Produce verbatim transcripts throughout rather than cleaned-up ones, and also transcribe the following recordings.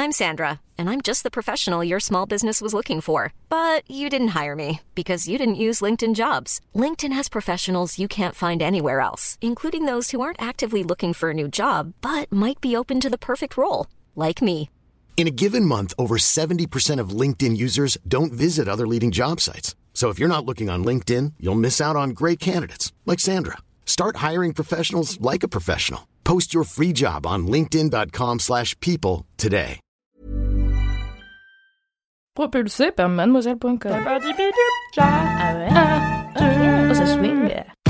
I'm Sandra, and I'm just the professional your small business was looking for. But you didn't hire me because you didn't use LinkedIn Jobs. LinkedIn has professionals you can't find anywhere else, including those who aren't actively looking for a new job, but might be open to the perfect role, like me. In a given month, over seventy percent of LinkedIn users don't visit other leading job sites. So if you're not looking on LinkedIn, you'll miss out on great candidates like Sandra. Start hiring professionals like a professional. Post your free job on linkedin.com slash people today. Propulsé par mademoiselle point com. Ah ouais. Oh, ça swing.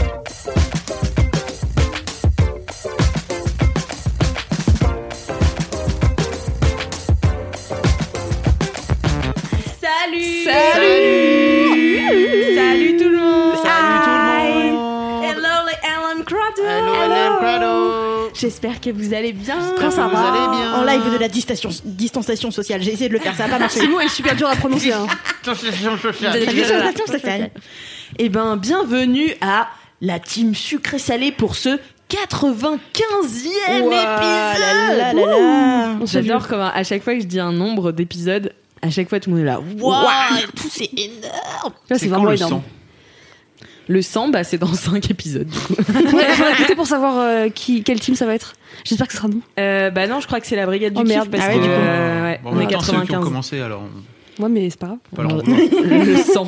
Salut. Salut. Salut tout le monde. Salut tout le monde. Hello les Ellen Crado. Hello, Ellen Crado. J'espère que vous allez bien. J'espère que vous allez bien. En live de la distanciation, distanciation sociale. J'ai essayé de le faire, ça n'a pas marché. Ce mot est super dur à prononcer. Hein. Distanciation sociale. Distanciation sociale. Eh ben, bienvenue à la team sucré-salé pour ce quatre-vingt-quinzième Ouah, épisode. là, là, là, là. J'adore comment à chaque fois que je dis un nombre d'épisodes, à chaque fois tout le monde est là. Waouh, tout c'est énorme. C'est, C'est vraiment quand le énorme. sang Le cent, bah c'est dans cinq épisodes du coup. Ouais, il faudrait écouter pour savoir euh, qui, quel team ça va être. J'espère que ce sera nous. Euh, bah non, je crois que c'est la brigade du Oh, kiff merde. parce Ah ouais, que du coup. euh, ouais, Bon, on est maintenant, ceux qui ont quatre-vingt-quinze. commencé, alors on Ouais, mais c'est pas grave. peut pas leur en vouloir. Le sang.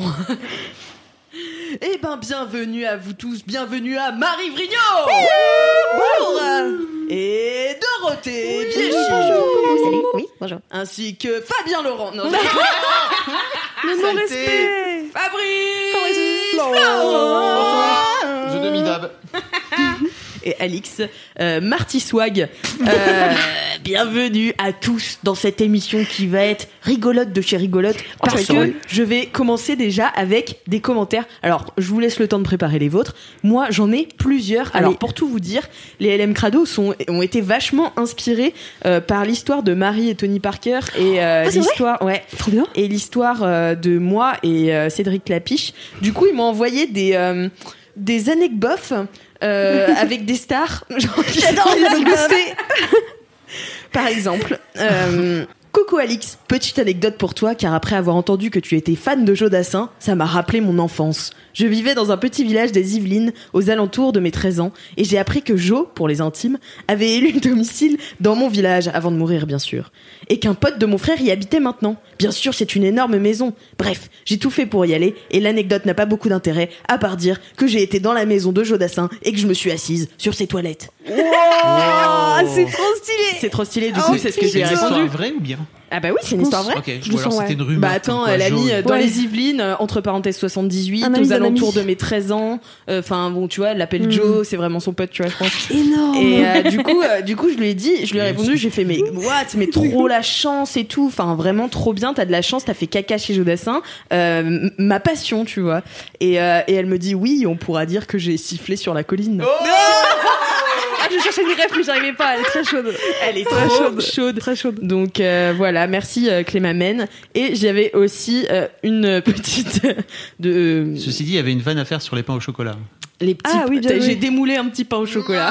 Eh ben, bienvenue à vous tous, bienvenue à Marie Vrigno. Bonjour. Et Dorothée Biéchi. Salut. Oui, bonjour. Ainsi que Fabien Laurent. Non, Le non-respect. Fabrice Flo. Florent. Je demi-dab. Et Alix euh, Marty Swag. Euh, bienvenue à tous dans cette émission qui va être rigolote de chez rigolote parce ça que va être je vais commencer déjà avec des commentaires. Alors, je vous laisse le temps de préparer les vôtres. Moi, j'en ai plusieurs. Allez. Alors, pour tout vous dire, les L M Crado sont, ont été vachement inspirés euh, par l'histoire de Marie et Tony Parker et euh, Ah, c'est l'histoire, ouais, Trop bien. et l'histoire euh, de moi et euh, Cédric Clapiche. Du coup, ils m'ont envoyé des euh, des anecdotes euh, avec des stars. Genre, J'adore les anecdotes. Par exemple, euh, coucou Alix, petite anecdote pour toi, car après avoir entendu que tu étais fan de Joe Dassin, ça m'a rappelé mon enfance. Je vivais dans un petit village des Yvelines, aux alentours de mes treize ans, et j'ai appris que Joe, pour les intimes, avait élu le domicile dans mon village, avant de mourir bien sûr, et qu'un pote de mon frère y habitait maintenant. Bien sûr, c'est une énorme maison. Bref, j'ai tout fait pour y aller, et l'anecdote n'a pas beaucoup d'intérêt, à part dire que j'ai été dans la maison de Joe Dassin et que je me suis assise sur ses toilettes. Ah, c'est trop stylé. C'est trop stylé, du Oh, coup, c'est ce que C'est j'ai une histoire répondu. vraie ou bien? Ah bah oui, c'est une histoire vraie. Ok, Je ou le alors sens, c'était ouais. une rumeur. Bah attends, comme quoi elle a Joe- mis euh, dans Ouais. les Yvelines, euh, entre parenthèses soixante-dix-huit, Un ami aux d'un alentours ami. de mes treize ans. Enfin bon, tu vois, elle l'appelle Mm. Joe, c'est vraiment son pote, tu vois, je pense. Énorme. Et euh, du coup, euh, du coup, je lui ai dit, je lui ai Yes. répondu, j'ai fait mais what, mais trop la chance et tout. Enfin vraiment trop bien, t'as de la chance, t'as fait caca chez Joe Dassin, euh, m- ma passion, tu vois. Et, euh, et elle me dit oui, on pourra dire que j'ai sifflé sur la colline. Ah, je cherchais une ref, mais j'arrivais pas. Elle est très chaude. Elle est Très trop chaude. chaude. Très chaude. Donc euh, voilà, merci euh, Clémamène. Et j'avais aussi euh, une petite euh, de Ceci dit, il y avait une vanne à faire sur les pains au chocolat. les petits. Ah oui, bien j'ai joué. démoulé un petit pain au chocolat.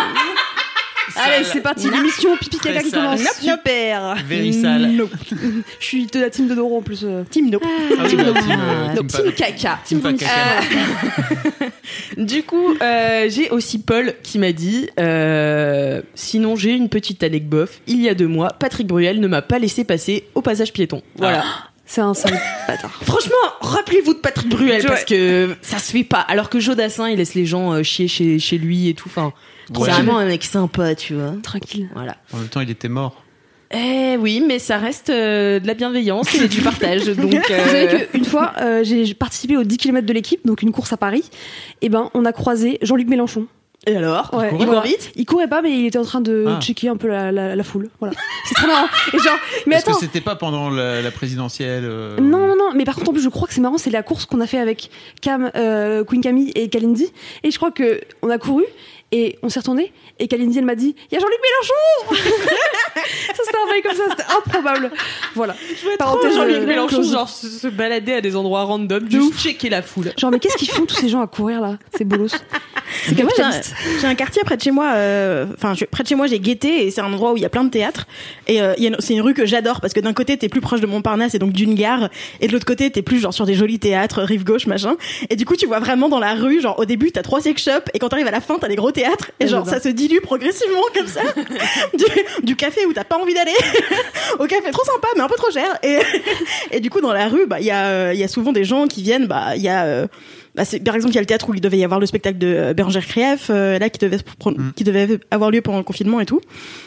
Allez, c'est parti. L'émission pipi Très caca qui sale. commence. Super. Very sale. Nope. Je suis de la team de Doro en plus. euh. Team Nope. Ah oui, bah, team, euh, Donc, team team pa- caca. team pas caca. Euh, du coup, euh, j'ai aussi Paul qui m'a dit euh, sinon, j'ai une petite anecdote. Il y a deux mois, Patrick Bruel ne m'a pas laissé passer au passage piéton. Voilà. C'est un sale bâtard. Franchement, rappelez-vous de Patrick Bruel Ouais. parce que ça se fait pas. Alors que Joe Dassin, il laisse les gens euh, chier chez, chez lui et tout. Enfin, Ouais. c'est vraiment un mec sympa, tu vois. Tranquille. Voilà. En même temps, il était mort. Eh oui, mais ça reste euh, de la bienveillance et du partage. Donc, euh, Vous savez qu'une fois, euh, j'ai participé aux dix kilomètres de l'équipe, donc une course à Paris. Et ben, on a croisé Jean-Luc Mélenchon. Et alors Ouais, Il courait court voilà. vite Il courait pas, mais il était en train de Ah. checker un peu la, la, la foule. Voilà. C'est trop marrant. Et genre, mais Est-ce attends. que c'était pas pendant la, la présidentielle euh, Non, non, non, mais par contre, en plus, je crois que c'est marrant, c'est la course qu'on a fait avec Cam, euh, Queen Camille et Kalindi. Et je crois que on a couru et on s'est retourné et Kalindi, elle m'a dit il y a Jean-Luc Mélenchon. Ça, c'était un bail comme ça, c'était improbable. Voilà. Parenthèse, Jean-Luc euh, Mélenchon, close. genre se, se balader à des endroits random, De juste ouf. checker la foule. Genre, mais qu'est-ce qu'ils font tous ces gens à courir là? C'est bolos. C'est Moi, j'ai un, capitaliste. j'ai un quartier près de chez moi. euh, Enfin, je- près de chez moi, j'ai Gaîté et c'est un endroit où il y a plein de théâtres. Et euh, il y a une- c'est une rue que j'adore parce que d'un côté, t'es plus proche de Montparnasse et donc d'une gare, et de l'autre côté, t'es plus genre sur des jolis théâtres, rive gauche, machin. Et du coup, tu vois vraiment dans la rue, genre au début, t'as trois sex shops et quand t'arrives à la fin, t'as des gros théâtres. Et genre, ça se dilue progressivement comme ça. du, du café où t'as pas envie d'aller au café trop sympa mais un peu trop cher. Et, et du coup, dans la rue, bah il y a euh, il y a souvent des gens qui viennent. Bah il y a euh, Bah c'est, par exemple, il y a le théâtre où il devait y avoir le spectacle de euh, Bérangère Krief, euh, là, qui devait, se pro- Mm. qui devait avoir lieu pendant le confinement et tout.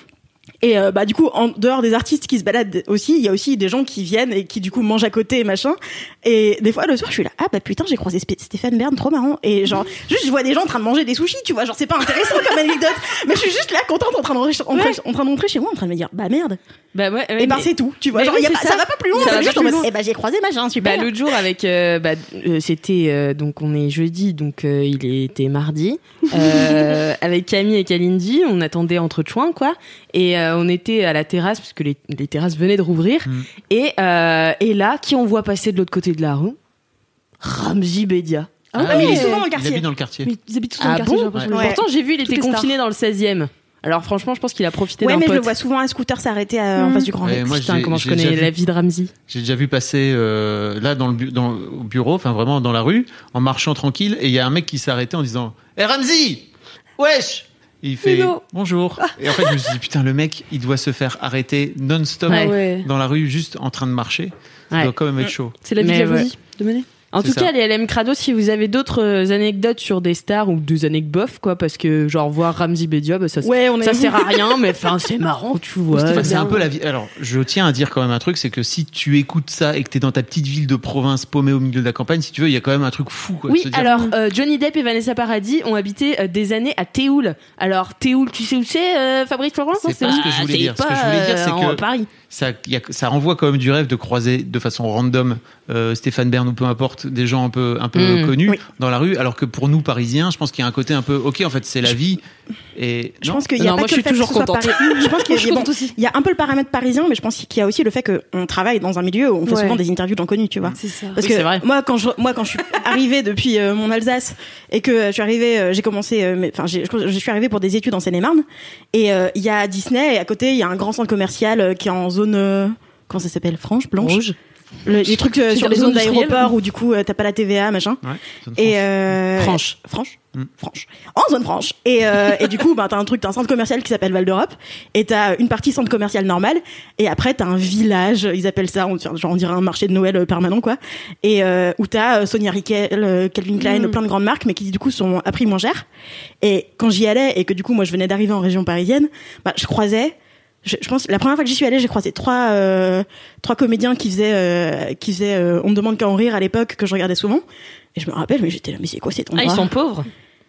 Et euh, bah du coup, en dehors des artistes qui se baladent aussi, il y a aussi des gens qui viennent et qui du coup mangent à côté et machin. Et des fois le soir, je suis là, ah bah putain, j'ai croisé Sp- Stéphane Bern, trop marrant. Et genre, juste je vois des gens en train de manger des sushis, tu vois, genre c'est pas intéressant comme anecdote, mais je suis juste là contente en train de rentrer, en, train- en train de rentrer chez moi, en train de me dire, bah merde. Bah ouais, ouais, Et bah mais- c'est tout, tu vois, Mais genre oui, y a c'est pas, ça. ça. va pas plus loin, Ça c'est va juste pas en plus mode, loin. eh bah j'ai croisé machin, super. Bah, l'autre jour avec euh, bah, euh, c'était euh, donc on est jeudi donc euh, il était mardi euh, avec Camille et Kalindi on attendait entre chouins quoi et euh, on était à la terrasse parce que les, les terrasses venaient de rouvrir Mm. et euh, et là qui on voit passer de l'autre côté de la rue Ramzi Bedia. Ah Ah, mais il est ouais. souvent dans le Il quartier. habite dans le quartier. Mais ils habitent tous dans Ah le quartier, bon j'ai l'impression. Ouais. Pourtant j'ai vu il Toutes était les stars. confiné dans le seizième. Alors franchement je pense qu'il a profité Ouais, d'un mais je pote. le vois souvent un scooter s'arrêter euh, en Mm. face du Grand Ouais, Rex. moi, Putain j'ai- comment je j'ai connais déjà vu- la vie de Ramzi. J'ai déjà vu passer euh, là dans le, bu- dans, au bureau, enfin vraiment dans la rue, en marchant tranquille, et il y a un mec qui s'est arrêté en disant « Hé Ramzi, wesh !» Et il fait Hello. « Bonjour !» Et en fait, je me suis dit « Putain, le mec, il doit se faire arrêter non-stop Ouais. Ouais. dans la rue, juste en train de marcher. Ça Ouais. doit quand même être chaud. C'est la vie Mais que j'avais ouais. dit de mener. En C'est tout ça. cas, les L M Crado, si vous avez d'autres euh, anecdotes sur des stars ou des anecdotes bof, quoi, parce que genre voir Ramzi Bedia, bah, ça, Ouais, on est ça sert à rien, mais enfin c'est marrant, tu vois. Enfin, c'est bien. un peu la vie. Alors, je tiens à dire quand même un truc, c'est que si tu écoutes ça et que t'es dans ta petite ville de province paumée au milieu de la campagne, si tu veux, il y a quand même un truc fou. Quoi, de Oui, se dire, alors euh, Johnny Depp et Vanessa Paradis ont habité euh, des années à Théoul. Alors Théoul, tu sais où c'est, euh, Fabrice Florent C'est pas ce que je voulais c'est dire. Ce que pas, je voulais dire, c'est euh, en que- Paris. ça, y a- ça renvoie quand même du rêve de croiser de façon random euh, Stéphane Bern ou peu importe des gens un peu un peu Mm. connus Oui. dans la rue, alors que pour nous Parisiens, je pense qu'il y a un côté un peu ok en fait c'est la vie et Je non. pense qu'il y a Non, pas moi, que je le suis fait que toujours ce soit contente. Paris. Je pense qu'il y Je suis a, bon, contente aussi. il y a un peu le paramètre parisien, mais je pense qu'il y a aussi le fait qu'on travaille dans un milieu où on fait Ouais. souvent des interviews d'inconnus, tu vois. C'est ça. Parce Oui, c'est que vrai. moi, quand je, moi, quand je suis arrivée depuis euh, mon Alsace et que je suis arrivée, euh, j'ai commencé, euh, mais- enfin, j'ai- je, je suis arrivée pour des études en Seine-et-Marne, et euh, il y a Disney et à côté il y a un grand centre commercial euh, qui est en zone, euh, comment ça s'appelle, franche, blanche, Rouge. Le- les trucs euh, C'est sur des les zones zones d'aéroport industrielles. où du coup euh, t'as pas la T V A, machin. Ouais, zone Et franche. euh, Franche. franche, Mm. franche, en zone franche. Et euh, et du coup, bah t'as un truc, t'as un centre commercial qui s'appelle Val d'Europe, et t'as une partie centre commercial normal, et après t'as un village, ils appellent ça, on, genre on dirait un marché de Noël euh, permanent quoi, et euh, où t'as euh, Sonia Rykiel, euh, Calvin Klein, Mm. plein de grandes marques, mais qui du coup sont à prix moins cher. Et quand j'y allais et que du coup moi je venais d'arriver en région parisienne, bah je croisais. Je, je pense la première fois que j'y suis allée, j'ai croisé trois euh, trois comédiens qui faisaient euh, qui faisaient euh, On ne demande qu'à en rire à l'époque que je regardais souvent, et je me rappelle, mais j'étais là, mais c'est quoi cet Ah, endroit? ils sont pauvres.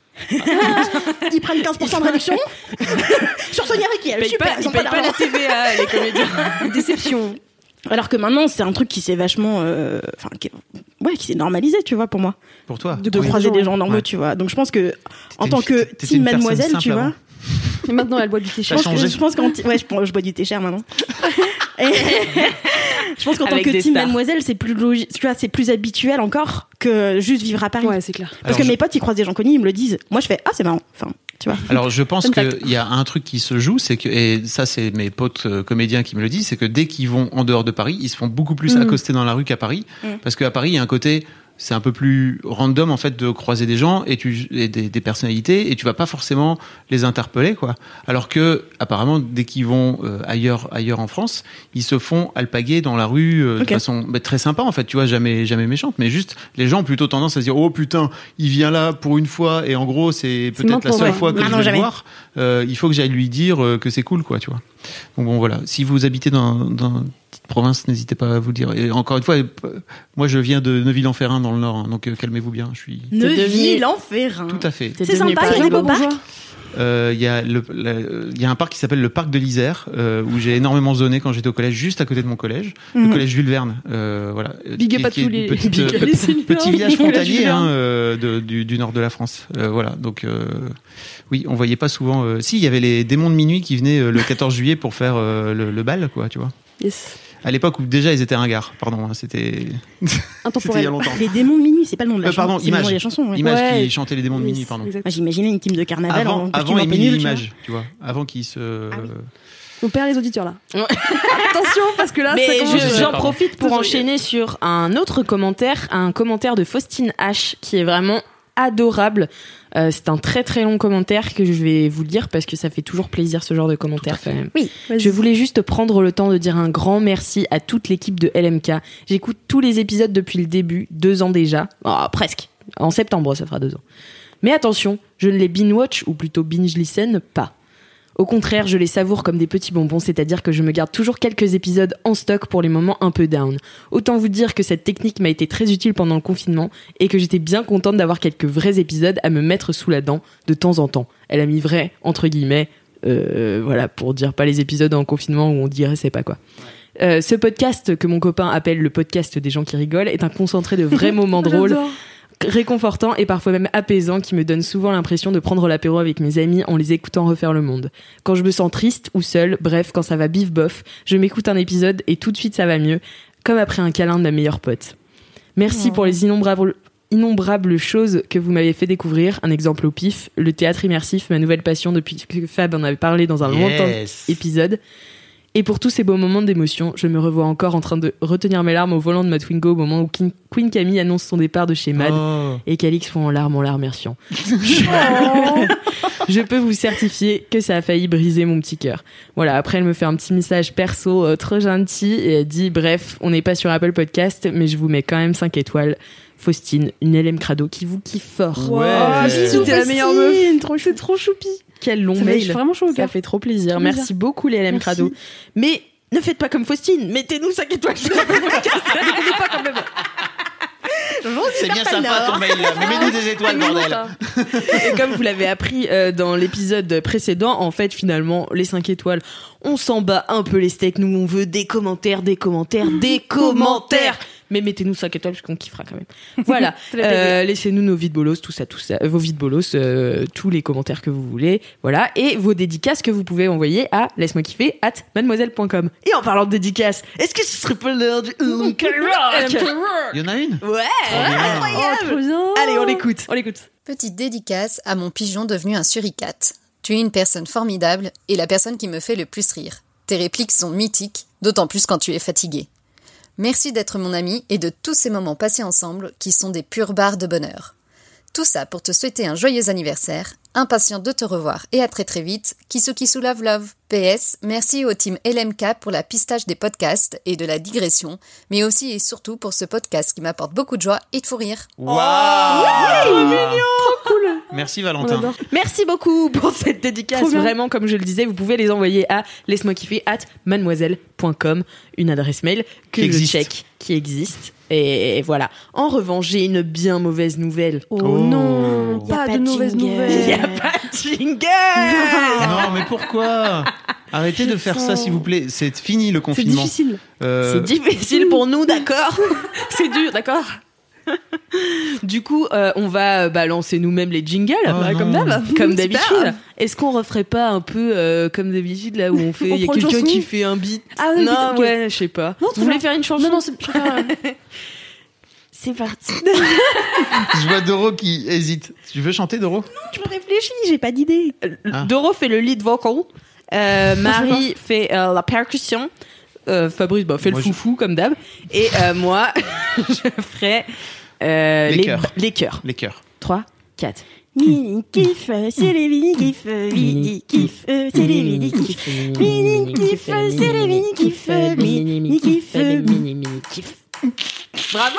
Ils prennent quinze pour cent de réduction sur Sonia Ils Rykiel, payent super, pas, ils ils ont pas payent pas la d'argent. T V A, les comédiens. Déception. Alors que maintenant c'est un truc qui s'est vachement euh, enfin qui, ouais qui s'est normalisé, tu vois, pour moi, Pour toi. de Oui. croiser des gens normaux, Ouais. tu vois. Donc je pense que en T'étais tant une- que t'étais team une personne mademoiselle, tu simple vois, avant. Et maintenant, elle boit du thé je T'as pense chaud. que changé. je pense qu'en ouais je, prends- je bois du thé cher maintenant. Et je pense qu'en tant Avec que des team stars. mademoiselle, c'est plus logique, tu vois, c'est plus habituel encore que juste vivre à Paris. Ouais, c'est clair. Parce Alors, que je- mes potes, ils croisent des gens connus, ils me le disent. Moi, je fais ah c'est marrant. Enfin, tu vois. Alors je pense Fun fact. qu'il y a un truc qui se joue, c'est que, et ça c'est mes potes euh, comédiens qui me le disent, c'est que dès qu'ils vont en dehors de Paris, ils se font beaucoup plus Mm. accoster dans la rue qu'à Paris, Mm. parce qu'à Paris il y a un côté, c'est un peu plus random en fait de croiser des gens et, tu, et des, des personnalités et tu vas pas forcément les interpeller quoi. Alors que apparemment dès qu'ils vont euh, ailleurs ailleurs en France, ils se font alpaguer dans la rue euh, Ok. de façon bah, très sympa en fait, tu vois, jamais jamais méchante, mais juste les gens ont plutôt tendance à se dire oh putain il vient là pour une fois et en gros c'est peut-être la maintenant, seule ouais. fois que Maintenant, je vais jamais. le voir. Euh, il faut que j'aille lui dire euh, que c'est cool quoi, tu vois. Donc bon voilà, si vous habitez dans, dans une petite province, n'hésitez pas à vous le dire. Et encore une fois, euh, moi je viens de Neuville-en-Ferrain dans le Nord, hein, donc euh, calmez-vous bien. Je suis Neuville-en-Ferrain. tout à fait. T'es C'est devenu sympa, il y a des pareil. beaux parcs. Euh, Il y a le, la- il y a un parc qui s'appelle le parc de l'Isère euh, où j'ai énormément zoné quand j'étais au collège, juste à côté de mon collège, le Mhm. collège Jules Verne. Euh, voilà. Big Qui- up à qui est tous les- une petite, big up euh, les petit- seniors. petit village Jules frontalier Verne. hein, euh, de- du, du nord de la France. Euh, voilà. Donc euh, oui, on voyait pas souvent. Euh, si, il y avait les démons de minuit qui venaient euh, le quatorze juillet pour faire euh, le, le bal, quoi, tu vois. Yes. À l'époque où déjà ils étaient ringards, pardon, hein, c'était... c'était il y a longtemps. Les démons de minuit, c'est pas le nom de la Euh, pardon, chanson, c'est le nom Image. de la chanson. Ouais. Image Ouais. qui chantait les démons de Oui, minuit, pardon. exact. Moi, j'imaginais une team de carnaval Avant, en avant costume un peu Émilie nul, tu vois. Image, tu vois. Avant qu'ils se... Ah oui. On perd les auditeurs là. Ouais. Attention parce que là, Mais ça commence. je- Ouais, j'en pardon. profite pour Toujours, enchaîner sur un autre commentaire, un commentaire de Faustine H qui est vraiment adorable. Euh, c'est un très très long commentaire que je vais vous lire parce que ça fait toujours plaisir ce genre de commentaire quand même. Oui, vas-y. Je voulais juste prendre le temps de dire un grand merci à toute l'équipe de L M K. J'écoute tous les épisodes depuis le début, deux ans déjà. Oh, presque. En septembre, ça fera deux ans. Mais attention, je ne les binge-watch, ou plutôt binge-listen, pas. Au contraire, je les savoure comme des petits bonbons, c'est-à-dire que je me garde toujours quelques épisodes en stock pour les moments un peu down. Autant vous dire que cette technique m'a été très utile pendant le confinement et que j'étais bien contente d'avoir quelques vrais épisodes à me mettre sous la dent de temps en temps. Elle a mis vrai, entre guillemets, euh, voilà, pour dire pas les épisodes en confinement où on dirait c'est pas quoi. Euh, ce podcast que mon copain appelle le podcast des gens qui rigolent est un concentré de vrais moments drôles, J'adore. réconfortant et parfois même apaisant qui me donne souvent l'impression de prendre l'apéro avec mes amis en les écoutant refaire le monde. Quand je me sens triste ou seule, bref, quand ça va bif bof, je m'écoute un épisode et tout de suite ça va mieux, comme après un câlin de ma meilleure pote. Merci Oh. pour les innombrables innombrables choses que vous m'avez fait découvrir. Un exemple au pif, le théâtre immersif, ma nouvelle passion depuis que Fab en avait parlé dans un lointain Yes. épisode. Et pour tous ces beaux moments d'émotion, je me revois encore en train de retenir mes larmes au volant de ma Twingo au moment où King- Queen Camille annonce son départ de chez Mad Oh. et qu'Alix font en larmes en la remerciant. Je peux vous certifier que ça a failli briser mon petit cœur. Voilà, après elle me fait un petit message perso euh, trop gentil et elle dit bref, on n'est pas sur Apple Podcast mais je vous mets quand même cinq étoiles. Faustine, une L M Crado qui vous kiffe fort. Ouais. Oh, bisous, t'es la meilleure meuf. Trop C'est trop choupi. Quel long Ça fait mail. vraiment chaud au Ça cœur. fait trop plaisir. Trop Merci plaisir. beaucoup les L M Merci. Crado. Mais ne faites pas comme Faustine, mettez-nous cinq étoiles sur Apple Podcast. Déconnez pas quand même. C'est bien sympa ton mail là, mais mets-nous des étoiles, bordel. Et comme vous l'avez appris euh, dans l'épisode précédent, en fait, finalement, les cinq étoiles, on s'en bat un peu les steaks. Nous, on veut des commentaires, des commentaires, des commentaires. Mais mettez-nous cinq étoiles parce qu'on kiffera quand même. Voilà. Ça fait plaisir. Euh, laissez-nous nos vides bolos, tout ça, tout ça, euh, vos vides bolos, euh, tous les commentaires que vous voulez. Voilà. Et vos dédicaces que vous pouvez envoyer à laisse-moi kiffer at mademoiselle point com. Et en parlant de dédicaces, est-ce que ce serait pas l'heure du L M K Rock? Il y en a une. Ouais. Oh, trop bien. Allez, on l'écoute. On l'écoute. Petite dédicace à mon pigeon devenu un suricate. Tu es une personne formidable et la personne qui me fait le plus rire. Tes répliques sont mythiques, d'autant plus quand tu es fatigué. Merci d'être mon ami et de tous ces moments passés ensemble qui sont des pures barres de bonheur. Tout ça pour te souhaiter un joyeux anniversaire, impatient de te revoir et à très très vite, Kisuki Love Love. P S, merci au team L M K pour la pistage des podcasts et de la digression, mais aussi et surtout pour ce podcast qui m'apporte beaucoup de joie et de fou rire. Waouh. Trop mignon. Trop cool. Merci On Valentin. adore. Merci beaucoup pour cette dédicace. Trop bien. Vraiment, comme je le disais, vous pouvez les envoyer à laisse-moi kiffer at mademoiselle point com, une adresse mail que Qui je existe. check, qui existe. Et voilà. En revanche, j'ai une bien mauvaise nouvelle. Oh, Oh. non, Y a pas, pas de de mauvaises jingle. nouvelles. Il n'y a pas de jingle. Non, mais pourquoi? Arrêtez Je de faire ça, sens- s'il vous plaît. C'est fini le C'est confinement. difficile. Euh, C'est difficile pour nous, d'accord? C'est dur, d'accord? Du coup, euh, on va euh, bah, lancer nous-mêmes les jingles, Oh bah, non. comme d'hab, comme Super. d'habitude. Est-ce qu'on referait pas un peu euh, comme d'habitude là où on fait, On il y a prend une quelqu'un chanson qui fait un beat? Ah oui, non, beat, ok. ouais, je sais pas. Non, Vous trop voulez bien. faire une chanson? Non, non, c'est- je préfère, euh, C'est parti. Je vois Doro qui hésite. Tu veux chanter, Doro? Je réfléchis, j'ai pas d'idée. Ah. Doro fait le lead vocal. Euh, Marie fait euh, la percussion. Euh, Fabrice bah, fait Moi, le je- foufou comme d'hab. Et euh, moi, je ferai euh, Les les, chœurs. les chœurs. Les cœurs. trois, quatre. Mini kiff, c'est les mini kiff, mini kiff, c'est les mini kiff. Mini kiff, c'est les mini kiff, mini kiff, mini kiff. Bravo.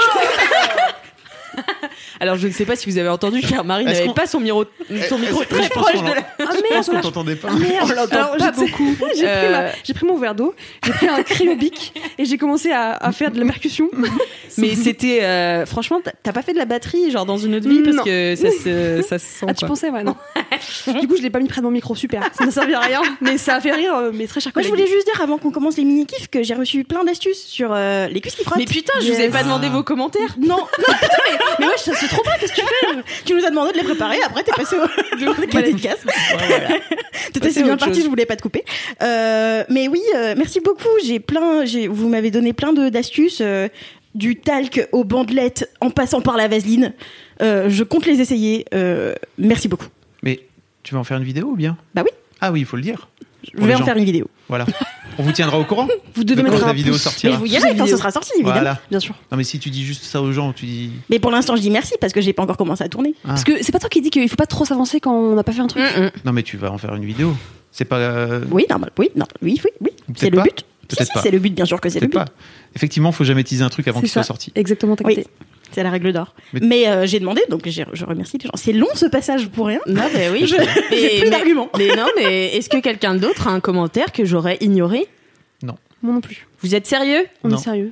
Alors je ne sais pas si vous avez entendu car Marie Est-ce n'avait qu'on- pas son micro, son micro Est-ce- très je pense proche qu'on de l'en- la... Ah Je merde, pense on qu'on l'a- t'entendait pas. Ah merde, On l'entend alors, pas je sais- beaucoup. J'ai pris, Euh, ma- j'ai pris mon verre d'eau, j'ai pris un crayon bic et j'ai commencé à, à faire de la percussion. Mais c'était euh, franchement t'as- t'as pas fait de la batterie genre dans une autre vie parce Non. que ça se ça se sent Ah, tu quoi. pensais, ouais, non. Du coup, je l'ai pas mis près de mon micro, super. Ça ne servait à rien, mais ça a fait rire euh, mes très chers Moi, je collègues. voulais juste dire avant qu'on commence les mini-kifs que j'ai reçu plein d'astuces sur euh, les cuisses qui frottent. Mais putain, je vous ai pas demandé vos commentaires. Non, non, putain, mais, mais ouais, ça se fait trop pas, qu'est-ce que tu fais? Tu nous as demandé de les préparer, après t'es passé au podcast. Voilà. T'étais Passé si à bien autre parti, chose. je voulais pas te couper. Euh, mais oui, euh, merci beaucoup. J'ai plein, j'ai, vous m'avez donné plein de d'astuces, euh, du talc aux bandelettes en passant par la vaseline. Euh, je compte les essayer. Euh, merci beaucoup. Mais tu vas en faire une vidéo ou bien? Bah oui, Ah oui, il faut le dire. je Pour vais les en gens. faire une vidéo. Voilà. On vous tiendra au courant. Vous devez de mettre quand un la vidéo pouce. Mais sortira. je vous dirai quand ça sera sorti, évidemment. Voilà. Bien sûr. Non mais si tu dis juste ça aux gens, tu dis. Mais pour l'instant, je dis merci parce que j'ai pas encore commencé à tourner. Ah. Parce que c'est pas toi qui dis qu'il faut pas trop s'avancer quand on n'a pas fait un truc. Mm, mm. Non mais tu vas en faire une vidéo. C'est pas. euh, Oui, normal. Oui, non, oui, oui, oui. Peut-être C'est le pas. but. Si, Peut-être si, pas. c'est le but, bien sûr que c'est le Peut-être but. pas. Effectivement, faut jamais teaser un truc avant C'est qu'il soit ça. sorti. Exactement, t'as Oui. capté. C'est la règle d'or. Mais- Mais, euh, j'ai demandé, donc j'ai- je remercie les gens. C'est long ce passage pour rien. Non, mais oui. Je- Mais- j'ai plus mais- d'arguments. Mais non, mais est-ce que quelqu'un d'autre a un commentaire que j'aurais ignoré? Moi non plus. Vous êtes sérieux? On Non. est sérieux.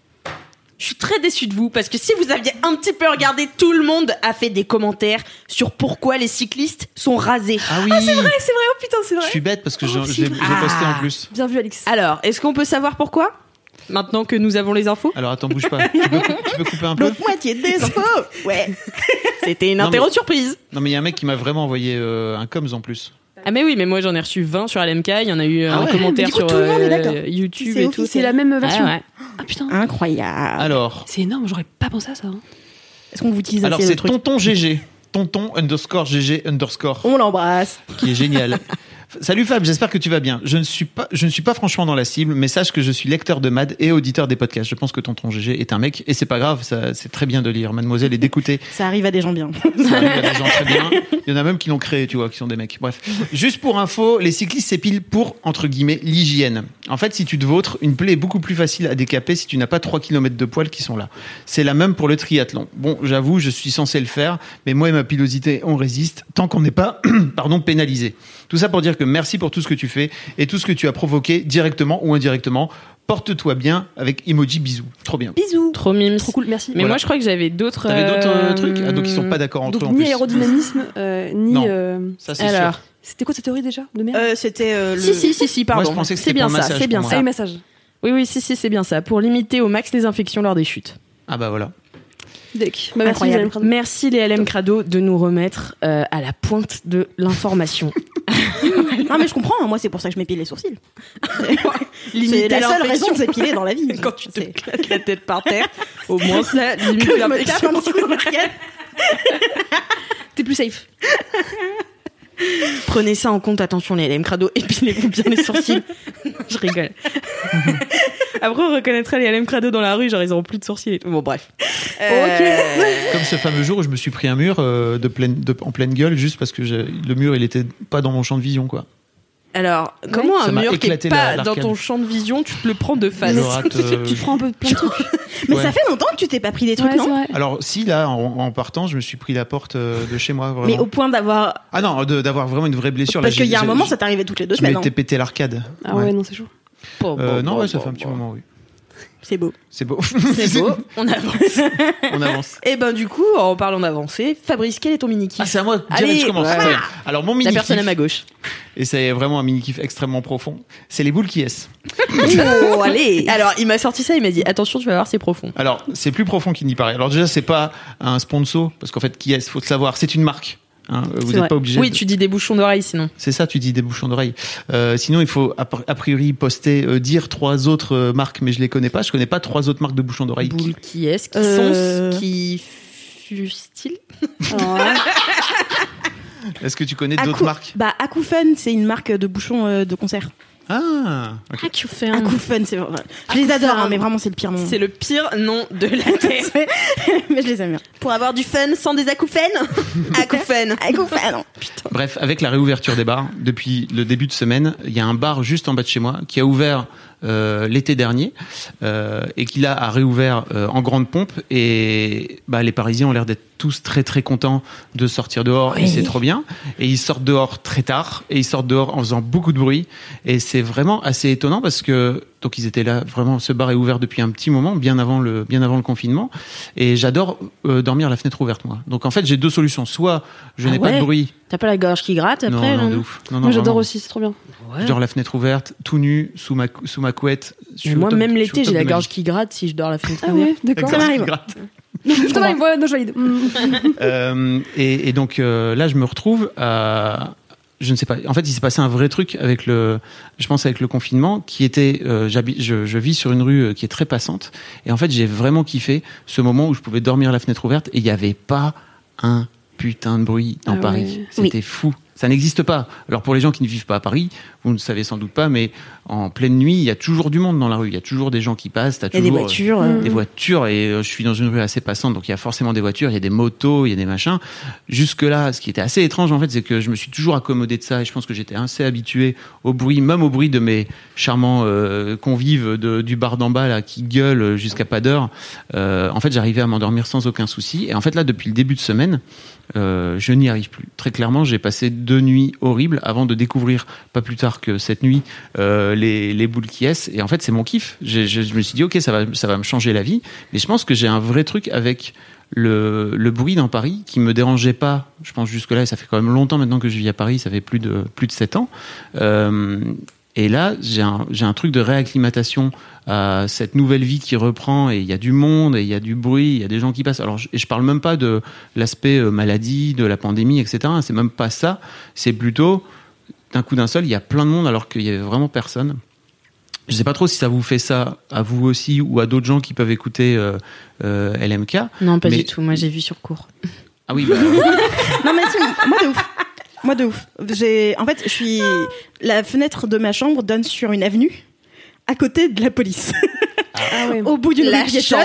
Je suis très déçue de vous parce que si vous aviez un petit peu regardé, tout le monde a fait des commentaires sur pourquoi les cyclistes sont rasés. Ah oui. C'est vrai, oh putain, c'est Je vrai. suis bête parce que je, Oh, je l'ai putain. j'ai posté Ah. en plus. Bien vu, Alix. Alors, est-ce qu'on peut savoir pourquoi? Maintenant que nous avons les infos? Alors attends, bouge pas. tu, peux, cou- tu peux couper un peu? L'autre moitié des infos. Ouais. C'était une Non, interro mais- surprise. Non mais il y a un mec qui m'a vraiment envoyé euh, un coms en plus. Ah mais oui, mais moi j'en ai reçu vingt sur L M K, il y en a eu Ah un ouais. commentaire Mais du coup, sur tout le monde est euh, d'accord. YouTube C'est et tout. C'est la même version. Ah ouais. Ah putain. Incroyable. Alors, C'est énorme, j'aurais pas pensé à ça. hein. Est-ce qu'on vous tease alors assez c'est le truc? tonton G G. Tonton underscore G G underscore. On l'embrasse. Qui est génial. Salut Fab, j'espère que tu vas bien. Je ne suis pas, je ne suis pas franchement dans la cible, mais sache que je suis lecteur de Mad et auditeur des podcasts. Je pense que tonton G G est un mec et c'est pas grave, ça, c'est très bien de lire Mademoiselle et d'écouter. Ça arrive à des gens bien. Ça arrive à des gens très bien. Il y en a même qui l'ont créé, tu vois, qui sont des mecs. Bref. Juste pour info, les cyclistes s'épilent pour, entre guillemets, l'hygiène. En fait, si tu te vautres, une plaie est beaucoup plus facile à décaper si tu n'as pas trois kilomètres de poils qui sont là. C'est la même pour le triathlon. Bon, j'avoue, je suis censé le faire, mais moi et ma pilosité, on résiste tant qu'on n'est pas, pardon, pénalisé. Tout ça pour dire que merci pour tout ce que tu fais et tout ce que tu as provoqué, directement ou indirectement. Porte-toi bien avec emoji bisous. Trop bien. Bisous. Trop mimes. Trop cool, merci. Mais Voilà. moi je crois que j'avais d'autres. T'avais d'autres euh, euh, trucs ah, donc ils sont pas d'accord entre Donc eux en ni plus. aérodynamisme, euh, ni. Non. euh, Ça, c'est Alors, sûr. C'était quoi cette théorie déjà de merde Euh, c'était euh, le. si si si si pardon. Moi, je pensais que c'était c'est bien pour le ça, massage, c'est bien pour moi. Ah, ça. le message. Oui oui si si c'est bien ça pour limiter au max les infections lors des chutes. Ah bah voilà. Deck. Bah, merci, Incroyable. Isabelle Crado. Merci les L M Crado de nous remettre euh, à la pointe de l'information. Non mais je comprends. hein, Moi, c'est pour ça que je m'épile les sourcils. C'est Limiter la seule l'infection. raison de s'épiler dans la vie. Quand tu te C'est- claques la tête par terre, au moins ça limite que je me tape l'infection. un petit coup de marquette. T'es plus safe. Prenez ça en compte, attention les L M Crado, épilez-vous bien les sourcils. Non, je rigole. Après, on reconnaîtrait les L M Crado dans la rue, genre ils auront plus de sourcils et tout. Bon, bref. Euh, Comme ce fameux jour où je me suis pris un mur euh, de pleine, de- en pleine gueule juste parce que j'ai- le mur il était pas dans mon champ de vision quoi. Alors, comment Ça un m'a mur qui est éclaté pas la- dans l'arcade. ton champ de vision, tu te le prends de face? Le rate, euh, Tu te prends un peu plein de trucs. Mais Ouais. ça fait longtemps que tu t'es pas pris des trucs, Ouais, c'est non? vrai. Alors si là en, en partant je me suis pris la porte euh, de chez moi vraiment. Mais au point d'avoir. Ah non de- d'avoir vraiment une vraie blessure. Là, Parce qu'il j'ai- y a un j'ai- moment, ça t'arrivait toutes les deux je semaines. m'étais hein. pété l'arcade. Ah ouais, non, c'est chaud. Bon, Euh, bon, non bon, ouais ça bon, fait un petit bon. moment oui. C'est beau. C'est beau. C'est beau, on avance. On avance. Et ben du coup, en parlant d'avancer, Fabrice, quel est ton mini-kiff? Ah c'est à moi. Direct, Allez, je commence. ouais. Très bien. Alors mon mini La personne à ma gauche. et c'est vraiment un mini kiff extrêmement profond. C'est les boules qui est. Oh, allez. Alors, il m'a sorti ça, il m'a dit attention, tu vas voir, c'est profond. Alors, c'est plus profond qu'il n'y paraît. Alors déjà, c'est pas un sponsor, parce qu'en fait, qui est, faut le savoir, c'est une marque. Hein, vous C'est n'êtes vrai. pas obligé. Oui, de- tu dis des bouchons d'oreilles sinon. C'est ça, tu dis des bouchons d'oreille. Euh, sinon, il faut a, a priori poster, euh, dire trois autres euh, marques, mais je les connais pas. Je connais pas trois autres marques de bouchons d'oreille. qui- Boule qui est, qui Euh. fonce, qui fustile. Alors là, Est-ce que tu connais Acou- d'autres marques? Bah, Akoufen, c'est une marque de bouchons euh, de concert. Ah, ok. Ah, tu fais un. Akoufen, c'est vrai. Je les adore, hein, mais vraiment, c'est le pire nom. C'est le pire nom de la terre. Mais je les aime bien. Pour avoir du fun sans des acouphènes. Acouphènes. Akoufen, non. Bref, avec la réouverture des bars, depuis le début de semaine, il y a un bar juste en bas de chez moi qui a ouvert euh, l'été dernier euh, et qui là a réouvert euh, en grande pompe. Et bah, les Parisiens ont l'air d'être tous très très contents de sortir dehors et Oui. c'est trop bien. Et ils sortent dehors très tard et ils sortent dehors en faisant beaucoup de bruit. Et c'est vraiment assez étonnant parce que donc ils étaient là, vraiment, ce bar est ouvert depuis un petit moment, bien avant le, bien avant le confinement. Et j'adore euh, dormir la fenêtre ouverte, moi. Donc en fait, j'ai deux solutions. Soit je Ah n'ai ouais. pas de bruit. T'as pas la gorge qui gratte après? Non, non, là, de ouf. Non, non, Moi, j'adore vraiment. aussi, c'est trop bien. Je dors la fenêtre ouverte, tout nu, sous ma, sous ma couette. Je suis Mais au moi, top- même je suis au l'été, j'ai top la de ma gorge vie. qui gratte si je dors la fenêtre Ah ouverte. ouais, d'accord. Ça m'arrive. Gratte. Je t'en arrive, ouais, non, je valide. Mm. Euh, et, et donc euh, là, je me retrouve à, je ne sais pas. En fait, il s'est passé un vrai truc avec le, je pense avec le confinement, qui était, euh, j'habite, je, je vis sur une rue qui est très passante, et en fait, j'ai vraiment kiffé ce moment où je pouvais dormir la fenêtre ouverte et il n'y avait pas un putain de bruit dans Ah Paris. ouais. C'était fou. Ça n'existe pas. Alors pour les gens qui ne vivent pas à Paris, vous ne le savez sans doute pas, mais en pleine nuit, il y a toujours du monde dans la rue. Il y a toujours des gens qui passent. T'as Il y a des toujours, voitures. euh, euh, des voitures, et euh, je suis dans une rue assez passante, donc il y a forcément des voitures, il y a des motos, il y a des machins. Jusque là, ce qui était assez étrange en fait, c'est que je me suis toujours accommodé de ça, et je pense que j'étais assez habitué au bruit, même au bruit de mes charmants euh, convives de, du bar d'en bas là qui gueulent jusqu'à pas d'heure. Euh, en fait, j'arrivais à m'endormir sans aucun souci. Et en fait là, depuis le début de semaine, euh, je n'y arrive plus. Très clairement, j'ai passé deux nuits horribles avant de découvrir, pas plus tard que cette nuit, euh, les, les boules qui est. Et en fait, c'est mon kiff. J'ai, je, je me suis dit, ok, ça va, ça va me changer la vie. Mais je pense que j'ai un vrai truc avec le, le bruit dans Paris qui me dérangeait pas. Je pense jusque-là, et ça fait quand même longtemps maintenant que je vis à Paris, ça fait plus de, plus de sept ans. Euh, et là, j'ai un, j'ai un truc de réacclimatation à cette nouvelle vie qui reprend, et il y a du monde, et il y a du bruit, il y a des gens qui passent. Alors, je, et je parle même pas de l'aspect euh, maladie, de la pandémie, et cetera. C'est même pas ça. C'est plutôt, d'un coup d'un seul, il y a plein de monde alors qu'il y avait vraiment personne. Je sais pas trop si ça vous fait ça à vous aussi ou à d'autres gens qui peuvent écouter euh, euh, L M K. Non, pas Mais- du tout. Moi, j'ai vu sur cours. Ah oui, bah, Non mais si, moi de ouf. Moi de ouf. J'ai, en fait, je suis, la fenêtre de ma chambre donne sur une avenue à côté de la police, Ah ouais. au bout d'une La rue piétonne.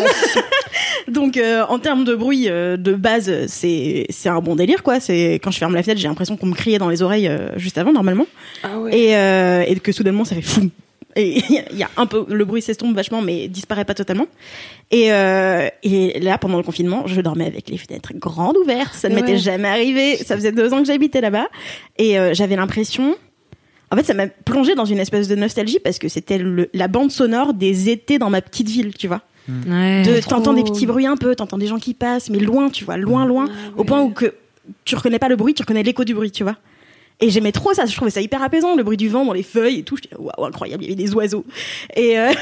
Donc euh, en termes de bruit euh, de base, c'est c'est un bon délire quoi. C'est quand je ferme la fenêtre, j'ai l'impression qu'on me criait dans les oreilles euh, juste avant normalement, Ah ouais. et euh, et que soudainement ça fait fou. Et il y a un peu, le bruit s'estompe vachement, mais disparaît pas totalement. Et, euh, et là, pendant le confinement, je dormais avec les fenêtres grandes ouvertes. Ça ne Ouais. m'était jamais arrivé. Ça faisait deux ans que j'habitais là-bas. Et euh, j'avais l'impression... En fait, ça m'a plongé dans une espèce de nostalgie parce que c'était le, la bande sonore des étés dans ma petite ville, tu vois. Ouais. De, trop. t'entends des petits bruits un peu, t'entends des gens qui passent, mais loin, tu vois, loin, loin. Au point où que tu reconnais pas le bruit, tu reconnais l'écho du bruit, tu vois. Et j'aimais trop ça, je trouvais ça hyper apaisant, le bruit du vent dans les feuilles et tout. J'étais waouh, incroyable, il y avait des oiseaux. Et, euh,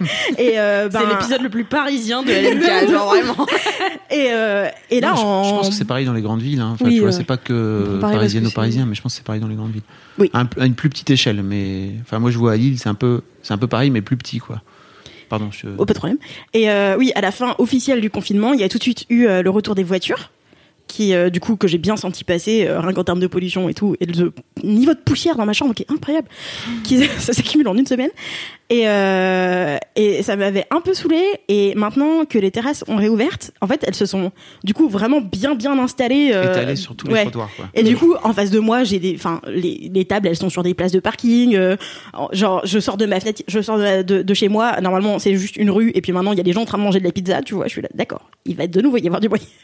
et euh, ben, C'est l'épisode le plus parisien de L M K, genre vraiment. Et, euh, et là, non, je, en... je pense que c'est pareil dans les grandes villes. Hein. Enfin, Oui, tu vois, euh, c'est pas que Paris, parisienne ou parce que parisien, mais je pense que c'est pareil dans les grandes villes. Oui. À, un- à une plus petite échelle, mais enfin, moi je vois à Lille, c'est un peu, c'est un peu pareil, mais plus petit, quoi. Pardon, je. Oh, pas de problème. Et euh, oui, à la fin officielle du confinement, il y a tout de suite eu euh, le retour des voitures, qui, euh, du coup, que j'ai bien senti passer, euh, rien qu'en termes de pollution et tout, et le niveau de poussière dans ma chambre qui est incroyable, qui ça s'accumule en une semaine. Et, euh, et ça m'avait un peu saoulée. Et maintenant que les terrasses ont réouvertes, en fait, elles se sont du coup vraiment bien bien installées. euh, Étalé sur tous les ouais. trottoirs, quoi. Et du coup, en face de moi, j'ai des, enfin, les, les tables, elles sont sur des places de parking. euh, genre, je sors de ma fenêtre, je sors de, de, de chez moi. Normalement, c'est juste une rue. Et puis maintenant, il y a des gens en train de manger de la pizza. Tu vois, je suis là, d'accord. Il va de nouveau y avoir du bruit.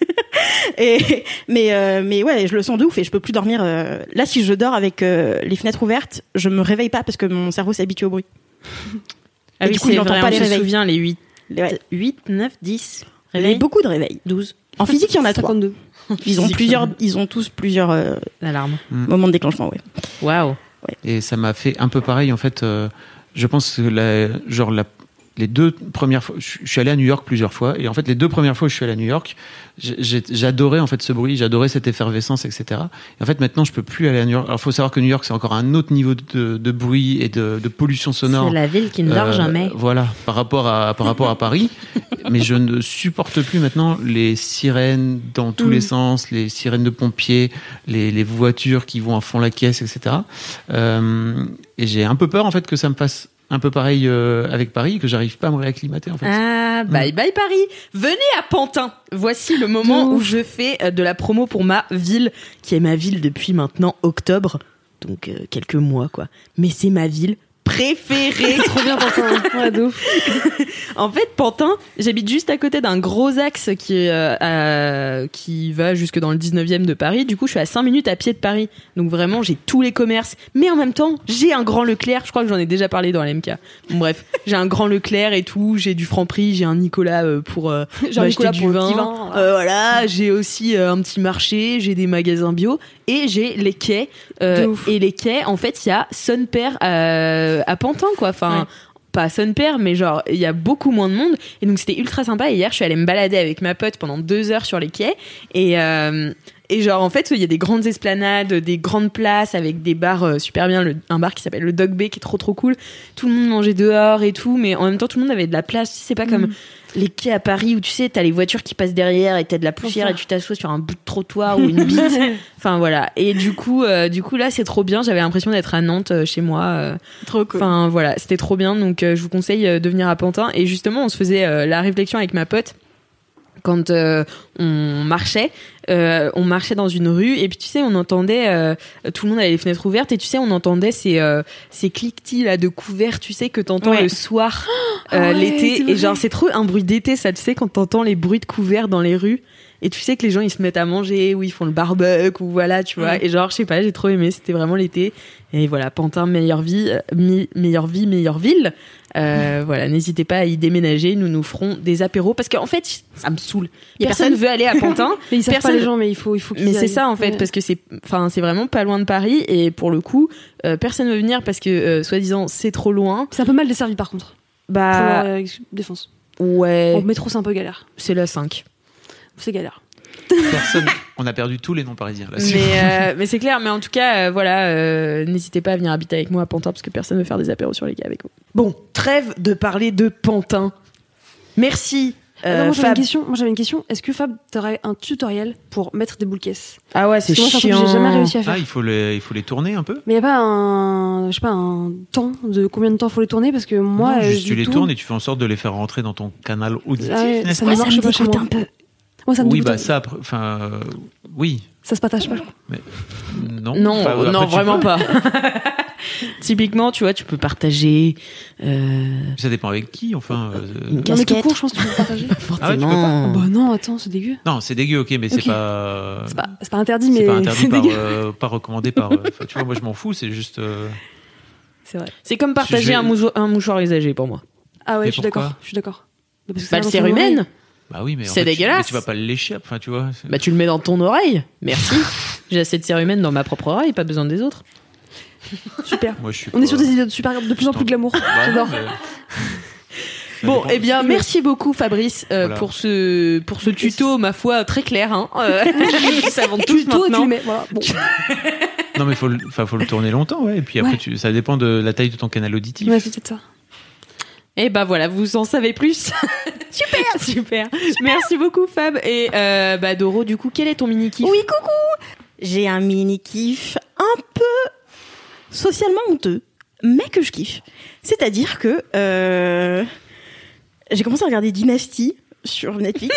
et mais, euh, mais ouais, je le sens de ouf et je peux plus dormir. euh, Là, si je dors avec euh, les fenêtres ouvertes, je me réveille pas parce que mon cerveau s'habitue au bruit. Ah Et oui, du coup, c'est il n'entend vrai, pas on les se réveils. souvient, les huit, Ouais. huit, neuf, dix Il y a réveils. beaucoup de réveils. douze. En physique, il y en a trois. cinquante-deux. Ils ont Physique. plusieurs, ils ont tous plusieurs euh, L'alarme. moments de déclenchement. Ouais. Waouh. Et ça m'a fait un peu pareil, en fait. euh, je pense que la, genre la, les deux premières fois, je je suis allé à New York plusieurs fois, et en fait les deux premières fois où je suis allé à New York, j'ai- j'ai- j'adorais en fait ce bruit, j'adorais cette effervescence, et cetera. Et en fait maintenant je peux plus aller à New York. Alors faut savoir que New York c'est encore un autre niveau de, de bruit et de, de pollution sonore. C'est la ville qui ne dort Euh, jamais. Voilà, par rapport à par rapport à Paris. Mais je ne supporte plus maintenant les sirènes dans tous Mm. les sens, les sirènes de pompiers, les, les voitures qui vont à fond la caisse, et cetera. Euh, et j'ai un peu peur en fait que ça me fasse un peu pareil euh, avec Paris, que j'arrive pas à me réacclimater en fait. Ah, bye bye Paris. Venez à Pantin. Voici le moment De où ouf. je fais euh, de la promo pour ma ville, qui est ma ville depuis maintenant octobre, donc euh, quelques mois quoi. Mais c'est ma ville préférés. Trop bien, Pantin. Ouais, de ouf. En fait, Pantin, j'habite juste à côté d'un gros axe qui, est, euh, à- qui va jusque dans le dix-neuvième de Paris. Du coup, je suis à cinq minutes à pied de Paris. Donc vraiment, j'ai tous les commerces. Mais en même temps, j'ai un grand Leclerc. Je crois que j'en ai déjà parlé dans l'M K. Bon, bref, j'ai un grand Leclerc et tout. J'ai du Franprix. J'ai un Nicolas euh, pour euh, J'ai un m'acheter Nicolas du pour le vin. petit vin. Euh, voilà, j'ai aussi euh, un petit marché. J'ai des magasins bio. Et j'ai les quais. Euh, De ouf. et les quais, en fait, il y a Son Père à, à Pantin, quoi. Enfin... Ouais. Pas Son Père, mais genre, il y a beaucoup moins de monde. Et donc, c'était ultra sympa. Et hier, je suis allée me balader avec ma pote pendant deux heures sur les quais. Et, euh, et genre, en fait, il y a des grandes esplanades, des grandes places avec des bars euh, super bien. Le, un bar qui s'appelle le Dog Bay, qui est trop trop cool. Tout le monde mangeait dehors et tout. Mais en même temps, tout le monde avait de la place. Tu sais, c'est pas comme les quais à Paris où tu sais, t'as les voitures qui passent derrière et t'as de la poussière Enfin. et tu t'assois sur un bout de trottoir ou une bite. Enfin, voilà. Et du coup, euh, du coup, là, c'est trop bien. J'avais l'impression d'être à Nantes, euh, chez moi. euh, Trop cool. Enfin voilà, c'était trop bien. Donc euh, je vous conseille euh, de venir à Pantin. Et justement, on se faisait euh, la réflexion avec ma pote quand euh, on marchait. Euh, on marchait dans une rue et puis tu sais, on entendait euh, tout le monde avait les fenêtres ouvertes et tu sais, on entendait ces euh, ces cliquetis là de couverts, tu sais, que t'entends Ouais. le soir euh, ouais, l'été. c'est Et vrai. genre c'est trop un bruit d'été, ça, tu sais, quand t'entends les bruits de couverts dans les rues. Et tu sais que les gens ils se mettent à manger ou ils font le barbecue ou voilà, tu vois. Ouais. Et genre je sais pas, j'ai trop aimé, c'était vraiment l'été. Et voilà, Pantin, meilleure vie, euh, mi- meilleure vie, meilleure ville. Euh, voilà, n'hésitez pas à y déménager, nous nous ferons des apéros parce qu'en fait, ça me saoule. Y a Personne veut aller à Pantin. Mais ils savent Personne- pas les gens, mais il faut, il faut qu'ils Mais y c'est aillent. ça en fait, Ouais. parce que c'est, enfin, c'est vraiment pas loin de Paris et pour le coup, euh, personne veut venir parce que euh, soi-disant c'est trop loin. C'est un peu mal desservi par contre. Pour Bah la défense. ouais, En métro, c'est un peu galère. c'est la cinq. C'est galère. Personne. On a perdu tous les noms parisiens là-dessus. Mais, euh, mais c'est clair, mais en tout cas, euh, voilà, euh, n'hésitez pas à venir habiter avec moi à Pantin parce que personne veut faire des apéros sur les quais avec vous. Bon, trêve de parler de Pantin. Merci. Ah non, euh, moi, j'avais une Fab. question. Moi, j'avais une question. Est-ce que Fab, t'aurais un tutoriel pour mettre des boules caisses? Ah ouais, c'est Parce que moi, c'est un truc chiant. que j'ai jamais réussi à faire. Ah, il faut les, il faut les tourner un peu. Mais y a pas un, je sais pas, un temps de combien de temps faut les tourner parce que moi, Non, euh, juste du tu les tout- tournes et tu fais en sorte de les faire rentrer dans ton canal auditif, Ah ouais, n'est-ce ça pas me marche pas chez moi. peu. Moi, ça me Oui, dégoûte. bah ça, après- enfin, euh, oui. Ça se partage pas. Non. Non, Enfin, après, non, tu vraiment peux. pas. Typiquement, tu vois, tu peux partager. Euh, Ça dépend avec qui, enfin. euh, une Non, mais tout casquette. court, je pense que tu peux partager. Ah ouais, tu peux pas. Forcément. Bah non, attends, c'est dégueu. Non, c'est dégueu, ok, mais c'est Ok. pas. C'est pas, c'est pas interdit, mais C'est pas interdit, c'est par, dégueu. euh, pas recommandé par. euh, enfin, tu vois, moi je m'en fous, c'est juste. euh, C'est vrai. C'est comme partager J'ai- un, moucho- un mouchoir usagé pour moi. Ah ouais, Mais je suis pourquoi d'accord. Je suis d'accord. Bah, parce que Bah, ça le va dans ton cérumen, oreille. Bah oui, mais en C'est fait, tu- dégueulasse. mais tu vas pas le lécher, enfin, tu vois. c'est- bah tu le mets dans ton oreille. Merci. J'ai assez de cérumen dans ma propre oreille, pas besoin des autres. Super. Moi, je suis On est pas- sur des idées de super, de plus en plus glamour. Bah non, J'adore. mais- Ça Bon, dépend eh de- bien, merci beaucoup Fabrice euh, Voilà. pour ce pour ce tuto, ma foi, très clair. Hein. Euh, nous savons tous Tuto et tu maintenant. le mets. Voilà. Bon. Non, mais faut, le- enfin, faut le tourner longtemps, ouais. Et puis après, Ouais. tu, ça dépend de la taille de ton canal auditif. Ouais, c'est peut-être ça. Et bah voilà, vous en savez plus. Super, super. Merci beaucoup Fab. Et euh, bah Doro, du coup, quel est ton mini kiff? Oui, coucou. J'ai un mini kiff un peu socialement honteux, mais que je kiffe. C'est-à-dire que euh, j'ai commencé à regarder Dynasty sur Netflix.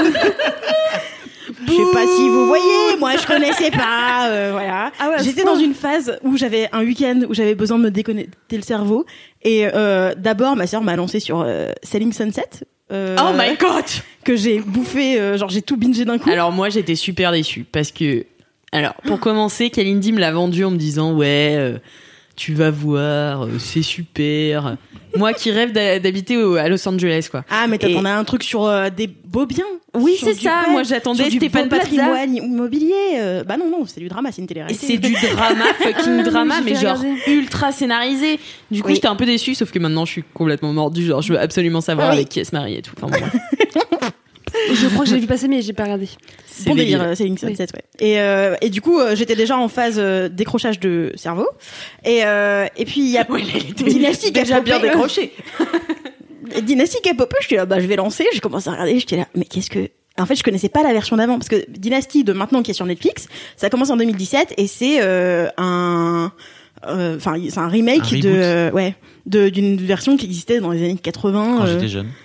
Je sais pas si vous voyez, moi je connaissais pas, euh, voilà. Ah ouais, à ce J'étais point. dans une phase où j'avais un week-end où j'avais besoin de me déconnecter le cerveau. Et euh, d'abord, ma sœur m'a lancé sur euh, Selling Sunset. euh, Oh my god. Que j'ai bouffé, euh, genre j'ai tout bingé d'un coup. Alors moi j'étais super déçue parce que alors pour commencer, Kalindi me l'a vendu en me disant ouais euh, tu vas voir, euh, c'est super. Moi qui rêve d'a- d'habiter au- à Los Angeles quoi. Ah, mais t'attendais Et- un truc sur euh, des beaux biens. Oui, Sur c'est du- ça. ouais, Moi, j'attendais sur du Stéphane beau Plaza. patrimoine immobilier. euh, bah non, non, c'est du drama, c'est une Et télé-réalité. c'est du drama, fucking drama, J'ai mais fait genre regarder. ultra scénarisé. Du coup, Oui. j'étais un peu déçue, sauf que maintenant, je suis complètement mordue. Genre, je veux absolument savoir Ah oui. avec qui elle se marie et tout. Enfin, bon, bref. Je crois que j'ai vu passer, mais j'ai pas regardé. C'est Bon débile. délire, euh, Selling Sunset, ouais. Et, euh, et du coup, euh, j'étais déjà en phase euh, décrochage de cerveau. Et, euh, et puis, il y a Dynasty qui a déjà bien popé. décroché. Et Dynasty qui a popé, je suis là, bah je vais lancer. J'ai commencé à regarder, j'étais là, mais qu'est-ce que... En fait, je connaissais pas la version d'avant parce que Dynasty de maintenant qui est sur Netflix, ça commence en deux mille dix-sept et c'est euh, un, euh, enfin c'est un remake Un de, reboot. euh, ouais, de d'une version qui existait dans les années quatre-vingts. Quand euh, j'étais jeune, voilà.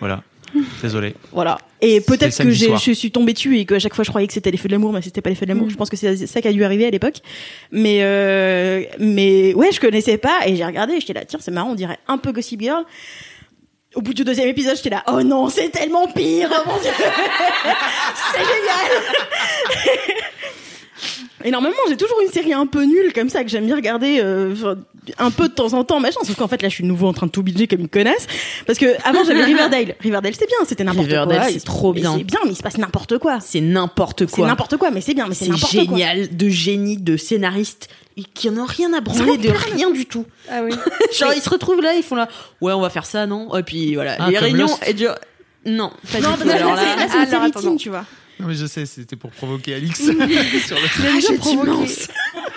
Désolé. Voilà. Et C'est peut-être que samedi j'ai, soir. je suis tombée dessus et qu'à chaque fois je croyais que c'était les feux de l'amour, mais c'était pas les feux de l'amour. Je pense que c'est ça qui a dû arriver à l'époque. Mais euh, mais ouais, je connaissais pas et j'ai regardé. Et j'étais là, tiens, c'est marrant, on dirait un peu Gossip Girl. Au bout du deuxième épisode, j'étais là, oh non, c'est tellement pire, oh mon Dieu, c'est génial. Et normalement, j'ai toujours une série un peu nulle comme ça que j'aime bien regarder euh, un peu de temps en temps, machin. Sauf qu'en fait, là, je suis de nouveau en train de tout binger comme une connasse. Parce que avant, j'avais Riverdale. Riverdale, c'est bien, c'était n'importe Riverdale, quoi. c'est Il- trop mais bien. C'est bien, mais il se passe n'importe quoi. C'est n'importe C'est quoi. n'importe quoi, mais c'est bien, mais c'est, C'est n'importe génial, de génie, de scénaristes et qui en ont rien à branler de rien du tout. Ah oui. Genre ils se retrouvent là, ils font là, ouais on va faire ça, non. Et puis voilà, Ah, les comme réunions. Lost. Et du... Non, pas quoi. Non, du tout. parce que Alors là, c'est, là, là, c'est une alors, série attends, teen, tu vois. Non, mais je sais, c'était pour provoquer Alix. Sur le... Ah, je j'ai provoqué. immense.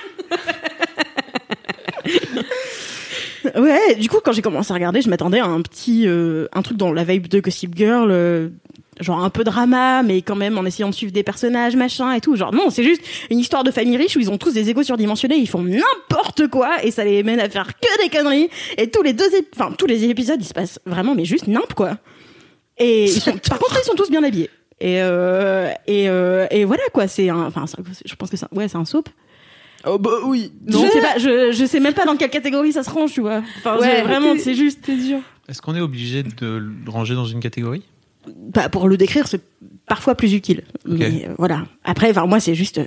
Ouais, du coup, quand j'ai commencé à regarder, je m'attendais à un petit, euh, un truc dans la vibe de Gossip Girl, euh, genre un peu drama, mais quand même en essayant de suivre des personnages, machin et tout. Genre non, c'est juste une histoire de famille riche où ils ont tous des égos surdimensionnés, ils font n'importe quoi et ça les mène à faire que des conneries. Et tous les deux, ép- enfin tous les épisodes, il se passe vraiment, mais juste n'importe quoi. Et ils sont, par contre, ils sont tous bien habillés. Et euh, et euh, et voilà quoi, c'est un, enfin, c'est un- je pense que c'est, un- ouais, c'est un soap. Oh bah oui. Je sais pas, je, je sais même pas dans quelle catégorie ça se range, tu vois. Enfin, Ouais, c'est vraiment, t'es- c'est juste. C'est dur. Est-ce qu'on est obligé de le ranger dans une catégorie? Bah, pour le décrire, c'est parfois plus utile. Mais euh, voilà. Après, enfin, moi, c'est juste. euh,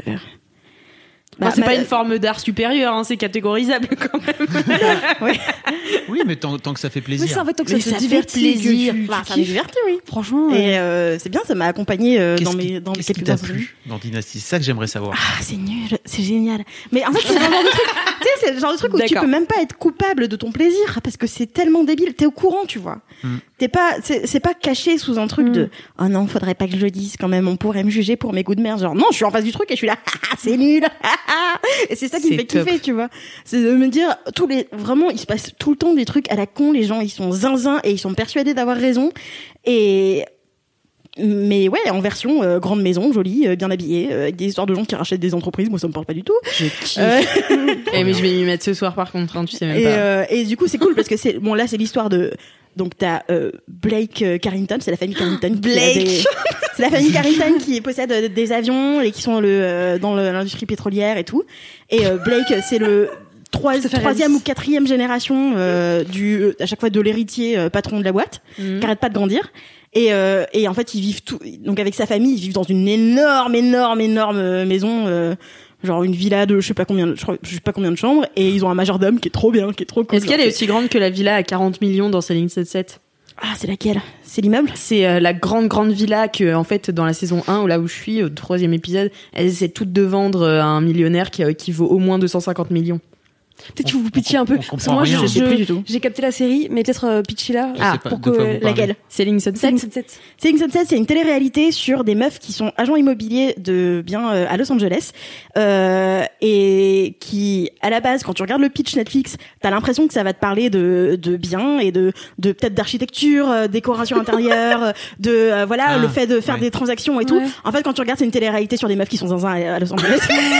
Bah, bah, c'est ma- pas une forme d'art supérieur, hein, c'est catégorisable quand même. Oui, mais tant, tant que ça fait Oui, plaisir. c'est en fait tant que Mais ça ça te fait divertit, plaisir. que tu- Bah, tu ça me kiffes. divertit, oui. Franchement. Et euh, c'est bien, ça m'a accompagné euh, Qu'est-ce dans qui- mes dans mes qu'est-ce qui quelques t'a instants. plu dans Dynasty? C'est ça que j'aimerais savoir. Ah, c'est nul, c'est génial. Mais en fait, c'est le genre de truc. Tu sais, c'est le genre de truc où tu D'accord. peux même pas être coupable de ton plaisir parce que c'est tellement débile. T'es au courant, tu vois. Mm. T'es pas, c'est, c'est pas caché sous un truc Mm. de oh non, faudrait pas que je le dise quand même. On pourrait me juger pour mes goûts de merde. Genre non, je suis en face du truc et je suis là, ah, c'est nul. Et c'est ça qui me C'est fait top. kiffer, tu vois. C'est de me dire tous les, vraiment, il se passe tout le temps des trucs à la con. Les gens, ils sont zinzins et ils sont persuadés d'avoir raison. Et mais ouais, en version euh, grande maison, jolie, euh, bien habillée, euh, avec des histoires de gens qui rachètent des entreprises. Moi, ça me parle pas du tout. Je kiffe. Euh, Eh, mais je vais m'y mettre ce soir par contre, hein, tu sais même et, pas. euh, et du coup, c'est cool parce que c'est bon. Là, c'est l'histoire de. Donc t'as euh, Blake euh, Carrington, c'est la famille Carrington. qui a Blake. des- C'est la famille Carrington qui possède euh, des avions et qui sont le euh, dans le- l'industrie pétrolière et tout. Et euh, Blake, c'est le trois- Ça fait troisième réaliste. ou quatrième génération euh, du à chaque fois de l'héritier euh, patron de la boîte, Mhm. qui arrête pas de grandir. Et, euh, et en fait, ils vivent tout. Donc avec sa famille, ils vivent dans une énorme, énorme, énorme euh, maison. Euh, genre une villa de je sais pas combien de, je crois- je sais pas combien de chambres et ils ont un majordome qui est trop bien, qui est trop cool. Est-ce qu'elle Genre, est aussi grande que la villa à quarante millions dans Selling Sunset? Ah, c'est laquelle? C'est l'immeuble? C'est euh, la grande grande villa que en fait dans la saison un, là où je suis, au troisième épisode, elles essaient toutes de vendre euh, à un millionnaire qui, euh, qui vaut au moins deux cent cinquante millions. Peut-être que vous pitchiez un peu. on Parce que comprend moi, rien. je, Je sais je- plus du tout. j'ai capté la série, mais peut-être euh, pitcher là. Je Ah, sais pas pour de quoi que- vous parlez. Laquelle? Selling Sunset. Selling Sunset. Selling Sunset, c'est une télé-réalité sur des meufs qui sont agents immobiliers de biens euh, à Los Angeles euh, et qui, à la base, quand tu regardes le pitch Netflix, t'as l'impression que ça va te parler de, de biens et de, de peut-être d'architecture, euh, décoration intérieure, euh, de euh, voilà Ah, le fait de faire ouais. des transactions et Ouais. tout. En fait, quand tu regardes, c'est une télé-réalité sur des meufs qui sont zinzin à à Los Angeles.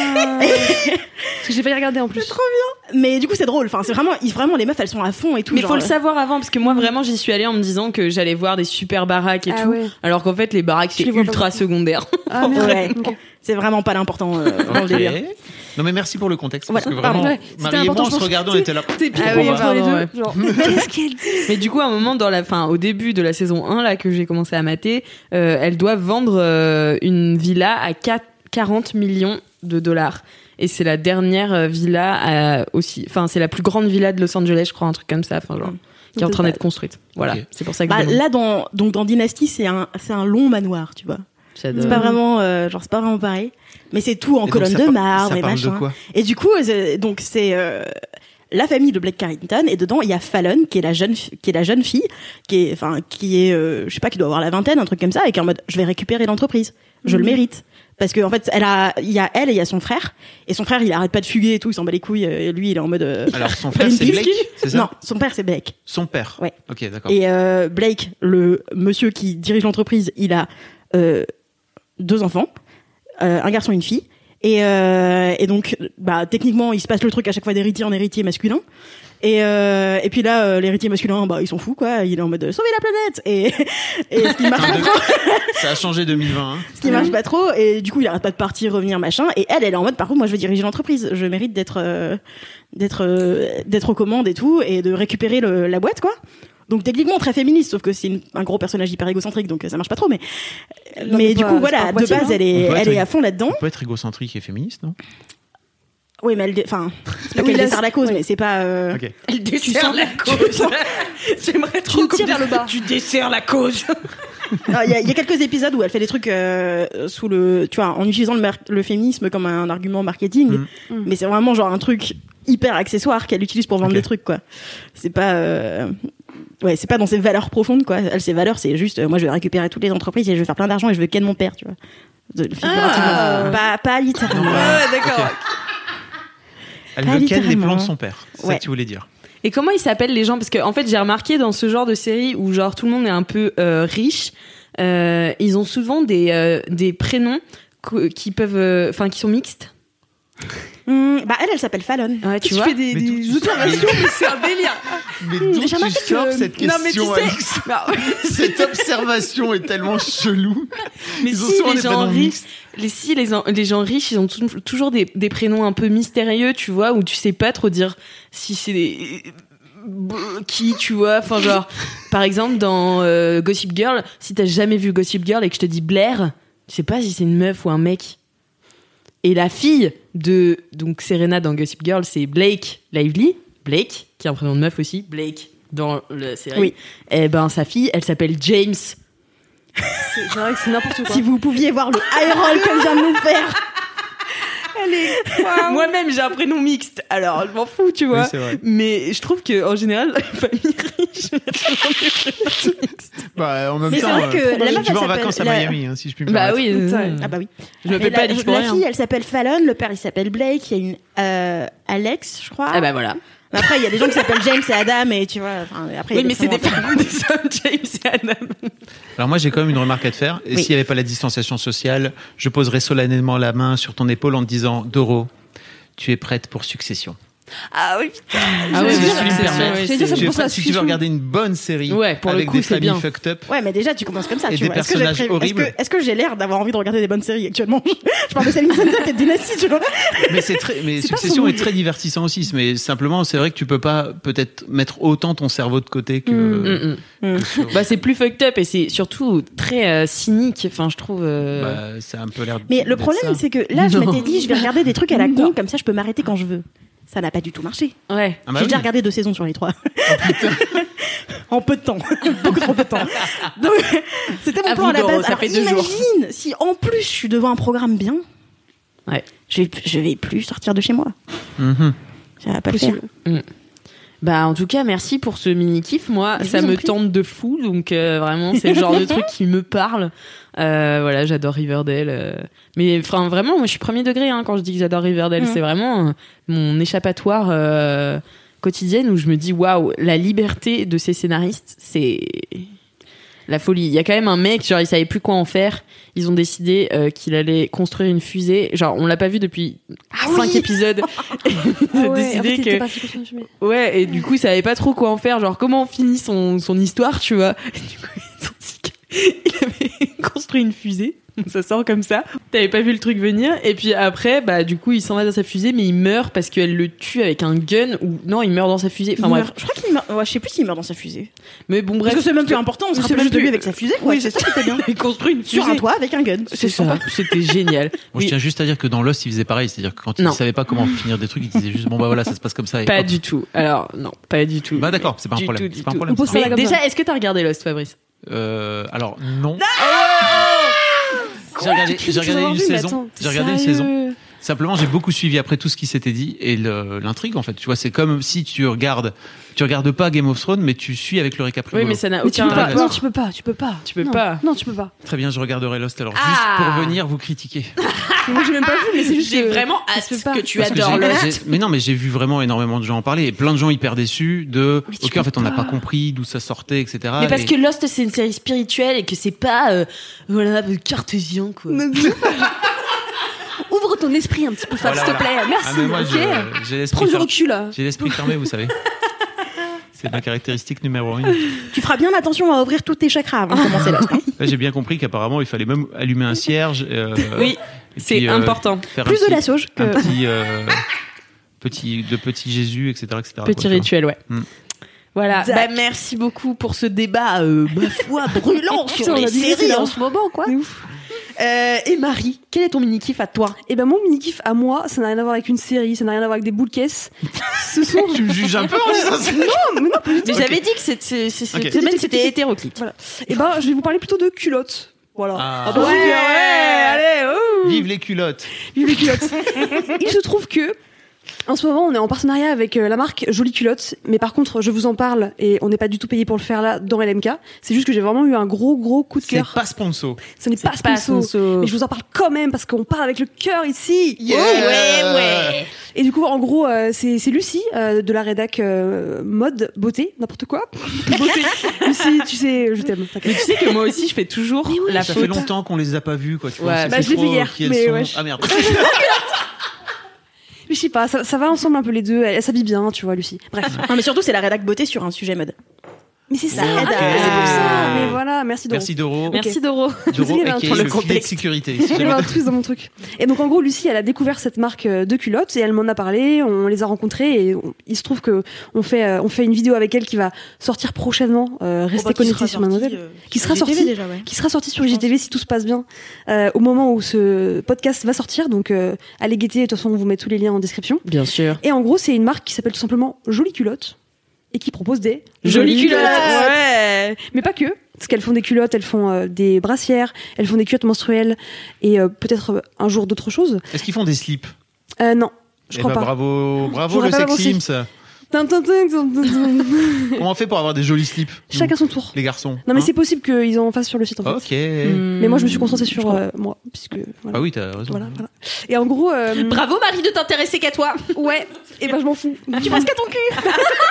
Parce que j'ai failli regarder en plus. Mais du coup, c'est drôle. Enfin, c'est vraiment, ils, vraiment les meufs, elles sont à fond et tout. Mais genre, faut le euh, savoir avant parce que moi vraiment j'y suis allée en me disant que j'allais voir des super baraques et Ah tout, ouais. alors qu'en fait les baraques Je c'est les vois pas ultra beaucoup. secondaire. Ah, merde. Ouais. Ok. C'est vraiment pas l'important euh, dans le Ok. délire. Non mais merci pour le contexte Voilà, parce que pardon. vraiment Ouais, c'était Marie et important, moi on je se pense. regardait, on était là. T'es pile Ah oui, entre les pardon, deux. ouais. Genre, qu'est-ce qu'elle dit? Mais du coup, à un moment, dans la, fin, au début de la saison un, là, que j'ai commencé à mater, euh, elle doit vendre euh, une villa à quatre- quarante millions de dollars. Et c'est la dernière euh, villa à, aussi, enfin, c'est la plus grande villa de Los Angeles, je crois, un truc comme ça, enfin, genre, qui est en train d'être construite. Voilà. Ok. C'est pour ça que Bah, je demande. là, dans, donc, dans Dynasty, c'est un, c'est un long manoir, tu vois. J'adore. C'est pas vraiment, euh, genre, c'est pas vraiment pareil. Mais c'est tout en Et donc, colonne ça de par- marbre ça et parle machin. de quoi? Et du coup, c'est- donc, c'est, euh, la famille de Blake Carrington, et dedans, il y a Fallon, qui est la jeune, fi- qui est la jeune fille, qui est, enfin, qui est, euh, je sais pas, qui doit avoir la vingtaine, un truc comme ça, et qui est en mode, je vais récupérer l'entreprise. Je le mérite. Parce que, en fait, elle a, il y a elle et il y a son frère. Et son frère, il arrête pas de fuguer et tout, il s'en bat les couilles, et lui, il est en mode, euh, Alors son frère Green c'est Peace, Blake, lui c'est ça? Non, son père, c'est Blake. Son père. Ouais. Ok, d'accord. Et euh, Blake, le monsieur qui dirige l'entreprise, il a euh, deux enfants, euh, un garçon et une fille. Et, euh, et donc, bah, techniquement, il se passe le truc à chaque fois d'héritier en héritier masculin. Et, euh, et puis là, euh, l'héritier masculin, bah, ils s'en fout, quoi. Il est en mode euh, sauver la planète. Et, et ce qui marche pas trop. Ça a changé deux mille vingt. Hein. Ce qui marche pas trop. Et du coup, il arrête pas de partir, revenir, machin. Et elle, elle est en mode, par contre, moi, je veux diriger l'entreprise. Je mérite d'être, euh, d'être, euh, d'être aux commandes et tout, et de récupérer le, la boîte, quoi. Donc techniquement très féministe, sauf que c'est une, un gros personnage hyper égocentrique, donc ça marche pas trop. Mais, non, mais du pas, coup, voilà, de base, hein. elle est, elle est à fond là-dedans. On peut être égocentrique et féministe, non? Oui, mais elle, dé- enfin, c'est pas Oui, qu'elle là, dessert la cause, oui. mais c'est pas. Euh... Ok. Elle dessert sens- la cause. J'aimerais trop tires vers le bas. Tu desserres la cause. Alors, Il y, a- il y a quelques épisodes où elle fait des trucs euh, sous le, tu vois, en utilisant le, mar- le féminisme comme un argument marketing, Mm. mais c'est vraiment genre un truc hyper accessoire qu'elle utilise pour vendre Ok. des trucs, quoi. C'est pas. Euh... Ouais, c'est pas dans ses valeurs profondes, quoi. Elle, ses valeurs, c'est juste, euh, moi, je vais récupérer toutes les entreprises et je vais faire plein d'argent et je veux ken mon père, tu vois. De- figurativement. Pas, pas littéralement. Ouais, ouais, d'accord. Elle Pas veut ken les littéralement. plans de son père. C'est ça Ouais. que tu voulais dire. Et comment ils s'appellent les gens? Parce que en fait, j'ai remarqué dans ce genre de série où genre tout le monde est un peu euh, riche, euh, ils ont souvent des euh, des prénoms co- qui peuvent, enfin, qui sont mixtes. Hum, bah, elle, elle s'appelle Fallon. Ouais, tu, Tu vois. fais des, Mais d'où des tu- observations, mais c'est un délire. Mais d'où J'ai remarqué tu sors que- cette Non, mais tu question, sais- Alix? Bah, Cette observation est tellement chelou. mais Ils ont si souvent les des gens prénoms riches, mixtes. les si les, en- les gens riches, ils ont tou- toujours des, des prénoms un peu mystérieux, tu vois, où tu sais pas trop dire si c'est des qui, tu vois, enfin genre par exemple dans euh, Gossip Girl, si t'as jamais vu Gossip Girl et que je te dis Blair, tu sais pas si c'est une meuf ou un mec. Et la fille de donc Serena dans Gossip Girl, c'est Blake Lively, Blake qui a un prénom de meuf aussi, Blake dans la série. Oui. Et ben sa fille, elle s'appelle James. C'est c'est vrai que c'est n'importe quoi. Si vous pouviez voir le eye roll qu'elle vient de nous faire. Moi-même, j'ai un prénom mixte, alors je m'en fous, tu vois. Oui, c'est vrai. Mais je trouve que en général, les familles riches, elles Bah, en même Mais c'est temps, vrai que euh, la meuf, tu elle vas en s'appelle- vacances à la- Miami, hein, si je puis me Bah permettre. oui, euh, Ah bah oui. je me Et paie la, pas Alix pour la rien. fille, elle s'appelle Fallon, le père, il s'appelle Blake, il y a une euh, Alex, je crois. Ah bah voilà. Après, il y a des gens qui s'appellent James et Adam, et tu vois. Enfin, après, il y a Oui, mais c'est des prénoms femmes, des hommes, James et Adam. Alors moi, j'ai quand même une remarque à te faire. Et Oui. s'il n'y avait pas la distanciation sociale, je poserais solennellement la main sur ton épaule en te disant, Doro, tu es prête pour Succession. Ah oui. Ah ouais, Si mais je puis me c'est- permettre. ouais, J'allais dire, ça Tu me es pose la prête- si tu veux discussion. regarder une bonne série Ouais, pour le avec coup, des c'est familles bien. fucked up, Ouais, mais déjà, tu commences comme ça, Et tu des vois. Est-ce que j'ai personnages prévu- Est-ce que, horribles. est-ce que j'ai l'air d'avoir envie de regarder des bonnes séries actuellement? Je parle de Selling Sunset et de Dynasty, tu vois. mais c'est très, mais C'est pas Succession son est mood. très divertissant aussi. Mais simplement, c'est vrai que tu peux pas peut-être mettre autant ton cerveau de côté que. Mm, mm. que sur- Bah c'est plus fucked up et c'est surtout très euh, cynique. Enfin, je trouve. euh, bah, c'est un peu l'air. Mais le d'être problème, ça. c'est que là, je Non. m'étais dit, je vais regarder des trucs à la con, Non. comme ça, je peux m'arrêter quand je veux. Ça n'a pas du tout marché. Ouais. Ah bah J'ai déjà oui. regardé deux saisons sur les trois. En peu de temps. Beaucoup trop peu de temps. Donc, c'était mon À plan vous, à la Doro, base. ça Alors, fait deux jours. imagine si en plus je suis devant un programme bien. Ouais. Je vais, je vais plus sortir de chez moi. Mhm. Ça va pas Possible. le faire. Bah en tout cas, merci pour ce mini kiff. Moi, Mais je ça vous en me prie. tente de fou. Donc euh, vraiment, c'est le genre de truc qui me parle. Euh, voilà, j'adore Riverdale. euh. Mais enfin, vraiment, moi, je suis premier degré hein, quand je dis que j'adore Riverdale. Mm. C'est vraiment euh, mon échappatoire euh, quotidienne où je me dis waouh, la liberté de ces scénaristes, c'est la folie. Il y a quand même un mec, genre, il savait plus quoi en faire. Ils ont décidé euh, qu'il allait construire une fusée. Genre, on l'a pas vu depuis cinq oui épisodes. Ils Ah ont ouais, décidé en fait, il que était parti pour se fumer. ouais, et du coup, il savait pas trop quoi en faire, genre comment on finit son, son histoire, tu vois. Et du coup, ils ont dit qu'il avait construit une fusée. Donc ça sort comme ça. T'avais pas vu le truc venir. Et puis après, bah, du coup, il s'en va dans sa fusée, mais il meurt parce qu'elle le tue avec un gun ou non, il meurt dans sa fusée. Enfin Il bref. meurt- Je crois qu'il meurt. Ouais, je sais plus s'il meurt dans sa fusée. Mais bon, Parce bref. que c'est même plus important. On se C'est rappelle même juste de lui plus- avec sa fusée. Quoi. Oui, c'est ça qui était bien. Il construit une Sur fusée. un toit avec un gun. C'est ça. C'était génial. Moi, Oui. je tiens juste à dire que dans Lost, il faisait pareil. C'est-à-dire que quand il Non. savait pas comment finir des trucs, il disait juste bon bah voilà, ça se passe comme ça. Et Pas hop. du tout. Alors, non, pas du tout. Bah d'accord, c'est pas un Du problème. tout, C'est du pas un tout. problème. On pose ça Mais là comme déjà, ça. est-ce que t'as regardé Lost, Fabrice? Euh, alors non. J'ai J'ai regardé, j'ai regardé une saison. Attends, J'ai regardé une sérieux saison. Simplement, j'ai beaucoup suivi après tout ce qui s'était dit et le- l'intrigue en fait. Tu vois, c'est comme si tu regardes, tu regardes pas Game of Thrones, mais tu suis avec le récap Oui, rigolo. mais ça n'a Mais tu aucun peux pas. rapport. Non, tu peux pas. Tu peux pas. Tu peux Non. pas. Non, tu peux pas. Très bien, je regarderai Lost alors Ah. juste pour venir vous critiquer. Moi, j'ai même pas vu, mais c'est juste J'ai que- vraiment ça hâte se fait pas. que tu Parce que adores j'ai- Lost. j'ai- Mais non, mais j'ai vu vraiment énormément de gens en parler et plein de gens hyper déçus de. Mais tu Ok, en fait, on n'a peux pas pas. compris d'où ça sortait, et cetera. Mais parce Et- que Lost, c'est une série spirituelle et que c'est pas, euh, voilà, cartésien, quoi. Ouvre ton esprit un petit peu, Fab, Voilà, s'il te voilà. plaît. Merci. Ah, mais moi, ok. je- j'ai l'esprit Prends du fer- recul là. J'ai l'esprit fermé, vous savez. C'est ma caractéristique numéro un. Tu feras bien attention à ouvrir tous tes chakras avant de commencer là. Là, j'ai bien compris qu'apparemment, il fallait même allumer un cierge. euh, Oui, et c'est puis, euh, important. faire Plus un de la petit- sauge que. Un petit, euh, petit, de petit Jésus, et cetera, et cetera. Petit quoi, tu vois. rituel, ouais. Mm. Voilà. Bah, merci beaucoup pour ce débat, euh, ma foi, brûlant sur Putain, on les a dit séries là. en ce moment, quoi. C'est ouf. Euh, et Marie, quel est ton mini-kiff à toi? Et ben mon mini-kiff à moi, ça n'a rien à voir avec une série, ça n'a rien à voir avec des boules caisses. Ce sont... Tu me juges un peu en disant ça. Non, mais non, pas du tout. Mais j'avais dit que cette, cette, cette Ok. semaine, c'était hétéroclite. Voilà. Et ben je vais vous parler plutôt de culottes. Voilà. Ah. bah, Ouais, super, allez, oh. Vive les culottes. Vive les culottes. Il se trouve que en ce moment, on est en partenariat avec euh, la marque Jolie Culotte, mais par contre, je vous en parle et on n'est pas du tout payé pour le faire là dans L M K. C'est juste que j'ai vraiment eu un gros gros coup de C'est cœur. pas sponsor. Ce n'est pas sponsor, mais je vous en parle quand même parce qu'on parle avec le cœur ici. Yeah. Ouais, ouais. Et du coup, en gros, euh, c'est c'est Lucie euh, de la rédac euh, mode beauté, n'importe quoi. Beauté. Lucie, tu sais, je t'aime. Mais tu sais que moi aussi, je fais toujours la Ça faute. fait longtemps qu'on les a pas vus, quoi. Tu vois, Ouais, on sait bah, plus je l'ai trop vu hier, qui elles mais sont. wesh. Ah merde. Mais je sais pas, ça, ça va ensemble un peu les deux. Elle, elle s'habille bien, tu vois, Lucie. Bref. Non, mais surtout, c'est la rédac beauté sur un sujet mode. Mais c'est ça. La Ah, rédac. c'est pour ça. Mais voilà, merci Doro. Merci Doro. Merci Doro. Je sais qu'il y Doro, avait un qui est truc- le le filet de contexte. sécurité. Il Si y avait jamais un twist dans mon truc. Et donc en gros, Lucie, elle a découvert cette marque euh, de culottes et elle m'en a parlé. On les a rencontrés et on- il se trouve que on fait euh, on fait une vidéo avec elle qui va sortir prochainement. Euh, restez connectés sur Mademoiselle. Qui sera sortie déjà, ouais. Qui sera sortie sur I G T V si tout se passe bien euh, au moment où ce podcast va sortir. Donc euh, allez guetter. De toute façon, on vous met tous les liens en description. Bien sûr. Et en gros, c'est une marque qui s'appelle tout simplement Jolie Culotte et qui propose des Jolies culottes. Ouais. Mais pas que. Parce qu'elles font des culottes, elles font euh, des brassières, elles font des culottes menstruelles et euh, peut-être euh, un jour d'autres choses. Est-ce qu'ils font des slips? Euh, non, je Eh crois ben, pas. Bravo, bravo J'aurais le pas sex avancé. Sims. Tin, tin, tin, tin, tin, tin. Comment on fait pour avoir des jolis slips nous, Chacun son tour. les garçons. Non mais hein c'est possible qu'ils en fassent sur le site en fait. Ok. Mais moi je me suis concentrée sur euh, moi puisque voilà. Ah oui, t'as raison. Voilà, voilà. Et en gros, euh, Bravo Marie de t'intéresser qu'à toi. ouais. Et ben je m'en fous. Tu penses qu'à ton cul.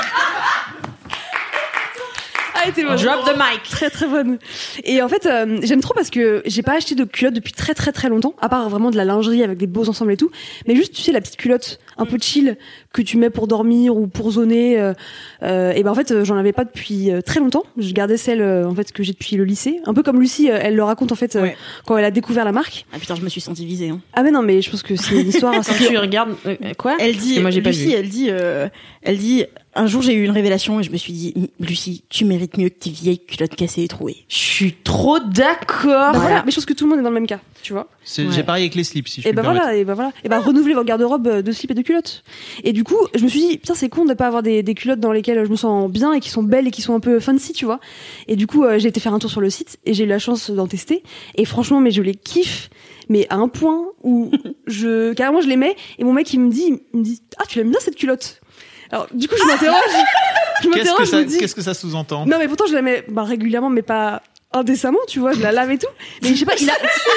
Ah, elle était bonne. Drop the mic. Très très bonne. Et en fait, euh, j'aime trop parce que j'ai pas acheté de culotte depuis très très très longtemps, à part vraiment de la lingerie avec des beaux ensembles et tout. Mais juste, tu sais, la petite culotte un peu chill que tu mets pour dormir ou pour zoner. Euh, euh, et ben en fait, euh, j'en avais pas depuis euh, très longtemps. Je gardais celle euh, en fait que j'ai depuis le lycée. Un peu comme Lucie, euh, elle le raconte en fait euh, Ouais. quand elle a découvert la marque. Ah putain, je me suis sentie visée. Hein. Ah mais non, mais je pense que c'est une histoire. Quand assez tu regardes euh, quoi Elle Parce dit, que moi j'ai pas Lucie, vu. elle dit, euh, elle dit, un jour j'ai eu une révélation et je me suis dit, Lucie, tu mérites mieux que tes vieilles culottes cassées et trouées. Je suis trop d'accord. Bah voilà, mais je pense que tout le monde est dans le même cas, tu vois. C'est- Ouais. J'ai parié avec les slips, si je Et puis ben me permettre. voilà, et ben voilà, et ben renouveler votre garde-robe de slip et de culottes. Et du coup, je me suis dit, putain, c'est con de pas avoir des, des culottes dans lesquelles je me sens bien et qui sont belles et qui sont un peu fancy, tu vois. Et du coup, euh, j'ai été faire un tour sur le site et j'ai eu la chance d'en tester. Et franchement, mais je les kiffe, mais à un point où je, carrément, je les mets et mon mec, il me dit, il me dit, ah, tu l'aimes bien cette culotte? Alors, du coup, je m'interroge. Je Qu'est-ce que m'interroge, je ça, me dis. qu'est-ce que ça sous-entend? Non, mais pourtant, je la mets bah, régulièrement, mais pas indécemment, tu vois, je la lave et tout. Mais je sais pas, il a.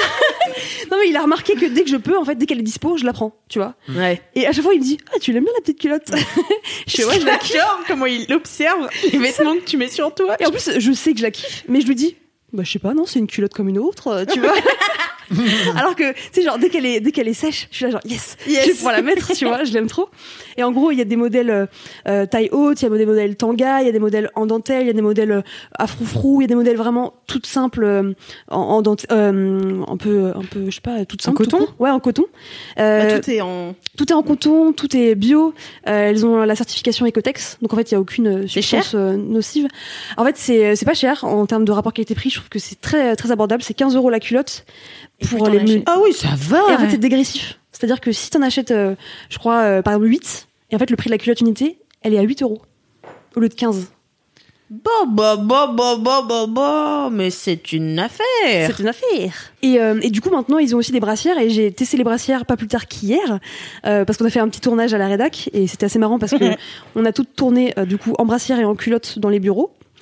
Non, mais il a remarqué que dès que je peux, en fait, dès qu'elle est dispo, je la prends, tu vois. Ouais. Et à chaque fois, il me dit, ah, tu l'aimes bien la petite culotte? Je fais, ouais, je la kiffe. J'adore comment il observe les vêtements que tu mets sur toi. Et en plus, je sais que je la kiffe, mais je lui dis, bah, je sais pas, non, c'est une culotte comme une autre, euh, tu vois. Alors que, tu sais, genre, dès qu'elle est, dès qu'elle est sèche, je suis là, genre, yes, Yes. je vais pouvoir la mettre, tu vois, je l'aime trop. Et en gros, il y a des modèles euh, euh, taille haute, il y a des modèles tanga, il y a des modèles en dentelle, il y a des modèles euh, à froufrou, il y a des modèles vraiment toutes simples, euh, en, en dentelle, euh, un peu, un peu, je sais pas, toutes simples. coton tout court. Ouais, en coton. Euh, Bah, tout est en. Tout est en coton, tout est bio. Euh, elles ont la certification Ecotex, donc en fait il y a aucune euh, substance euh, nocive. En fait c'est c'est pas cher en termes de rapport qualité-prix. Je trouve que c'est très très abordable. C'est quinze euros la culotte pour plus les. t'en achètes. Ah oui, ça va. Et en fait c'est dégressif. C'est-à-dire que si t'en achètes, euh, je crois euh, par exemple huit, et en fait le prix de la culotte unité, elle est à huit euros au lieu de quinze. Bon, bon, bon, bon, bon, bon, bon, mais c'est une affaire. C'est une affaire. Et, euh, et du coup, maintenant, ils ont aussi des brassières et j'ai testé les brassières pas plus tard qu'hier euh, parce qu'on a fait un petit tournage à la rédac et c'était assez marrant parce que on a toutes tourné euh, du coup en brassière et en culotte dans les bureaux.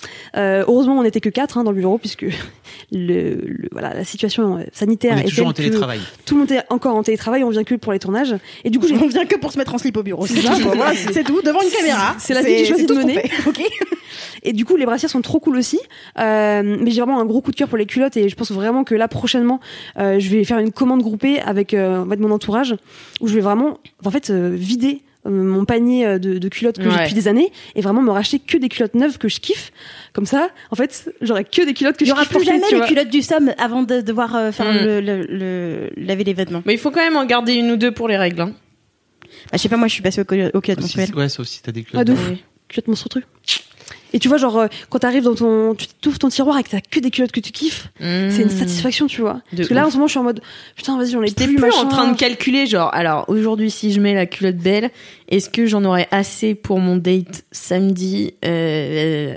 Euh, heureusement, on n'était que quatre hein, dans le bureau puisque le, le voilà la situation sanitaire On est est toujours en telle que télétravail. tout le monde est encore en télétravail. On vient que pour les tournages. Et du coup, j'ai On vient que pour se mettre en slip au bureau. C'est ça, quoi, voilà, c'est- C'est tout, devant une caméra. c'est la vie que j'ai choisi c'est de tout ce qu'on mener. fait. Ok. Et du coup, les brassières sont trop cool aussi. Euh, mais j'ai vraiment un gros coup de cœur pour les culottes et je pense vraiment que là, prochainement, euh, je vais faire une commande groupée avec euh, en fait, mon entourage où je vais vraiment, en fait, euh, vider euh, mon panier de, de culottes que j'ai Ouais. depuis des années et vraiment me racheter que des culottes neuves que je kiffe. Comme ça, en fait, j'aurai que des culottes que Il y je aura kiffe plus porter, jamais tu les vois. culottes du Somme avant de devoir euh, faire Mm. le, le, le- laver les vêtements. Mais il faut quand même en garder une ou deux pour les règles. Hein. Bah, je sais pas, moi je suis passée au, col- aux culottes Aussi, menstruelles. ouais, sauf si t'as des Ah, clubs. de ouf. Culottes monstrueuses. Et tu vois, genre, euh, quand t'arrives dans ton, tu t'ouvres ton tiroir et que t'as que des culottes que tu kiffes, c'est une satisfaction, tu vois. De Parce que là, ouf. en ce moment, je suis en mode, putain, vas-y, j'en ai T'es plus, plus machin. en train de calculer, genre, alors aujourd'hui, si je mets la culotte belle, est-ce que j'en aurai assez pour mon date samedi euh,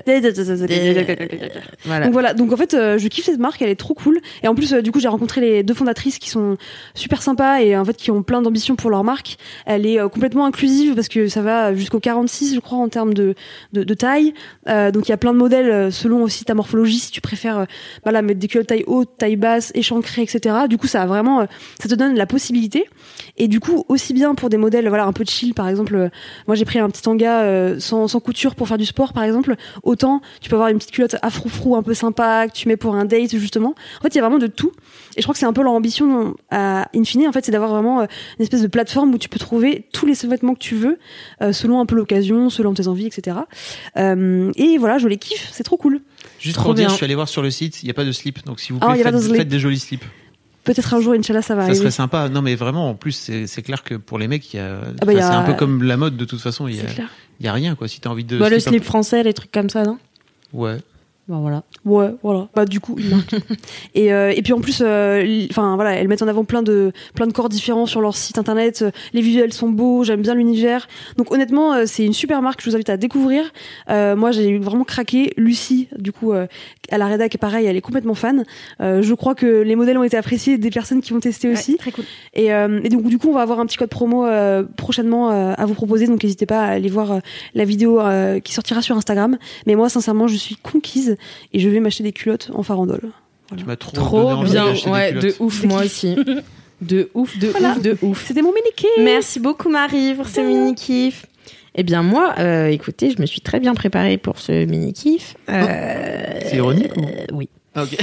Voilà. Donc voilà, donc en fait, euh, je kiffe cette marque, elle est trop cool. Et en plus, euh, du coup, j'ai rencontré les deux fondatrices qui sont super sympas et en fait qui ont plein d'ambition pour leur marque. Elle est euh, complètement inclusive parce que ça va jusqu'au quarante-six, je crois, en termes de, de, de taille. Euh, donc il y a plein de modèles euh, selon aussi ta morphologie, si tu préfères euh, voilà, mettre des culottes taille haute, taille basse, échancrées, et cetera. Du coup, ça a vraiment, euh, ça te donne la possibilité. Et du coup, aussi bien pour des modèles voilà un peu chill, par exemple, euh, moi j'ai pris un petit tanga euh, sans, sans couture pour faire du sport, par exemple. Autant tu peux avoir une petite culotte afro-frou un peu sympa que tu mets pour un date justement. En fait, il y a vraiment de tout. Et je crois que c'est un peu leur ambition à in fine, en fait, c'est d'avoir vraiment euh, une espèce de plateforme où tu peux trouver tous les vêtements que tu veux, euh, selon un peu l'occasion, selon tes envies, et cetera. Euh, et voilà, je les kiffe, c'est trop cool. Juste Trop pour dire, bien. je suis allé voir sur le site, il n'y a pas de slip. Donc s'il vous Ah, plaît, il y a pas de faites, slip. faites des jolis slips. Peut-être un jour, Inch'Allah, ça va Ça arriver. serait sympa. Non, mais vraiment, en plus, c'est c'est clair que pour les mecs, il y a... Ah bah, il y enfin, a- c'est un peu comme la mode de toute façon. Il y a, C'est clair. il y a rien, quoi. Si t'as envie de. Bah, le slip un slip peu- français, les trucs comme ça, non Ouais. Bah voilà. Ouais, voilà. Bah du coup, une marque. et euh, et puis en plus, euh, enfin voilà, elles mettent en avant plein de plein de corps différents sur leur site internet. Euh, Les visuels sont beaux, j'aime bien l'univers. Donc honnêtement, euh, c'est une super marque. Je vous invite à découvrir. Euh, moi, j'ai vraiment craqué. Lucie, du coup, euh, à la rédac, pareil, elle est complètement fan. Euh, je crois que les modèles ont été appréciés des personnes qui vont tester aussi. Ouais, très cool. Et, euh, et donc du coup, on va avoir un petit code promo euh, prochainement euh, à vous proposer. Donc n'hésitez pas à aller voir euh, la vidéo euh, qui sortira sur Instagram. Mais moi, sincèrement, je suis conquise et je vais m'acheter des culottes en farandole. Tu m'as trop, Trop donné envie bien. d'acheter des Ouais, de culottes. ouf, moi aussi. De ouf, de Voilà. ouf, de ouf. C'était mon mini kiff. Merci beaucoup, Marie, pour ce mini-kiff. Eh bien, moi, euh, écoutez, je me suis très bien préparée pour ce mini-kiff. Euh, C'est ironique ou... euh, Oui. Ah, ok.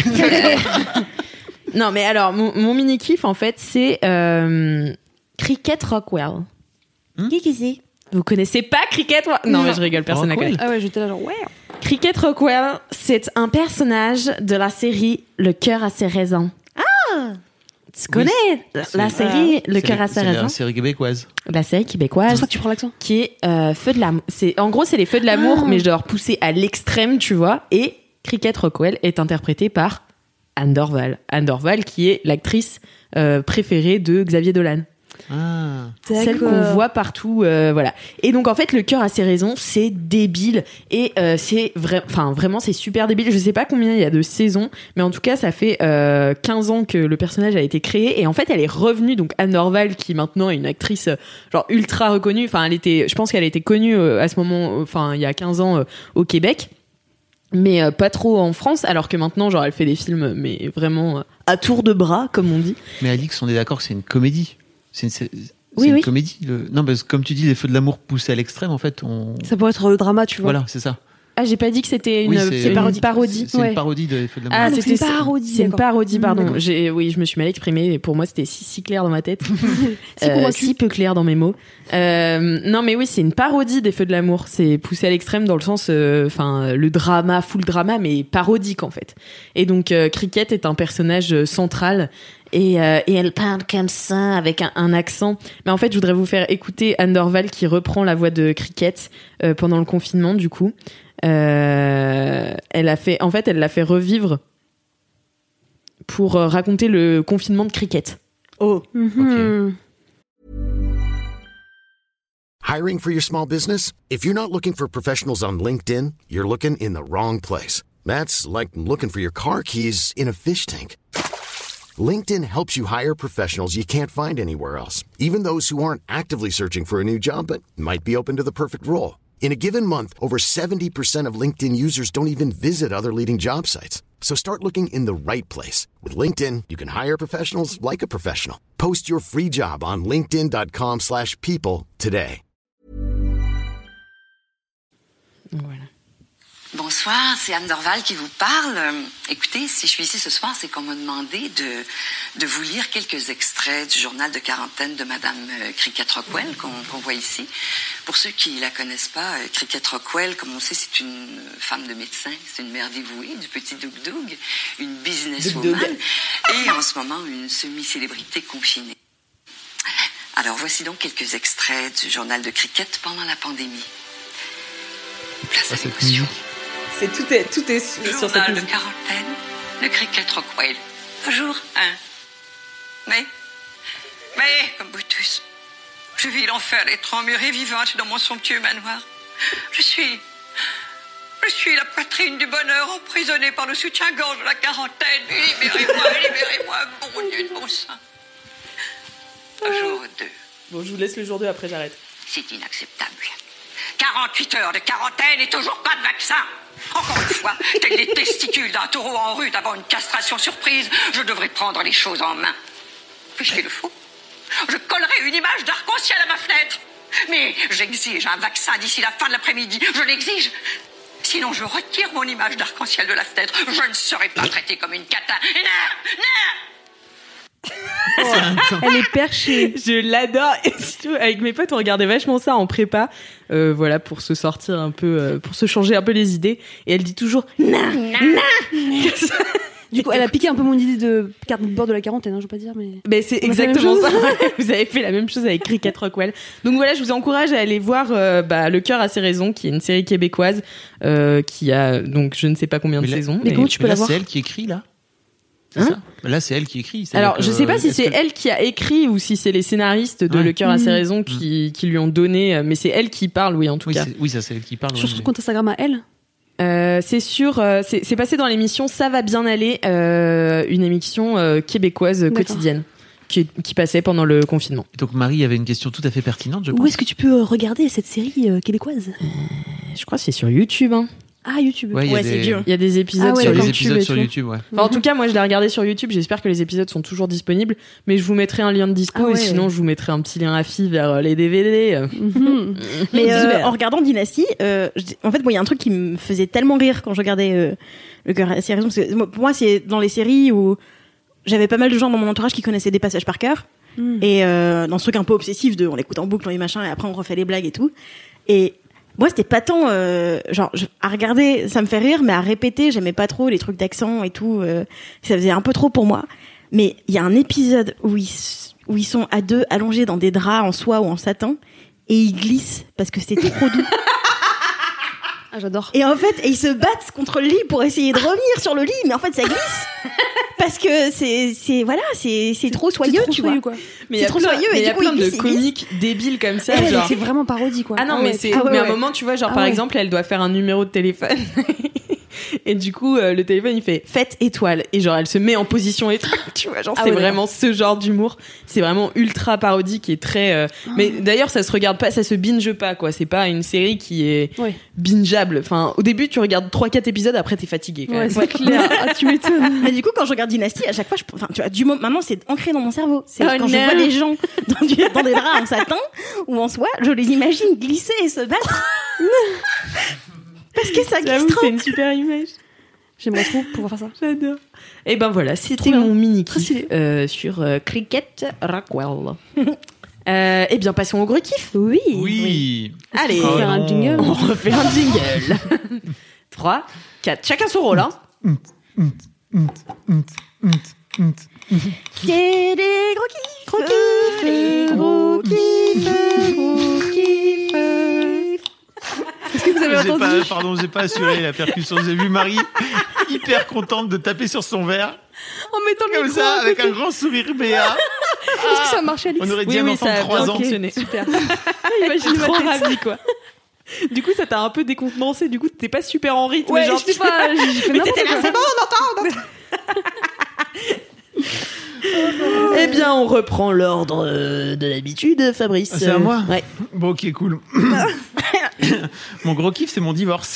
Non, mais alors, mon, mon mini-kiff, en fait, c'est euh, Cricket Rockwell. Qui qui c'est? Vous connaissez pas Cricket Rockwell? Non, Non. mais je rigole, personne ne Rockwell. connaît. Ah ouais, j'étais là genre ouais. Cricket Rockwell, c'est un personnage de la série Le cœur a ses raisins. Ah! Tu connais la C'est- série Le C'est- cœur a ses c'est raisins? la série québécoise. La série C'est québécoise pour ça que tu prends l'accent. qui est euh, Feu de l'amour. C'est en gros c'est les Feux de l'amour, Ah. mais genre poussés à l'extrême, tu vois. Et Cricket Rockwell est interprétée par Anne Dorval. Anne Dorval qui est l'actrice euh, préférée de Xavier Dolan. Ah. Celle qu'on voit partout, euh, voilà. Et donc en fait, Le cœur a ses raisons, c'est débile et euh, c'est vrai, enfin vraiment c'est super débile. Je sais pas combien il y a de saisons, mais en tout cas ça fait euh, quinze ans que le personnage a été créé et en fait elle est revenue. Donc Anne Dorval qui maintenant est une actrice euh, genre ultra reconnue. Enfin elle était, je pense qu'elle a été connue euh, à ce moment, enfin il y a quinze ans euh, au Québec. Mais euh, pas trop en France, alors que maintenant, genre, elle fait des films, mais vraiment euh, à tour de bras, comme on dit. Mais Alix, on est d'accord que c'est une comédie. C'est une, c'est Oui, une oui. comédie. Le... Non, parce que comme tu dis, les feux de l'amour poussés à l'extrême, en fait, on. Ça pourrait être le drama, tu vois. Voilà, c'est ça. Ah, j'ai pas dit que c'était une, Oui, c'est une une parodie. C'est Ouais. une parodie de les feux de l'amour. Ah, donc c'était c'est une parodie, C'est une d'accord. parodie, pardon. D'accord. J'ai, oui, je me suis mal exprimée. Et pour moi, c'était si, si clair dans ma tête. Si Euh, convaincu. si peu clair dans mes mots. Euh, non, mais oui, c'est une parodie des Feux de l'amour. C'est poussé à l'extrême dans le sens, enfin, le drama, full drama, mais parodique en fait. Et donc, euh, Cricket est un personnage euh, central. Et, euh, et elle parle comme ça, avec un, un accent. Mais en fait, je voudrais vous faire écouter Anne Dorval qui reprend la voix de Cricket euh, pendant le confinement, du coup. Euh, elle a fait, en fait, elle l'a fait revivre pour euh, raconter le confinement de Cricket. Oh. Mhm. Hiring for your small business? If you're not looking for professionals on LinkedIn, you're looking in the wrong place. That's like looking for your car keys in a fish tank. LinkedIn helps you hire professionals you can't find anywhere else, even those who aren't actively searching for a new job but might be open to the perfect role. In a given month, over seventy percent of LinkedIn users don't even visit other leading job sites. So start looking in the right place. With LinkedIn, you can hire professionals like a professional. Post your free job on linkedin.com slash people today. Voilà. Bonsoir, c'est Anne Dorval qui vous parle. Euh, écoutez, si je suis ici ce soir, c'est qu'on m'a demandé de, de vous lire quelques extraits du journal de quarantaine de Madame euh, Cricket Rockwell qu'on, qu'on voit ici. Pour ceux qui la connaissent pas, euh, Cricket Rockwell, comme on sait, c'est une femme de médecin, c'est une mère dévouée du petit Doug Doug, une businesswoman et en ce moment une semi-célébrité confinée. Alors voici donc quelques extraits du journal de Cricket pendant la pandémie. Place à l'émotion. C'est tout est tout est sur cette Journal de musique. quarantaine de Cricket Rockwell. Jour un. Mais, mais, comme vous tous, je vis l'enfer d'être emmurée vivante dans mon somptueux manoir. Je suis, je suis la poitrine du bonheur emprisonnée par le soutien-gorge de la quarantaine. Libérez-moi, libérez-moi, bon Dieu de bon sang. Jour deux. Bon, je vous laisse le jour deux, après j'arrête. C'est inacceptable. quarante-huit heures de quarantaine et toujours pas de vaccin. Encore une fois, tels les testicules d'un taureau en rut avant une castration surprise, je devrais prendre les choses en main. Puis-je le faux? Je collerai une image d'arc-en-ciel à ma fenêtre. Mais j'exige un vaccin d'ici la fin de l'après-midi. Je l'exige. Sinon, je retire mon image d'arc-en-ciel de la fenêtre. Je ne serai pas traitée comme une cata. Non, non. Oh, elle est perchée. Je l'adore. Et surtout, avec mes potes, on regardait vachement ça en prépa, euh, voilà, pour se sortir un peu, euh, pour se changer un peu les idées. Et elle dit toujours na na. Du coup, elle a piqué un peu mon idée de carte de bord de la quarantaine, hein, je veux pas dire, mais. Ben c'est exactement ça. Vous avez fait la même chose avec Cricket Rockwell. Donc voilà, je vous encourage à aller voir euh, bah, Le Cœur a ses raisons, qui est une série québécoise euh, qui a donc je ne sais pas combien de Mais là- saisons. mais comment tu peux là, la voir c'est elle qui écrit, là. C'est Hein ça Là, c'est elle qui écrit. Alors, C'est-à-dire je que- sais pas si est-ce c'est que- elle qui a écrit ou si c'est les scénaristes de Ouais. Le Cœur a ses Mmh. raisons qui, qui lui ont donné, euh, mais c'est elle qui parle, oui, en tout Oui, cas. c'est- oui, ça, c'est elle qui parle. Sur ouais, son mais- compte Instagram à elle. Euh, c'est sûr, euh, c'est, c'est passé dans l'émission Ça va bien aller, euh, une émission euh, québécoise D'accord. quotidienne qui, qui passait pendant le confinement. Et donc, Marie avait une question tout à fait pertinente, je Où pense. est-ce que tu peux euh, regarder cette série euh, québécoise? Je crois que c'est sur YouTube. Hein. Ah, YouTube. Ouais, il y a Ouais, des- c'est vieux. Il y a des épisodes Ah ouais, Il y a sur des d'accord. YouTube. épisodes et sur tout. YouTube, ouais. Enfin, en tout cas, moi, je l'ai regardé sur YouTube. J'espère que les épisodes sont toujours disponibles. Mais je vous mettrai un lien de dispo Ah ouais. et sinon, je vous mettrai un petit lien affi vers euh, les D V D. euh. Mhm. Mais euh, Super. en regardant Dynasty, euh, je- en fait, moi, il y a un truc qui me faisait tellement rire quand je regardais euh, Le Cœur a ses raisons. Parce que moi, pour moi, c'est dans les séries où j'avais pas mal de gens dans mon entourage qui connaissaient des passages par cœur. Mm. Et euh, dans ce truc un peu obsessif de on l'écoute en boucle, on les machins, et après on refait les blagues et tout. Et moi, c'était pas tant euh, genre je- à regarder, ça me fait rire, mais à répéter, j'aimais pas trop les trucs d'accent et tout. Euh, ça faisait un peu trop pour moi. Mais il y a un épisode où ils s- où ils sont à deux allongés dans des draps en soie ou en satin et ils glissent parce que c'était trop doux. Ah, j'adore. Et en fait, et ils se battent contre le lit pour essayer de revenir sur le lit, mais en fait, ça glisse. Parce que c'est, c'est, voilà, c'est, c'est trop soyeux, C'est trop tu soyeux, vois. quoi. Mais il y C'est a trop plein, soyeux, mais et il y a du coup, plein ils de glissent, ils comiques débiles comme ça. Ah ouais, mais genre... c'est vraiment parodie, quoi. Ah non, Ah mais ouais. c'est. Ah ouais, mais à un ouais. moment, tu vois, genre Ah par ouais. exemple, elle doit faire un numéro de téléphone. Et du coup, euh, le téléphone, il fait fête étoile. Et genre, elle se met en position étoile. Tu vois, genre, Ah c'est ouais, vraiment ce genre d'humour. C'est vraiment ultra parodique et très. euh, Ah. Mais d'ailleurs, ça se regarde pas, ça se binge pas, quoi. C'est pas une série qui est Ouais. bingeable. Enfin, au début, tu regardes trois quatre épisodes, après, t'es fatigué, quand Ouais, même. c'est clair. Ah, tu m'étonnes. Mais du coup, quand je regarde Dynasty, à chaque fois, je, enfin, tu vois, du moment, maintenant, c'est ancré dans mon cerveau. C'est Oh quand je non. vois des gens dans, du- dans des draps en satin ou en soie, je les imagine glisser et se battre. Parce que ça glisse J'avoue, trop. c'est une super image. J'aimerais trop pouvoir faire ça. J'adore. Et ben voilà, c'était Trop bien. mon mini Très kiff stylé. euh, sur euh, Cricket Rockwell. euh, et bien passons au gros kiff. Oui. Oui. Allez, On va faire un non. jingle. on refait un jingle. trois, quatre, chacun son rôle. Hein. C'est des gros kiffs. Gros kiffs. Des gros kiffs. Gros kiffs. Est-ce que vous avez J'ai entendu pas, pardon, j'ai pas assuré la percussion. J'ai vu Marie hyper contente de taper sur son verre, en mettant le comme micro ça, à avec côté. un grand sourire béat. Est-ce que ça a marché, Alix? On aurait dit Oui, un oui, enfant ça de a trois bien ans. fonctionné. Super. J'étais Imagine ma trop tête. ravie, quoi. Du coup, ça t'a un peu décontenancé. Du coup, t'es pas super en rythme. Ouais, genre, je sais tu- pas, j'ai fait n'importe quoi. c'est bon, on entend. Eh bien, on reprend l'ordre euh, de l'habitude, Fabrice. Ah, c'est à moi Ouais. Bon, ok, cool. Mon gros kiff, c'est mon divorce.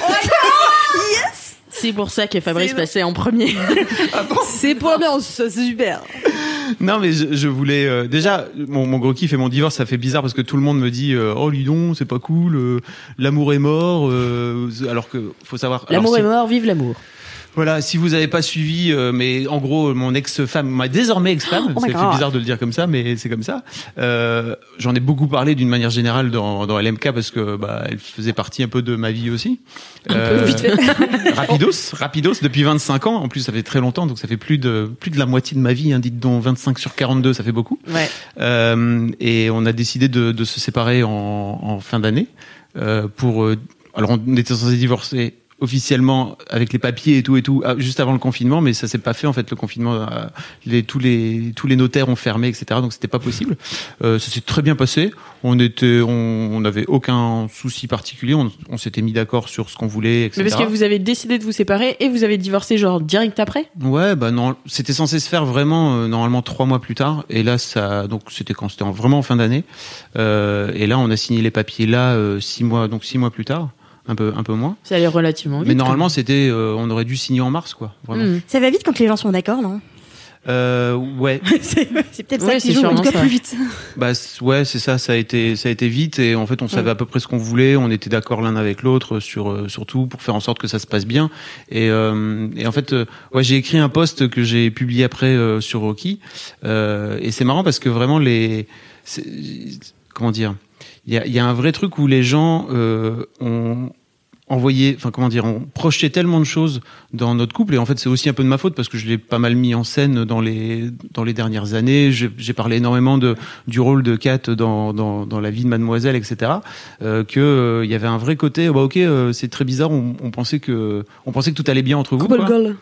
Yes. C'est pour ça que Fabrice C'est- passait en premier. Ah bon? C'est pour l'ambiance, c'est super. Non, mais je, je voulais euh, déjà mon, mon gros kiff et mon divorce, ça fait bizarre parce que tout le monde me dit euh, oh Lidon, c'est pas cool, euh, l'amour est mort, euh, alors que faut savoir. L'amour alors, est mort, vive l'amour. Voilà, si vous avez pas suivi, euh, mais en gros, mon ex-femme, ma désormais ex-femme, Oh my ça fait God. bizarre de le dire comme ça, mais c'est comme ça. Euh, j'en ai beaucoup parlé d'une manière générale dans, dans L M K parce que bah, elle faisait partie un peu de ma vie aussi. Un peu vite fait. Rapidos, rapidos depuis vingt-cinq ans. En plus, ça fait très longtemps, donc ça fait plus de plus de la moitié de ma vie. Hein, dites donc vingt-cinq sur quarante-deux, ça fait beaucoup. Ouais. Euh, et on a décidé de, de se séparer en, en fin d'année euh, pour. Euh, alors, on était censé divorcer officiellement avec les papiers et tout et tout juste avant le confinement, mais ça s'est pas fait en fait. Le confinement, euh, les, tous les tous les notaires ont fermé, et cetera. Donc c'était pas possible. Euh, ça s'est très bien passé. On était, on on n'avait aucun souci particulier. On, on s'était mis d'accord sur ce qu'on voulait, et cetera. Mais parce que vous avez décidé de vous séparer et vous avez divorcé genre direct après. Ouais, bah non, c'était censé se faire vraiment euh, normalement trois mois plus tard. Et là, ça, donc c'était quand c'était en- vraiment en fin d'année. Euh, et là, on a signé les papiers là euh, six mois, donc six mois plus tard. Un peu, un peu moins. Ça allait relativement vite. Mais normalement, c'était, euh, on aurait dû signer en mars, quoi. Vraiment. Mm. Ça va vite quand les gens sont d'accord, non? Euh, ouais. C'est c'est peut-être Ouais, ça c'est qui joue. sûrement En tout cas, ça. plus vite. Bah c- ouais, c'est ça. Ça a été, ça a été vite et en fait, on savait à peu près ce qu'on voulait. On était d'accord l'un avec l'autre sur, euh, sur tout pour faire en sorte que ça se passe bien. Et, euh, et en fait, euh, ouais, j'ai écrit un post que j'ai publié après euh, sur Rocky. Euh, et c'est marrant parce que vraiment les, c'est- comment dire, il y a, il y a un vrai truc où les gens euh, ont envoyé, enfin comment dire, on projetait tellement de choses dans notre couple et en fait c'est aussi un peu de ma faute parce que je l'ai pas mal mis en scène dans les dans les dernières années. J'ai, j'ai parlé énormément de du rôle de Kat dans dans dans la vie de Mademoiselle, et cetera. Euh, que euh, il y avait un vrai côté. Bah ok, euh, c'est très bizarre. On, on pensait que on pensait que tout allait bien entre vous. Couple quoi. goal.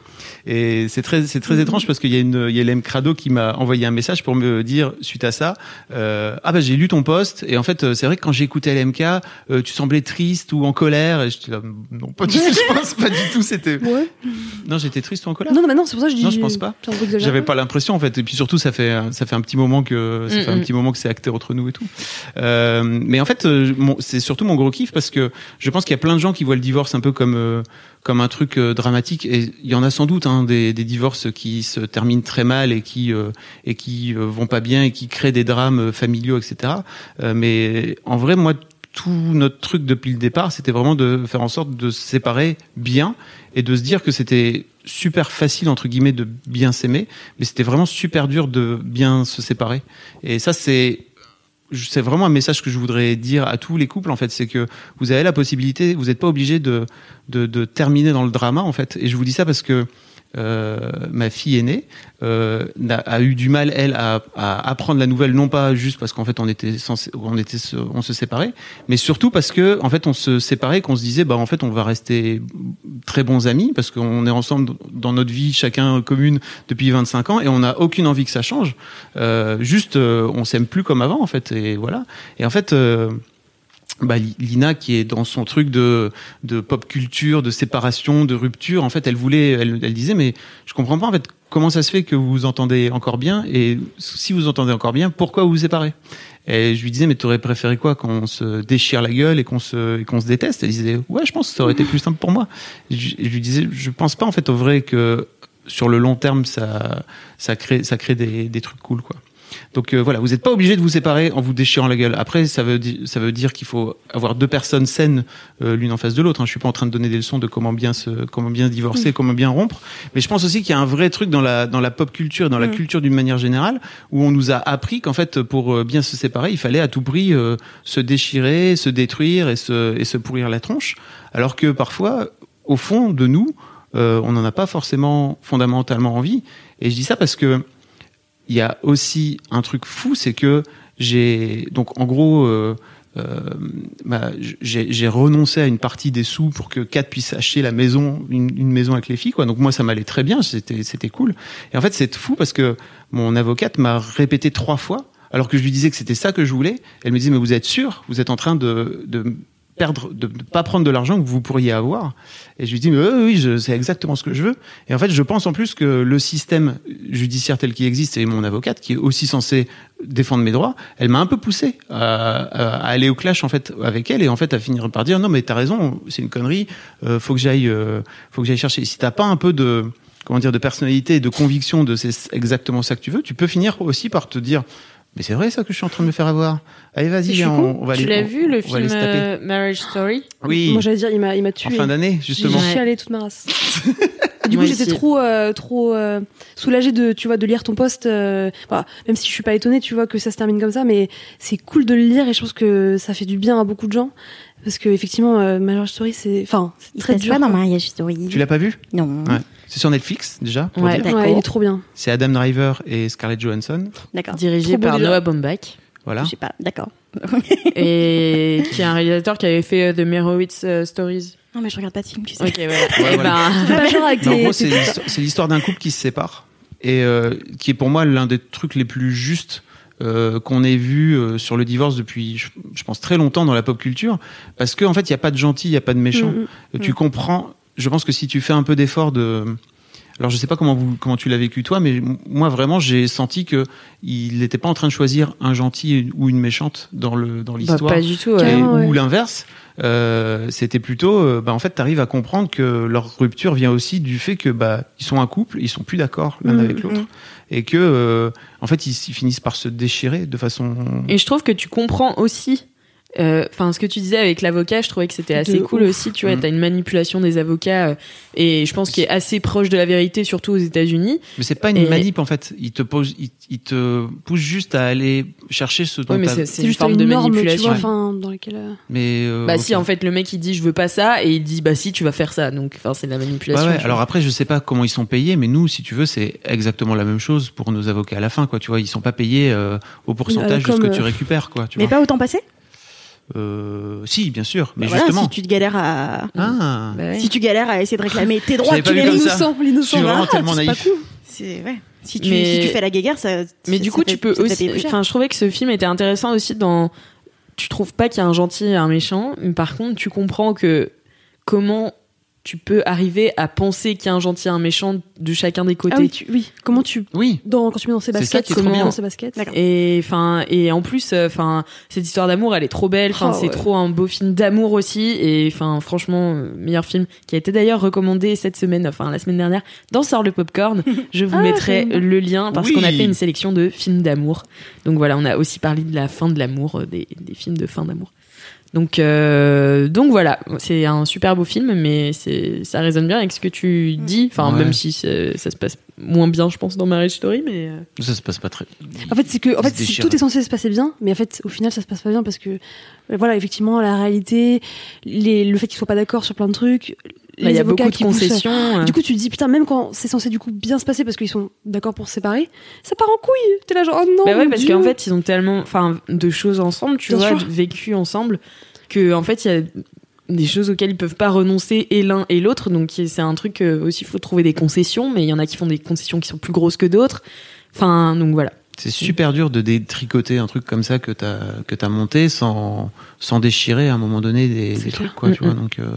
Et c'est très, c'est très étrange parce qu'il y a une, il y a L M Crado qui m'a envoyé un message pour me dire, suite à ça, euh, ah bah j'ai lu ton post et en fait euh, c'est vrai que quand j'ai écouté L M K, euh, tu semblais triste ou en colère et j'étais là, non pas du tout, je pense pas du tout, c'était. Ouais. Non, j'étais triste ou en colère. Non, non, mais non, c'est pour ça que je dis. Non, je pense pas. c'est un peu exagéré. J'avais pas l'impression en fait et puis surtout ça fait ça fait un petit moment que ça fait un Mm-mm. petit moment que c'est acté entre nous et tout. Euh, mais en fait euh, mon, c'est surtout mon gros kiff parce que je pense qu'il y a plein de gens qui voient le divorce un peu comme euh, comme un truc euh, dramatique et il y en a sans doute hein, des, des divorces qui se terminent très mal et qui euh, et qui euh, vont pas bien et qui créent des drames euh, familiaux, et cetera. Euh, mais en vrai moi tout notre truc depuis le départ, c'était vraiment de faire en sorte de se séparer bien et de se dire que c'était super facile entre guillemets de bien s'aimer, mais c'était vraiment super dur de bien se séparer. Et ça, c'est c'est vraiment un message que je voudrais dire à tous les couples en fait, c'est que vous avez la possibilité, vous n'êtes pas obligé de, de de terminer dans le drama en fait. Et je vous dis ça parce que Euh, ma fille aînée euh, a, a eu du mal elle à, à apprendre la nouvelle, non pas juste parce qu'en fait on était censé, on était on se séparait, mais surtout parce que en fait on se séparait, qu'on se disait bah en fait on va rester très bons amis parce qu'on est ensemble dans notre vie chacun commune depuis vingt-cinq ans et on n'a aucune envie que ça change. Euh, juste euh, on s'aime plus comme avant en fait et voilà. Et en fait euh, bah, Lina qui est dans son truc de, de pop culture, de séparation, de rupture, en fait, elle voulait, elle, elle disait, mais je comprends pas, en fait, comment ça se fait que vous vous entendez encore bien et si vous vous entendez encore bien, pourquoi vous vous séparez? Et je lui disais, mais t'aurais préféré quoi, qu'on se déchire la gueule et qu'on se, et qu'on se déteste? Elle disait, ouais, je pense que ça aurait été plus simple pour moi. Et je, je lui disais, je pense pas, en fait, au vrai que sur le long terme, ça, ça crée, ça crée des, des trucs cool, quoi. Donc euh, voilà, vous n'êtes pas obligé de vous séparer en vous déchirant la gueule. Après, ça veut, di- ça veut dire qu'il faut avoir deux personnes saines euh, l'une en face de l'autre. Hein. Je suis pas en train de donner des leçons de comment bien se, comment bien se divorcer, mmh. comment bien rompre. Mais je pense aussi qu'il y a un vrai truc dans la, dans la pop culture, dans la mmh. culture d'une manière générale, où on nous a appris qu'en fait, pour euh, bien se séparer, il fallait à tout prix euh, se déchirer, se détruire et se, et se pourrir la tronche. Alors que parfois, au fond de nous, euh, on n'en a pas forcément fondamentalement envie. Et je dis ça parce que il y a aussi un truc fou, c'est que j'ai donc en gros euh, euh, bah, j'ai, j'ai renoncé à une partie des sous pour que Kat puisse acheter la maison, une, une maison avec les filles, quoi. Donc moi ça m'allait très bien, c'était c'était cool. Et en fait c'est fou parce que mon avocate m'a répété trois fois, alors que je lui disais que c'était ça que je voulais. Elle me disait mais vous êtes sûr, vous êtes en train de de perdre, de ne pas prendre de l'argent que vous pourriez avoir. Et je lui dis, mais oui, oui, je, c'est exactement ce que je veux. Et en fait, je pense en plus que le système judiciaire tel qu'il existe, et mon avocate, qui est aussi censé défendre mes droits, elle m'a un peu poussé à, à, à aller au clash en fait avec elle et en fait à finir par dire non mais t'as raison, c'est une connerie, euh, faut que j'aille, euh, faut que j'aille chercher. Si t'as pas un peu de comment dire de personnalité et de conviction de c'est exactement ça que tu veux, tu peux finir aussi par te dire mais c'est vrai ça que je suis en train de me faire avoir. Allez vas-y, viens, on, on va tu aller. l'as on, vu le on film euh, Marriage Story? Oui. Moi j'allais dire il m'a il m'a tué. En fin d'année justement. J'ai chialé toute ma race. Du coup, Moi j'étais aussi. trop, euh, trop euh, soulagée de, tu vois, de lire ton post. Euh, bah, même si je suis pas étonnée, tu vois, que ça se termine comme ça, mais c'est cool de le lire et je pense que ça fait du bien à beaucoup de gens parce que effectivement, euh, Marriage Story, c'est, enfin, c'est Il très passe dur. pas dans quoi. Marriage Story. Tu l'as pas vu? Non. Ouais. C'est sur Netflix déjà. Pour Ouais, dire. d'accord. Ouais, il est trop bien. C'est Adam Driver et Scarlett Johansson. D'accord. Dirigé Trop beau par déjà. Noah Baumbach. Voilà. Je sais pas. D'accord. Et qui est un réalisateur qui avait fait euh, The Meyerowitz euh, Stories. Non, mais je regarde pas de film, tu sais. Ok, voilà. Ouais, Eh voilà. ben, Fais pas genre avec Mais en tes- gros, tes- c'est l'histoire, c'est l'histoire d'un couple qui se sépare et euh, qui est pour moi l'un des trucs les plus justes euh, qu'on ait vu euh, sur le divorce depuis, je, je pense, très longtemps dans la pop culture, parce qu'en en fait, il n'y a pas de gentil, il n'y a pas de méchant. Mm, mm. Tu comprends. Je pense que si tu fais un peu d'effort de alors je sais pas comment vous comment tu l'as vécu toi, mais moi vraiment j'ai senti que il n'était pas en train de choisir un gentil ou une méchante dans le dans bah, l'histoire. pas du tout. Et- ouais. Carrément, ouais. Ou l'inverse, euh, c'était plutôt, euh, bah, en fait, t'arrives à comprendre que leur rupture vient aussi du fait que bah ils sont un couple, ils sont plus d'accord l'un Mmh, avec l'autre, mmh. et que euh, en fait ils, ils finissent par se déchirer de façon. Et je trouve que tu comprends aussi. Enfin, ce que tu disais avec l'avocat, je trouvais que c'était assez De cool ouf. aussi. Tu vois, Mm. t'as une manipulation des avocats, euh, et je pense qu'il est assez proche de la vérité, surtout aux États-Unis. Mais c'est pas une Et- manip en fait. Ils te posent, ils, ils te poussent juste à aller chercher ce dont Ouais, mais t'as- c'est C'est une juste forme une de norme, tu manipulation. vois, enfin, dans laquelle. euh, Mais euh, Bah ok. si, en fait, le mec il dit je veux pas ça et il dit bah si tu vas faire ça. Donc, enfin, c'est de la Ouais, manipulation. ouais. tu Alors vois. après, je sais pas comment ils sont payés, mais nous, si tu veux, c'est exactement la même chose pour nos avocats à la fin, quoi. Tu vois, ils sont pas payés euh, au pourcentage comme, de ce que euh, tu récupères, quoi. Tu Mais vois. pas autant passé. Euh, si, bien sûr, mais Bah voilà, justement. si tu te galères à, Ah. Bah ouais. si tu galères à essayer de réclamer tes droits, J'avais que pas tu vu comme mérites. ça. L'innocent, Je l'innocent. suis vraiment Ah, tellement c'est pas naïf. cool. C'est ouais. Si tu Mais- si tu fais la guéguerre, ça. Mais ça- du ça coup, fait- tu peux ça te aussi. paye plus cher. Enfin, je trouvais que ce film était intéressant aussi dans. Tu trouves pas qu'il y a un gentil et un méchant, mais par contre, tu comprends que comment tu peux arriver à penser qu'il y a un gentil et un méchant de chacun des côtés. Ah oui, tu- oui. Comment tu. Oui. Dans, quand tu mets dans ses C'est ça baskets, qui est trop comment bien. dans ses baskets. D'accord. Et enfin, et en plus, enfin, cette histoire d'amour, elle est trop belle. Enfin, Oh, c'est ouais. trop un beau film d'amour aussi. Et enfin, franchement, euh, meilleur film qui a été d'ailleurs recommandé cette semaine, enfin la semaine dernière, dans Sort le Popcorn. Je vous Ah, mettrai j'aime bien. le lien parce Oui. qu'on a fait une sélection de films d'amour. Donc voilà, on a aussi parlé de la fin de l'amour, euh, des, des films de fin d'amour. Donc, euh, donc voilà, c'est un super beau film, mais c'est, ça résonne bien avec ce que tu dis. Enfin, Ouais. même si c'est- ça se passe moins bien, je pense, dans Marriage Story, mais. euh, Ça se passe pas très. En fait, c'est que, en Il fait, se c'est- déchire. tout est censé se passer bien, mais en fait, au final, ça se passe pas bien parce que, euh, voilà, effectivement, la réalité, les, le fait qu'ils soient pas d'accord sur plein de trucs, bah, il les y a avocats beaucoup de qui poussent- concessions. euh. Du coup, tu te dis, putain, même quand c'est censé du coup bien se passer parce qu'ils sont d'accord pour se séparer, ça part en couille. T'es là genre, oh non. Bah ouais, mon parce Dieu. qu'en fait, ils ont tellement, enfin, de choses ensemble, tu Bien vois, sûr. vécues ensemble, que en fait, il y a des choses auxquelles ils peuvent pas renoncer et l'un et l'autre. Donc c'est un truc euh, aussi, il faut trouver des concessions, mais il y en a qui font des concessions qui sont plus grosses que d'autres. Enfin, donc voilà. C'est super dur de détricoter un truc comme ça que t'as que t'as monté sans sans déchirer à un moment donné des, des trucs quoi. Tu Mm, vois, mm. donc euh,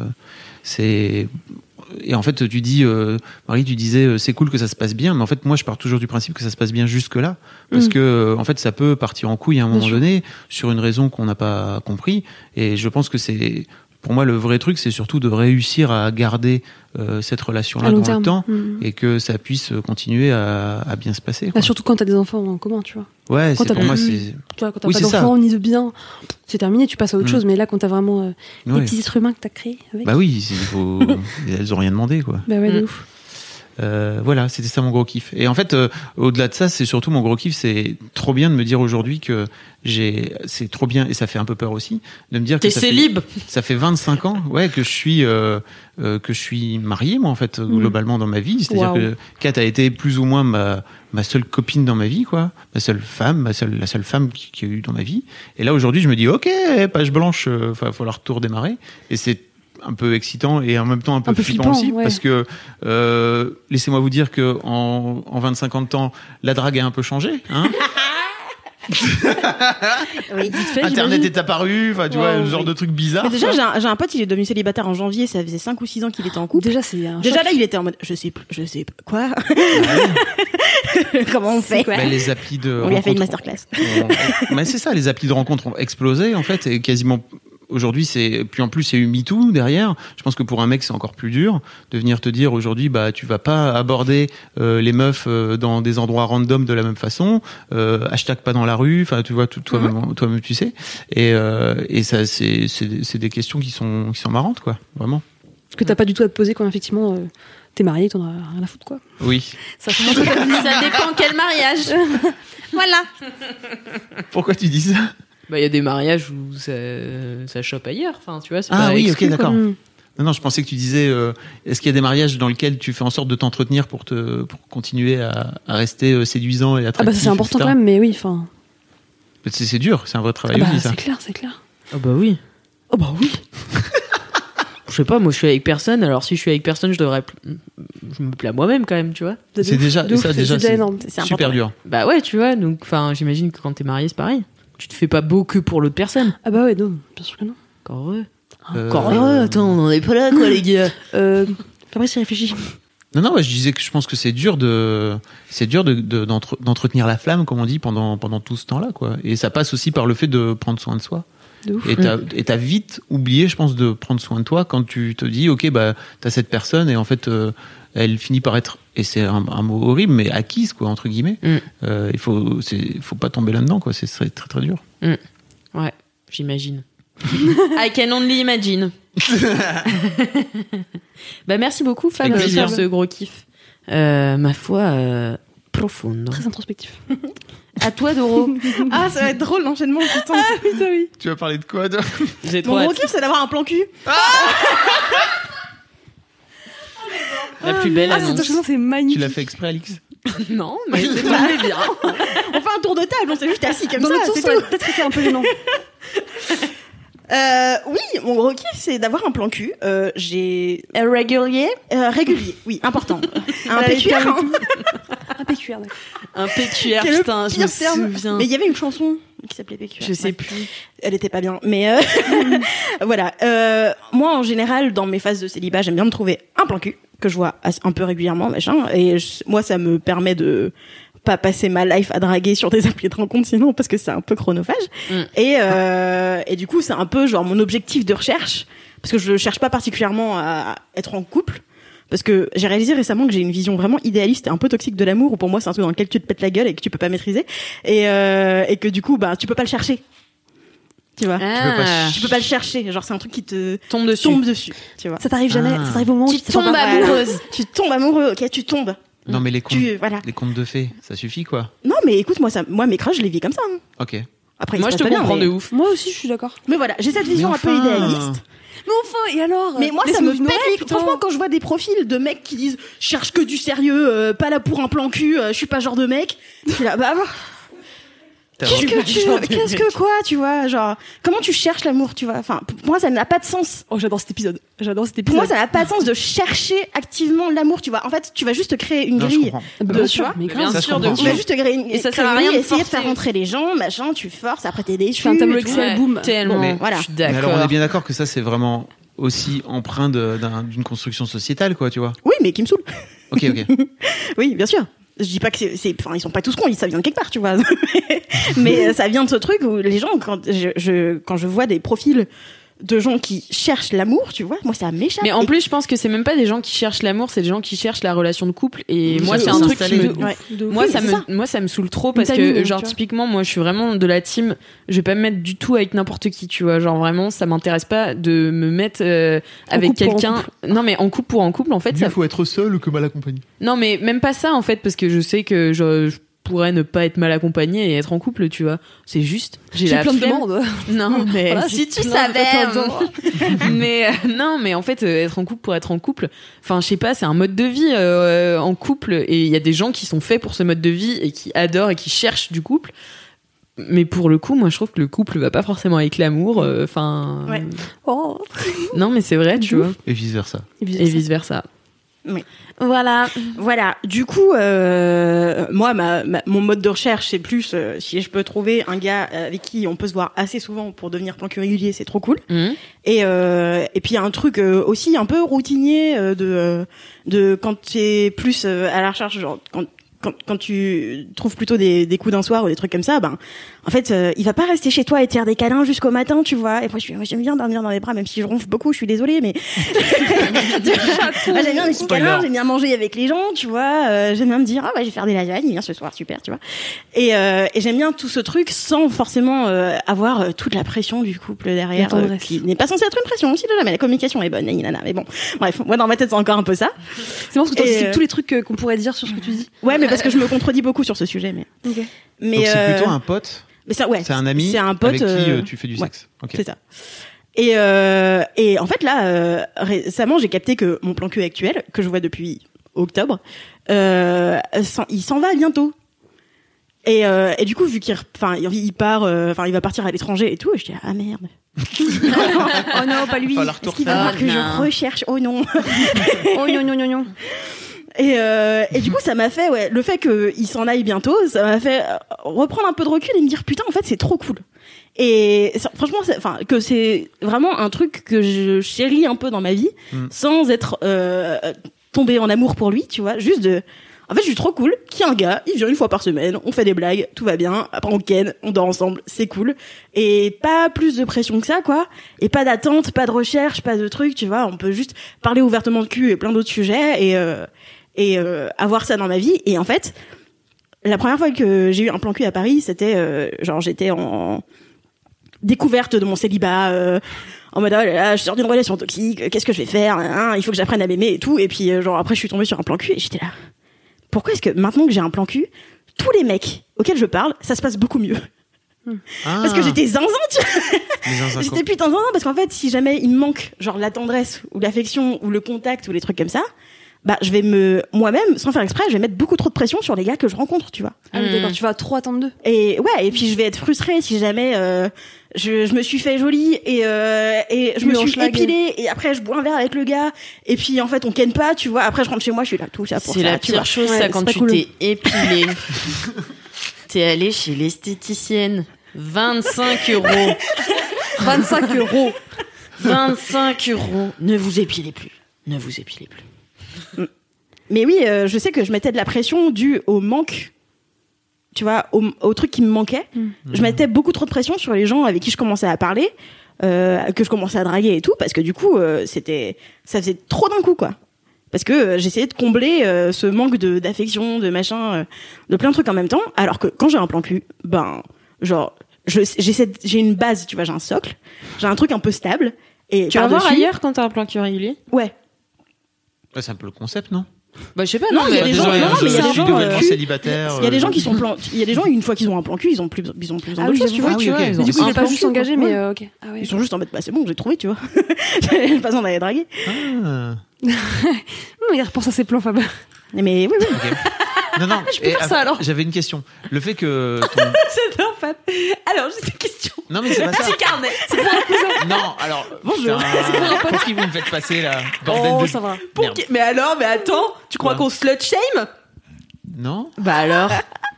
c'est et en fait tu dis euh, Marie, tu disais euh, c'est cool que ça se passe bien, mais en fait moi je pars toujours du principe que ça se passe bien jusque là parce Mm. que euh, en fait ça peut partir en couille à un Bien moment sûr. donné sur une raison qu'on n'a pas compris, et je pense que c'est pour moi le vrai truc, c'est surtout de réussir à garder euh, cette relation là à long dans terme. le temps Mm. et que ça puisse continuer à, à bien se passer, Bah, quoi. surtout quand t'as des enfants en commun, tu vois. Ouais, quand c'est t'as pour moi plus- c'est Tu vois, quand t'as Oui, pas c'est ça. d'enfants ni de biens, c'est terminé, tu passes à autre Mm. chose. Mais là, quand t'as vraiment euh, ouais. des petits êtres humains que t'as créés avec. Bah oui, c'est- il faut... elles ont rien demandé, quoi. Bah ouais, de Mm. ouf. Euh, voilà, c'était ça mon gros kiff. Et en fait, euh, au-delà de ça, c'est surtout mon gros kiff, c'est trop bien de me dire aujourd'hui que j'ai, c'est trop bien, et ça fait un peu peur aussi, de me dire que T'es ça fait, célib. ça fait vingt-cinq ans, ouais, que je suis, euh, euh, que je suis marié, moi, en fait, globalement dans ma vie. C'est-à-dire Waouh. que Kat a été plus ou moins ma, ma seule copine dans ma vie, quoi, ma seule femme, ma seule, la seule femme qui, qui a eu dans ma vie. Et là, aujourd'hui, je me dis, ok, page blanche, il va falloir tout redémarrer. Et c'est un peu excitant et en même temps un peu, Un peu flippant, flippant, aussi, ouais. parce que euh, laissez-moi vous dire que en, en vingt-cinq ans de temps, la drague a un peu changé. Hein. Oui. Internet est apparu, enfin tu vois, Wow, ce genre oui. de trucs bizarres. Mais déjà, quoi. j'ai un, j'ai un pote, il est devenu célibataire en janvier, ça faisait cinq ou six ans qu'il était en couple. Déjà, c'est un Déjà choc. là, il était en mode, je sais, plus- je sais pas quoi. comment on fait. Bah, les applis de On lui a fait une rencontre masterclass. ont- Mais c'est ça, les applis de rencontre ont explosé en fait, et quasiment aujourd'hui c'est puis en plus il y a eu MeToo derrière. Je pense que pour un mec c'est encore plus dur de venir te dire aujourd'hui bah tu vas pas aborder euh, les meufs euh, dans des endroits random de la même façon, euh, hashtag pas dans la rue, enfin tu vois tout, toi-même mm-hmm. toi-même tu sais, et euh, et ça c'est c'est c'est des questions qui sont qui sont marrantes quoi, vraiment. Parce que t'as pas du tout à te poser quand effectivement euh, t'es marié, t'en as rien à foutre quoi. Oui. Ça, ça dépend quel mariage. Voilà. Pourquoi tu dis ça? Bah, il y a des mariages où ça, ça chope ailleurs. Enfin, tu vois, c'est ah pas oui, exclu, ok, d'accord. quoi. Non, non, je pensais que tu disais, euh, est-ce qu'il y a des mariages dans lesquels tu fais en sorte de t'entretenir pour te, pour continuer à, à rester euh, séduisant et attractif. Ah bah ça, c'est important et cetera. quand même, mais oui, enfin. C'est, c'est dur, c'est un vrai travail Ah bah aussi, ça. c'est clair, c'est clair. Ah bah oui. Oh bah oui. Je sais pas, moi je suis avec personne, alors si je suis avec personne, je devrais. Je me plais à moi-même quand même, tu vois. C'est déjà, de ouf, ça, c'est- déjà, c'est c'est énorme. C'est super important. dur. Bah ouais, tu vois, donc enfin, j'imagine que quand t'es marié, c'est pareil. Tu te fais pas beau que pour l'autre personne. Ah bah ouais, non, bien sûr que non. Encore heureux. Euh, Encore heureux, attends, on en est pas là, quoi, les gars. Euh, Fabrice, il réfléchit. Non, non, ouais, je disais que je pense que c'est dur de, c'est dur de, de- d'entre- d'entretenir la flamme, comme on dit, pendant, pendant tout ce temps-là, quoi. Et ça passe aussi par le fait de prendre soin de soi. De ouf. Et t'as, et t'as vite oublié, je pense, de prendre soin de toi quand tu te dis, ok, bah, t'as cette personne et en fait, euh, elle finit par être, et c'est un, un mot horrible, mais acquise, quoi, entre guillemets. Mm. Euh, il faut, c'est, faut pas tomber là-dedans, quoi. C'est très, très, très dur. Mm. Ouais, j'imagine. I can only imagine. Bah merci beaucoup, Fab, Avec plaisir. pour ce gros kiff. Euh, ma foi, euh, profonde. Très introspectif. À toi, Doro. Ah, ça va être drôle l'enchaînement, putain. Ah putain, oui. Tu vas parler de quoi, de... J'ai trop Mon gros hâte. kiff, c'est d'avoir un plan cul. La plus belle Ah, cette annonce. enchaînement, c'est Tu magnifique. l'as fait exprès, Alix? Non, mais c'est tombé bien. On fait un tour de table, on s'est juste assis comme Dans ça, l'autre sens, c'est ça tout. aurait peut-être été un peu gênant. Euh, oui, mon gros kiff, c'est d'avoir un plan cul. Euh, j'ai Régulier. euh, régulier, oui, important. Un Elle P avait Q R. perdu hein. Un P Q R, d'accord. Un P Q R, Quel est le putain, je me pire terme. souviens. Mais il y avait une chanson qui s'appelait P Q R. Je sais Ouais. plus. Elle était pas bien, mais euh, voilà. Euh, moi, en général, dans mes phases de célibat, j'aime bien me trouver un plan cul que je vois assez- un peu régulièrement, machin. Et je- moi, ça me permet de pas passer ma life à draguer sur des applis de rencontre, sinon parce que c'est un peu chronophage. Mm. Et euh, et du coup, c'est un peu genre mon objectif de recherche, parce que je cherche pas particulièrement à être en couple. Parce que j'ai réalisé récemment que j'ai une vision vraiment idéaliste et un peu toxique de l'amour, où pour moi c'est un truc dans lequel tu te pètes la gueule et que tu peux pas maîtriser, et euh, et que du coup bah tu peux pas le chercher, tu vois. Ah, Tu peux pas le chercher, genre c'est un truc qui te tombe dessus. tombe dessus, tu vois. Ça t'arrive jamais, Ah. ça t'arrive au moment où Tu tu te sens tombes pas- amoureuse, tu tombes amoureux, ok, tu tombes. Non, mais les contes, Tu voilà. les contes de fées, ça suffit, quoi. Non mais écoute, moi ça, moi mes crushs je les vis comme ça. hein. Ok. Après il Moi, se je te passe pas bien, comprends mais... de ouf. Moi aussi, je suis d'accord. Mais voilà, j'ai cette vision Mais un peu enfin. idéaliste. Mais enfin, et alors Mais moi, ça laisse-nous me vivre nos pète rêves, les... putain. Franchement, quand je vois des profils de mecs qui disent « Je cherche que du sérieux, euh, pas là pour un plan cul, euh, je suis pas ce genre de mec », je suis là, bah... T'as Qu'est-ce vraiment- que tu... Qu'est-ce que quoi, tu vois, genre... Comment tu cherches l'amour, tu vois. Enfin, pour moi, ça n'a pas de sens. Oh, j'adore cet épisode. J'adore cet Pour épisode. moi, ça n'a pas de sens de chercher activement l'amour, tu vois. En fait, tu vas juste créer une Non, je grille. comprends. Ah bah, de- bien tu sûr, vois. mais Bien grave. Ça, je sûr, de comprends. Tu vas ouf. juste te créer une, Et ça créer sert à une rien grille, de essayer de forcer. faire rentrer les gens, machin, tu forces, après t'es déçu. Tu fais un tableau tu vois. Excel, boum. Tellement. Bon, voilà. Je suis Mais alors, on est d'accord. bien d'accord que ça, c'est vraiment aussi empreint de- d'un- d'une construction sociétale, quoi, tu vois. Oui, mais qui me saoule. Ok, ok. Oui, bien sûr. Je dis pas que c'est, c'est- enfin, ils sont pas tous cons, ça vient de quelque part, tu vois. Mais euh, ça vient de ce truc où les gens, quand je, je- quand je vois des profils de gens qui cherchent l'amour, tu vois, moi ça m'échappe. Mais en Et- plus, je pense que c'est même pas des gens qui cherchent l'amour, c'est des gens qui cherchent la relation de couple. Et moi, Ça c'est doit un truc qui s'installer. me. Ouais. De ouf. Moi, Oui, ça c'est me, ça. moi, ça me saoule trop parce timing, que, genre, tu vois. typiquement, moi, je suis vraiment de la team. Je vais pas me mettre du tout avec n'importe qui, tu vois. Genre, vraiment, ça m'intéresse pas de me mettre euh, En avec couple pour en quelqu'un. Non, mais en couple pour en couple, en fait, ça. faut être seul que mal accompagné. Non, mais même pas ça, en fait, parce que je sais que je, je pourrais ne pas être mal accompagnée et être en couple, tu vois. C'est juste, j'ai J'ai la plein de flemme. demandes. Non, mais Voilà, si j'ai tu plein de savais. demandes. mais euh, non, mais en fait, euh, être en couple pour être en couple, enfin, je sais pas, c'est un mode de vie euh, en couple, et il y a des gens qui sont faits pour ce mode de vie et qui adorent et qui cherchent du couple. Mais pour le coup, moi, je trouve que le couple va pas forcément avec l'amour. Enfin, Ouais. Oh. non, mais c'est vrai, tu vois, Et vice versa. et vice versa. Oui. Voilà. Voilà. Du coup, euh, moi, ma, ma- mon mode de recherche, c'est plus euh, si je peux trouver un gars avec qui on peut se voir assez souvent pour devenir plan cul régulier, c'est trop cool. Mhm. Et euh, et puis il y a un truc euh, aussi un peu routinier euh, de euh, de quand t'es plus euh, à la recherche, genre quand quand, quand tu trouves plutôt des, des coups d'un soir ou des trucs comme ça, ben, en fait, euh, il va pas rester chez toi et te faire des câlins jusqu'au matin, tu vois. Et moi, je, moi j'aime bien dormir dans les bras, même si je ronfle beaucoup, je suis désolée, mais moi, j'aime bien les petits câlins, j'aime bien manger avec les gens, tu vois. Euh, j'aime bien me dire, ah ouais, je vais faire des lasagnes, viens ce soir, super, tu vois. Et, euh, et j'aime bien tout ce truc sans forcément euh, avoir euh, toute la pression du couple derrière, euh, qui n'est pas censée être une pression, aussi de jamais. La communication est bonne, nana, mais bon. Bref, moi dans ma tête c'est encore un peu ça. C'est bon parce que toi, c'est tous les trucs qu'on pourrait dire sur ce que tu dis. Ouais, mais parce que je me contredis beaucoup sur ce sujet, mais. Okay. Mais donc c'est euh... plutôt un pote. Mais ça, ouais. C'est un ami. C'est un pote avec qui euh... euh, tu fais du ouais, sexe. Okay. C'est ça. Et euh... et en fait là, euh, récemment, j'ai capté que mon plan cul actuel, que je vois depuis octobre, euh, il s'en va bientôt. Et, euh, et du coup, vu qu'il, enfin, il part, enfin, euh, il va partir à l'étranger et tout, et je dis ah merde. Oh non, pas lui. Est-ce qu'il va falloir que je recherche? Oh non. Oh non non non non. Et, euh, et du coup, ça m'a fait, ouais, le fait qu'il s'en aille bientôt, ça m'a fait reprendre un peu de recul et me dire putain, en fait, c'est trop cool. Et ça, franchement, enfin, que c'est vraiment un truc que je chéris un peu dans ma vie, mm. sans être euh, tombée en amour pour lui, tu vois, juste de. En fait, je suis trop cool. Qui est un gars, il vient une fois par semaine, on fait des blagues, tout va bien. Après, on ken, on dort ensemble, c'est cool. Et pas plus de pression que ça, quoi. Et pas d'attente, pas de recherche, pas de trucs, tu vois. On peut juste parler ouvertement de cul et plein d'autres sujets et euh, et euh, avoir ça dans ma vie. Et en fait, la première fois que j'ai eu un plan cul à Paris, c'était euh, genre j'étais en découverte de mon célibat. Euh, en mode, oh là là, je sors d'une relation toxique, qu'est-ce que je vais faire, hein, il faut que j'apprenne à m'aimer et tout. Et puis, euh, genre, après, je suis tombée sur un plan cul et j'étais là. Pourquoi est-ce que maintenant que j'ai un plan cul, tous les mecs auxquels je parle, ça se passe beaucoup mieux. Ah. Parce que j'étais zinzin, tu vois. J'étais putain zinzin parce qu'en fait, si jamais il me manque genre la tendresse ou l'affection ou le contact ou les trucs comme ça, bah je vais me moi-même sans faire exprès, je vais mettre beaucoup trop de pression sur les gars que je rencontre, tu vois. Ah oui, mmh. D'accord, tu vas trop attendre d'eux. Et ouais, et puis je vais être frustrée si jamais euh, je, je me suis fait jolie et euh, et je me suis épilée et après je bois un verre avec le gars et puis en fait on ken pas, tu vois. Après je rentre chez moi, je suis là tout ça pour c'est ça. C'est la tu pire vois. chose, ouais, ça, quand tu cool. t'es épilée. T'es allée chez l'esthéticienne. vingt-cinq euros. vingt-cinq euros. vingt-cinq euros. Ne vous épilez plus. Ne vous épilez plus. Mais oui, euh, je sais que je mettais de la pression due au manque, tu vois, au, au truc qui me manquait. Mmh. Je mettais beaucoup trop de pression sur les gens avec qui je commençais à parler, euh, que je commençais à draguer et tout, parce que du coup, euh, c'était, ça faisait trop d'un coup, quoi. Parce que euh, j'essayais de combler euh, ce manque de d'affection, de machin, euh, de plein de trucs en même temps. Alors que quand j'ai un plan cul, ben, genre, je, j'essaie, j'ai une base, tu vois, j'ai un socle, j'ai un truc un peu stable. Et tu vas voir ailleurs quand t'as un plan cul régulier? Ouais. Ouais, c'est un peu le concept, non? Bah, je sais pas, non, il y a des gens, non, mais il y a des gens, euh, célibataires. Il y a des gens qui sont plan, il y a des gens, une fois qu'ils ont un plan cul, ils ont plus, ils ont plus besoin ah d'autre oui, chose, tu vois. Ah oui, okay. Mais du coup, ils ne pas juste s'engager, mais euh, ok. Ah ouais, ils sont juste en mode, bah, c'est bon, j'ai trouvé, tu vois. J'ai pas besoin d'aller draguer. Ah. Non, il repense à ses plans, Fab. Mais oui, oui. Okay. Non, non. Je peux faire ça, alors. J'avais une question. Le fait que ton... J'adore, Fab. Alors, j'ai une question. Non, mais c'est pas ça. Petit carnet. C'est pour un cousin. Non, alors. Bonjour. C'est pour un pote. Pour qui vous me faites passer, là? Bordel oh, de... ça va. Pour qui... Mais alors, mais attends, tu crois ouais. qu'on slut shame? Non. Bah alors.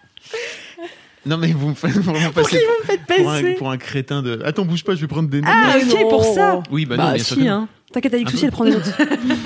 Non, mais vous me faites vraiment pour passer. Qui vous me faites passer pour, un, pour un crétin de. Attends, bouge pas, je vais prendre des notes. Ah, ok, non. Pour ça. Oui, bah, bah non, bien si, sûr. Hein. T'inquiète, avec souci, elle prend des notes.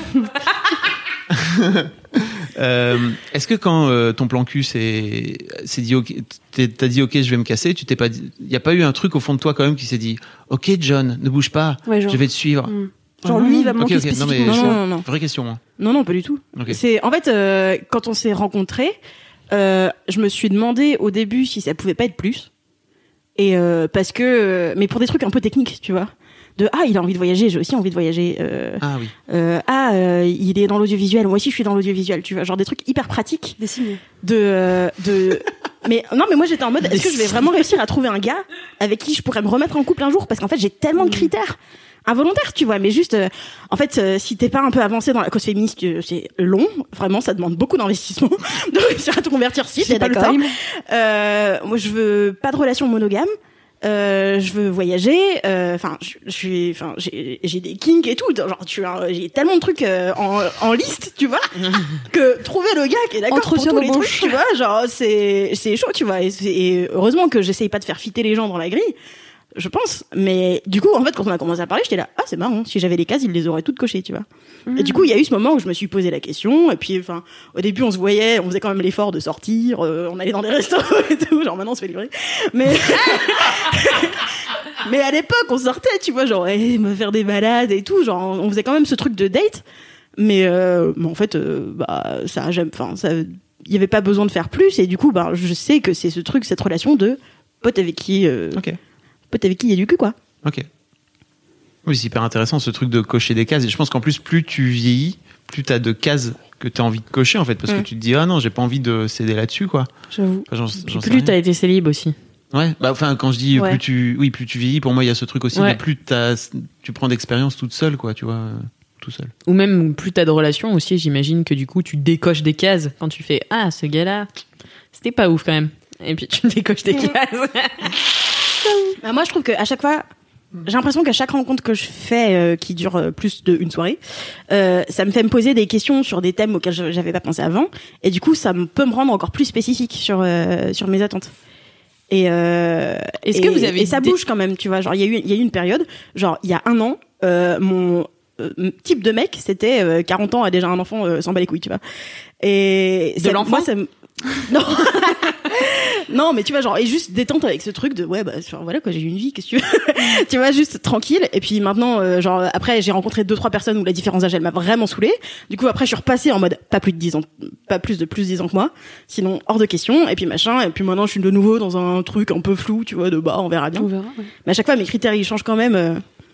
euh, est-ce que quand euh, ton plan cul c'est c'est dit ok, t'as dit ok je vais me casser, tu t'es pas dit, y a pas eu un truc au fond de toi quand même qui s'est dit ok John ne bouge pas, ouais, genre, je vais te suivre. Mm. Genre lui il va me manquer okay, okay. spécifiquement. Non, mais non, non, non. Vraie question. Hein. Non non pas du tout. Okay. C'est en fait euh, quand on s'est rencontrés, euh, je me suis demandé au début si ça pouvait pas être plus et euh, parce que mais pour des trucs un peu techniques tu vois. De ah il a envie de voyager, j'ai aussi envie de voyager. Euh, ah oui. Euh, ah euh, il est dans l'audiovisuel, moi aussi je suis dans l'audiovisuel, tu vois, genre des trucs hyper pratiques. Des signes. De euh, de. Mais non mais moi j'étais en mode est-ce que je vais vraiment réussir à trouver un gars avec qui je pourrais me remettre en couple un jour parce qu'en fait j'ai tellement de critères involontaires, tu vois, mais juste euh, en fait euh, si t'es pas un peu avancé dans la cause féministe euh, c'est long, vraiment ça demande beaucoup d'investissement de réussir à te convertir si t'es d'accord. Euh, moi je veux pas de relation monogame. Euh, je veux voyager, enfin, euh, je suis, enfin, j'ai, j'ai des kinks et tout, genre, tu vois, j'ai tellement de trucs euh, en, en liste, tu vois, que trouver le gars qui est d'accord pour tous les trucs, tu vois, genre, c'est, c'est chaud, tu vois, et, et heureusement que j'essaye pas de faire fitter les gens dans la grille, Je pense. Mais du coup, en fait, quand on a commencé à parler, j'étais là, ah, c'est marrant. Si j'avais les cases, ils les auraient toutes cochées, tu vois. Mmh. Et du coup, il y a eu ce moment où je me suis posé la question. Et puis, enfin, au début, on se voyait, on faisait quand même l'effort de sortir. Euh, on allait dans des restos et tout. Genre, maintenant, on se fait livrer. Mais, mais à l'époque, on sortait, tu vois, genre, hey, me faire des balades et tout. Genre, on faisait quand même ce truc de date. Mais, euh, mais en fait, euh, bah, ça a jamais, enfin, ça, il y avait pas besoin de faire plus. Et du coup, bah, je sais que c'est ce truc, cette relation de pote avec qui, euh, Ok. pote avec qui il y a du cul, quoi. Ok. Oui, c'est hyper intéressant ce truc de cocher des cases. Et je pense qu'en plus, plus tu vieillis, plus t'as de cases que t'as envie de cocher, en fait. Parce Mm. que tu te dis, ah non, j'ai pas envie de céder là-dessus, quoi. J'avoue. Enfin, j'en- j'en sais Plus rien. t'as été célib aussi. Ouais, bah, enfin, quand je dis Ouais. plus tu, oui, plus tu vieillis, pour moi, il y a ce truc aussi Ouais. de plus t'as, tu prends d'expérience toute seule, quoi, tu vois, euh, tout seul. Ou même plus t'as de relations aussi, j'imagine que du coup tu décoches des cases quand tu fais ah ce gars-là, c'était pas ouf quand même. Et puis tu décoches des cases. Bah, moi, je trouve qu'à chaque fois, j'ai l'impression qu'à chaque rencontre que je fais, euh, qui dure euh, plus d'une soirée, euh, ça me fait me poser des questions sur des thèmes auxquels je- j'avais pas pensé avant, et du coup, ça me- peut me rendre encore plus spécifique sur euh, sur mes attentes. Et euh, Est-ce et- que vous avez et ça des- bouge quand même, tu vois. Genre, il y a eu il y a eu une période, genre il y a un an, euh, mon euh, type de mec, c'était euh, quarante ans, a déjà un enfant, euh, s'en bat les couilles, tu vois. Et De ça- l'enfant moi, ça me- non. Non, mais tu vois, genre, et juste détente avec ce truc de, ouais, bah, genre, voilà, quoi, j'ai eu une vie, qu'est-ce que tu veux? Tu vois, juste tranquille. Et puis maintenant, euh, genre, après, j'ai rencontré deux, trois personnes où la différence d'âge, elle m'a vraiment saoulée. Du coup, après, je suis repassée en mode, pas plus de dix ans, pas plus de plus de dix ans que moi. Sinon, hors de question. Et puis, machin. Et puis maintenant, je suis de nouveau dans un truc un peu flou, tu vois, de, bah, on verra bien. On verra. Ouais. Mais à chaque fois, mes critères, ils changent quand même. euh,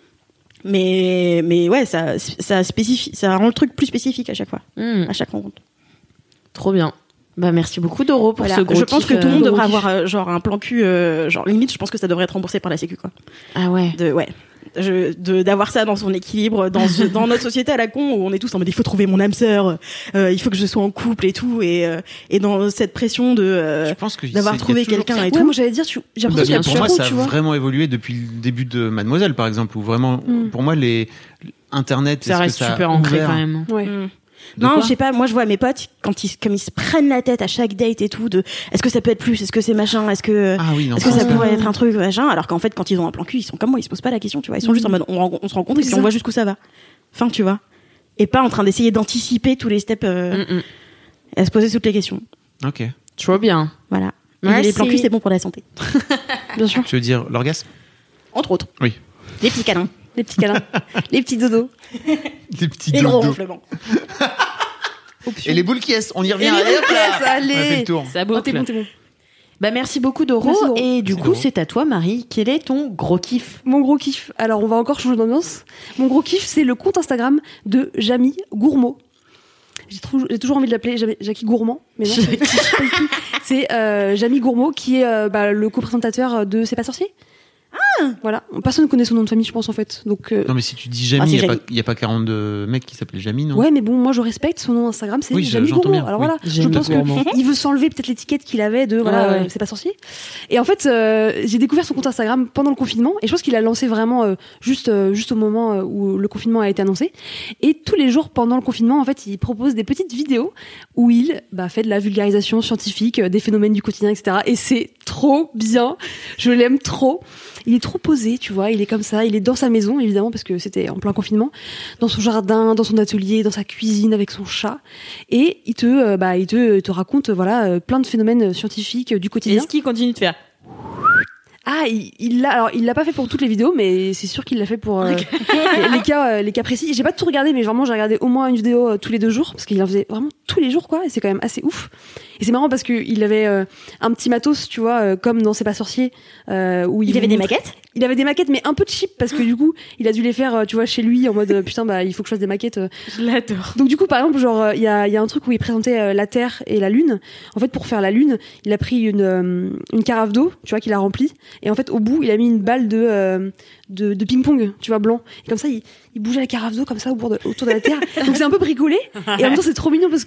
Mais, mais ouais, ça, ça spécifie, ça rend le truc plus spécifique à chaque fois, Hmm, à chaque rencontre. trop bien. Bah merci beaucoup Doro pour Voilà. ce gros Je pense kiff, que tout le monde euh, devrait gros avoir euh, genre un plan cul, euh, genre limite, je pense que ça devrait être remboursé par la Sécu, quoi. kiff. Ah ouais. De, ouais. Je, de, d'avoir ça dans son équilibre, dans, ce- dans notre société à la con où on est tous en mode il faut trouver mon âme sœur, euh, il faut que je sois en couple et tout, et, euh, et dans cette pression de, euh, Je pense que d'avoir c'est- il y a trouvé toujours quelqu'un ça. et Ouais, tout. moi j'allais dire, tu... j'ai Parce l'impression que qu'il y a pour moi, trop, ça tu a vois. vraiment évolué depuis le début de Mademoiselle, par exemple, où vraiment, Mm. pour moi, les Internet, Ça est-ce reste que ça a super ancré ouvert- quand même. Ouais. Mm. De Non, quoi je sais pas, moi je vois mes potes, quand ils, comme ils se prennent la tête à chaque date et tout, de est-ce que ça peut être plus, est-ce que c'est machin, est-ce que, Ah oui, non, est-ce que ça, ça c'est- pourrait être un truc, machin, alors qu'en fait, quand ils ont un plan cul, ils sont comme moi, ils se posent pas la question, tu vois, ils sont juste en mode, on, ren- on se rencontre et C'est puis on ça. voit jusqu'où ça va. Fin, tu vois. Et pas en train d'essayer d'anticiper tous les steps, euh, Mm, mm. et à se poser toutes les questions. Ok. Trop bien. Voilà. Et Merci. les plans cul, c'est bon pour la santé. Bien sûr. Tu veux dire l'orgasme? Entre autres. Oui. Les petits câlins. Les petits câlins. Les petits dodos. Des petits Et le dodos. ronflement. Et les boules qui est, on y revient. Et les allez, hop boules qui là. est, allez. On a fait le tour. Ça Oh, t'es boucle. bon, t'es bon. Bah merci beaucoup Doro. Merci, Doro. Et du Merci, coup Doro. c'est à toi Marie. Quel est ton gros kiff? Mon gros kiff. Alors, on va encore changer d'ambiance. Mon gros kiff, c'est le compte Instagram de Jamie Gourmaud. J'ai, trou- j'ai toujours envie de l'appeler Jamie- Jackie Gourmand, mais non, c'est pas du tout. C'est euh, Jamie Gourmaud qui est euh, bah, le co-présentateur de C'est pas sorcier. Ah voilà. Personne ne connaît son nom de famille, je pense, en fait. Donc, euh, Non, mais si tu dis Ah, Jamie, c'est il Jamie. n'y a, pas quarante-deux mecs qui s'appellent Jamie, non? ouais, mais bon, moi je respecte son nom Instagram, c'est Oui, je- Jamie j'entends Gourmaud. bien, Alors oui. voilà, je Jamie pense Gourmand. qu'il veut s'enlever peut-être l'étiquette qu'il avait de voilà, Ouais, ouais. euh, c'est pas sorcier. Et en fait, euh, j'ai découvert son compte Instagram pendant le confinement et je pense qu'il a lancé vraiment euh, juste euh, juste au moment euh, où le confinement a été annoncé. Et tous les jours pendant le confinement, en fait, il propose des petites vidéos où il bah, fait de la vulgarisation scientifique euh, des phénomènes du quotidien, et cetera. Et c'est trop bien, je l'aime trop. Il est trop posé, tu vois, il est comme ça, il est dans sa maison, évidemment, parce que c'était en plein confinement, dans son jardin, dans son atelier, dans sa cuisine, avec son chat, et il te, euh, bah, il te, te raconte, euh, voilà, euh, plein de phénomènes scientifiques euh, du quotidien. Est-ce qu'il continue de faire? Ah, il, il l'a, alors il l'a pas fait pour toutes les vidéos, mais c'est sûr qu'il l'a fait pour euh, les, les cas, euh, les cas précis. J'ai pas tout regardé, mais vraiment j'ai regardé au moins une vidéo euh, tous les deux jours, parce qu'il en faisait vraiment tous les jours, quoi. Et c'est quand même assez ouf. Et c'est marrant parce que il avait euh, un petit matos, tu vois, euh, comme dans C'est pas sorcier, euh, où il, Il avait vous des montre- maquettes? Il avait des maquettes, mais un peu cheap, parce que du coup, il a dû les faire, euh, tu vois, chez lui, en mode euh, putain, bah il faut que je fasse des maquettes. euh. Je l'adore. Donc du coup, par exemple, genre il y a, y a un truc où il présentait euh, la Terre et la Lune. En fait, pour faire la Lune, il a pris une euh, une carafe d'eau, tu vois, qu'il a remplie, et en fait au bout, il a mis une balle de euh, de, de ping-pong, tu vois, blanc. Et comme ça, il, il bougeait la carafe d'eau comme ça au bord de- autour de la Terre. Donc c'est un peu bricolé, et en même temps c'est trop mignon parce que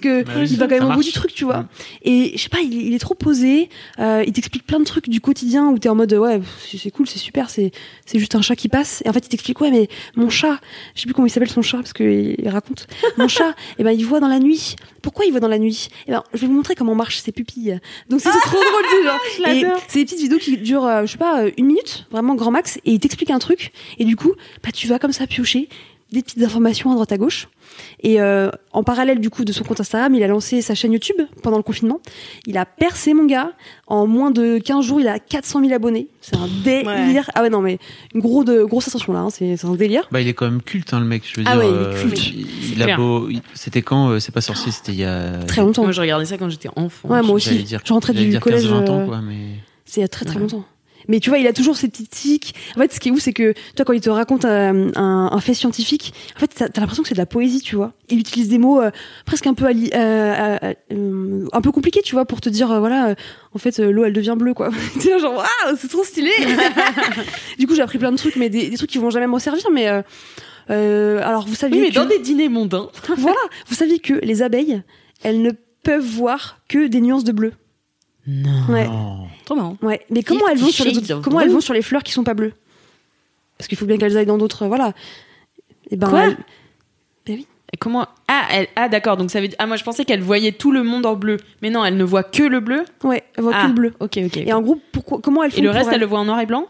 que Bah oui, il va quand même ça au bout marche. du truc, tu vois. Mm. Et je sais pas, il, il est trop posé. Euh, il t'explique plein de trucs du quotidien où t'es en mode ouais, c'est, c'est cool, c'est super, c'est c'est juste un chat qui passe. Et en fait, il t'explique ouais, mais mon chat, je sais plus comment il s'appelle son chat parce qu'il il raconte. Mon chat, et ben il voit dans la nuit. Pourquoi il voit dans la nuit? Et ben je vais vous montrer comment marchent ses pupilles. Donc c'est, c'est trop drôle, c'est genre. Et c'est des petites vidéos qui durent, euh, je sais pas, euh, une minute, vraiment grand max, et il t'explique un truc. Et du coup, bah tu vas comme ça piocher des petites informations à droite à gauche. Et euh, en parallèle du coup de son compte Instagram, il a lancé sa chaîne YouTube pendant le confinement. Il a percé, mon gars. En moins de quinze jours, il a quatre cent mille abonnés. C'est un délire. Ouais. Ah ouais, non mais une gros de grosse ascension là. Hein. C'est, c'est un délire. Bah, il est quand même culte, hein, le mec. Je veux Ah dire, ouais, il est euh, culte. il, C'est il a clair. beau. il- C'était quand euh, C'est pas sorcier, c'était il y a. Très longtemps. Moi, je regardais ça quand j'étais enfant. Ouais, moi J'allais aussi. dire- Je rentrais j'allais du dire collège. quinze vingt ans, euh, quoi, mais. C'est il y a très très Ouais. longtemps. Mais tu vois, il a toujours ces petites tics. En fait, ce qui est ouf, c'est que toi, quand il te raconte euh, un, un fait scientifique, en fait, t'as, t'as l'impression que c'est de la poésie, tu vois. Il utilise des mots euh, presque un peu ali- euh, euh, euh, un peu compliqués, tu vois, pour te dire, euh, voilà, euh, en fait, euh, l'eau, elle devient bleue, quoi. Tu sais, genre, waouh, c'est trop stylé. Du coup, j'ai appris plein de trucs, mais des, des trucs qui vont jamais me servir. Mais euh, euh, alors, vous saviez Oui, mais que, dans des dîners mondains. voilà, vous saviez que les abeilles, elles ne peuvent voir que des nuances de bleu. Non. Ouais. Oh. Trop marrant. Ouais, mais comment Fifty elles vont sur les Shades autres, of comment Blue. elles vont sur les fleurs qui sont pas bleues? Parce qu'il faut bien qu'elles aillent dans d'autres, voilà. Et ben, Quoi elles- ben oui. Et comment Ah, elle... ah d'accord. Donc ça veut dire. Ah, moi je pensais qu'elle voyait tout le monde en bleu. Mais non, elle ne voit que le bleu. Ouais, elles voient Ah, que le bleu. Ok, ok. Et en gros, pourquoi, comment elles font Et le pour reste, elles- elle le voit en noir et blanc.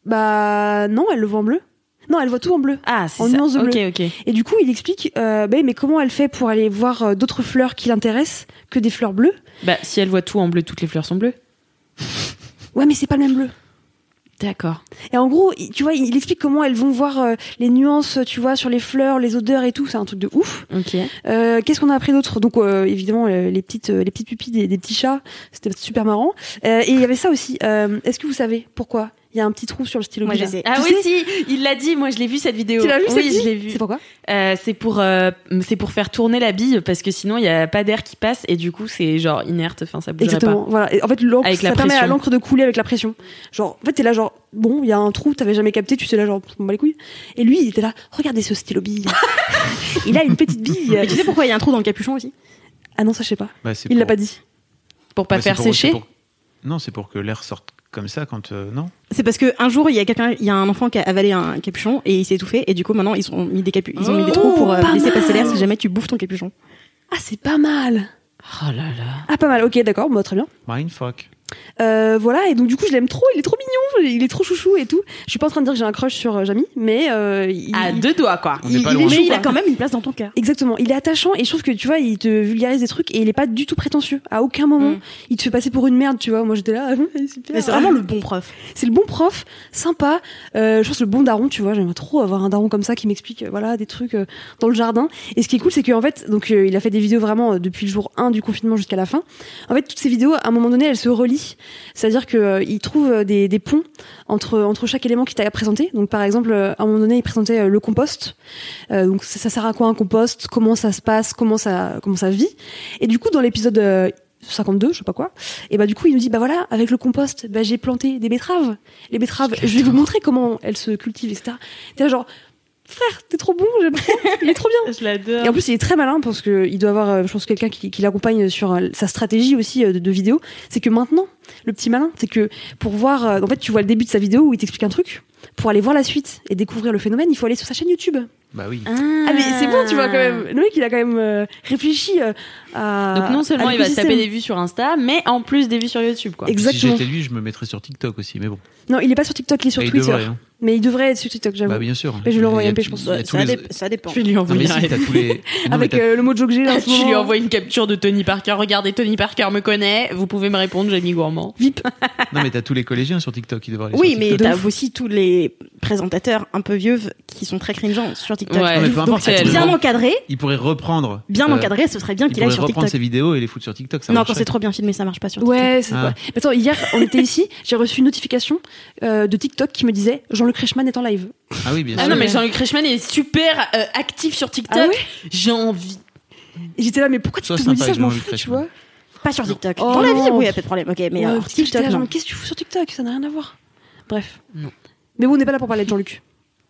Bah non, elles le voient en bleu. Non, elle voit tout en bleu. Ah, c'est En ça. nuance de bleu. Ok, ok. Et du coup, il explique, euh, ben, mais comment elle fait pour aller voir euh, d'autres fleurs qui l'intéressent que des fleurs bleues? Bah, si elle voit tout en bleu, toutes les fleurs sont bleues. Ouais, mais c'est pas le même bleu. D'accord. Et en gros, il- tu vois, il explique comment elles vont voir euh, les nuances, tu vois, sur les fleurs, les odeurs et tout. C'est un truc de ouf. Ok. Euh, qu'est-ce qu'on a appris d'autre? Donc euh, évidemment euh, les petites euh, les petites pupilles des, des petits chats, c'était super marrant. Euh, et il y avait ça aussi. Euh, Est-ce que vous savez pourquoi il y a un petit trou sur le stylo? Moi, Bija je sais. Ah Tu oui, sais si, il l'a dit. Moi, je l'ai vu cette vidéo. Tu l'as vu, Oui, cette je l'ai vu. C'est pourquoi? Euh, c'est pour, euh, c'est pour faire tourner la bille parce que sinon il y a pas d'air qui passe et du coup c'est genre inerte. Enfin, ça bougerait Exactement. Voilà. Et en fait, l'encre, Avec ça la permet à pression. l'encre de couler avec la pression. Genre, en fait, t'es là, genre, bon, il y a un trou, t'avais jamais capté, tu sais là, genre, on bat les couilles. Et lui, il était là, regardez ce stylo bille. Il a une petite bille. Mais tu sais pourquoi il y a un trou dans le capuchon aussi? Ah non, ça je sais pas. Bah, c'est Il l'a pour- pas dit. pas. Pour pas bah, c'est faire pour- sécher. c'est pour- Non, c'est pour que l'air sorte comme ça quand. euh, Non C'est parce que un jour il y a quelqu'un, il y a un enfant qui a avalé un capuchon et il s'est étouffé et du coup maintenant ils ont mis des capu- ils ont mis des trous pour euh, pas laisser mal. passer l'air si jamais tu bouffes ton capuchon. Ah, c'est pas mal. Oh là là. Ah, pas mal. Ok, d'accord. Bah, très bien. Mindfuck. Euh, voilà, et donc du coup je l'aime trop, il est trop mignon, il est trop chouchou et tout. Je suis pas en train de dire que j'ai un crush sur euh, Jamie, mais euh, il, À il- deux doigts quoi. On n'est il- pas il loin. est Mais chou, il a quoi. quand même une place dans ton cœur. Exactement, il est attachant et je trouve que tu vois, il te vulgarise des trucs et il est pas du tout prétentieux. À aucun moment, Mm. il te fait passer pour une merde, tu vois. Moi j'étais là, super. Mais c'est vraiment le bon prof. C'est le bon prof, sympa. Euh, je pense le bon daron, tu vois. J'aimerais trop avoir un daron comme ça qui m'explique, euh, voilà, des trucs euh, dans le jardin. Et ce qui est cool, c'est qu'en fait, donc euh, il a fait des vidéos vraiment euh, depuis le jour un du confinement jusqu'à la fin. En fait, toutes ces vidéos, à un moment donné, elles se relient. C'est-à-dire que euh, il trouve euh, des, des ponts entre entre chaque élément qu'il t'a présenté. Donc par exemple, euh, à un moment donné, il présentait euh, le compost. Euh, donc ça, ça sert à quoi un compost? Comment ça se passe? Comment ça comment ça vit? Et du coup, dans l'épisode euh, cinquante-deux, je sais pas quoi. Et bah du coup, il nous dit bah voilà, avec le compost, bah j'ai planté des betteraves. Les betteraves, je vais vous montrer comment elles se cultivent, et cetera. T'es là genre frère, t'es trop bon, j'aime trop, il est trop bien. Je l'adore. Et en plus, il est très malin parce que il doit avoir, euh, je pense, quelqu'un qui, qui l'accompagne sur euh, sa stratégie aussi euh, de, de vidéo. C'est que maintenant, le petit malin, c'est que pour voir, euh, en fait, tu vois le début de sa vidéo où il t'explique un truc. Pour aller voir la suite et découvrir le phénomène, il faut aller sur sa chaîne YouTube. Bah oui. Ah mais c'est bon, tu vois quand même. Le mec, il a quand même euh, réfléchi euh, à. Donc non seulement à il va se l'écosystème. taper des vues sur Insta, mais en plus des vues sur YouTube quoi. Si Exactement. j'étais lui, je me mettrais sur TikTok aussi, mais bon. Non, il est pas sur TikTok, il est sur Bah, il Twitter. devrait, hein. Mais il devrait être sur TikTok, j'avoue. Bah bien sûr. Mais je vais lui envoyer Il y a un P, tous- je pense. il y a tous Ça, les- dé- ça dépend. Je vais lui Non envoyer mais un si, t'as tous les. Non, mais Avec t'as- euh, le mojo que j'ai là en ce Je lui moment. envoie une capture de Tony Parker. Regardez, Tony Parker me connaît. Vous pouvez me répondre, Jamie Gourmand. V I P. Non mais t'as tous les collégiens sur TikTok qui devraient aller Oui, sur mais TikTok. t'as aussi tous les présentateurs un peu vieux qui sont très cringeants sur TikTok. Ouais, mais peu Donc importe, c'est elle- bien encadré, Il pourrait reprendre. bien euh, encadré, ce serait bien Il qu'il aille pourrait sur reprendre TikTok. ses vidéos et les foutre sur TikTok. Ça Non, quand marcherait. c'est trop bien filmé, ça marche pas sur TikTok. Ouais, c'est Ah. vrai. Mais attends, hier, on était ici, j'ai reçu une notification euh, de TikTok qui me disait Jean-Luc Reichmann est en live. Ah oui, bien Ah sûr. non mais Jean-Luc Reichmann est super euh, actif sur TikTok. Ah ouais J'ai envie. Et j'étais là, mais pourquoi tu Sois te me dis sympa ça? avec Je m'en Jean-Luc fous, tu Reichmann. vois. Pas sur TikTok. Oh Dans la vie, non. oui, y a pas de problème. Ok, mais Ouais, alors, parce que j'étais là, TikTok, genre, non. mais qu'est-ce que tu fous sur TikTok? Ça n'a rien à voir. Bref. Non. Mais bon, on n'est pas là pour parler de Jean-Luc.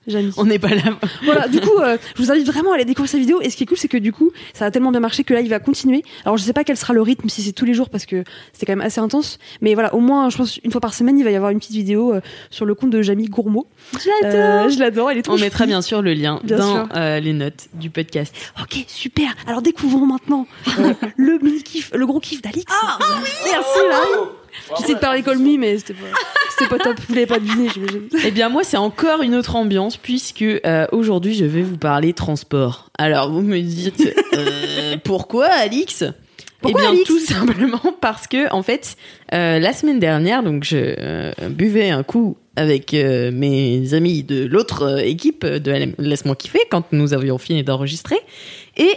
Jamy. On n'est pas là. Voilà, du coup, euh, je vous invite vraiment à aller découvrir sa vidéo. Et ce qui est cool, c'est que du coup, ça a tellement bien marché que là, il va continuer. Alors, je sais pas quel sera le rythme, si c'est tous les jours, parce que c'était quand même assez intense. Mais voilà, au moins, je pense, une fois par semaine, il va y avoir une petite vidéo euh, sur le compte de Jamy Gourmaud. Je l'adore. Euh, je l'adore, elle est trop On chouette. mettra bien sûr le lien Bien dans sûr. euh, les notes du podcast. Ok, super. Alors, découvrons maintenant euh, le mini kiff, le gros kiff d'Alix. Ah, oui. Merci, Marie. J'essaie de parler Call Me, mais c'était pas, c'était pas top. Vous l'avez pas deviné, j'imagine. Eh bien, moi, c'est encore une autre ambiance, puisque euh, aujourd'hui, je vais vous parler transport. Alors, vous me dites, euh, pourquoi, Alix ? Pourquoi, Eh bien, Alix tout simplement parce que, en fait, euh, la semaine dernière, donc, je euh, buvais un coup avec euh, mes amis de l'autre euh, équipe de Laisse-moi kiffer, quand nous avions fini d'enregistrer. Et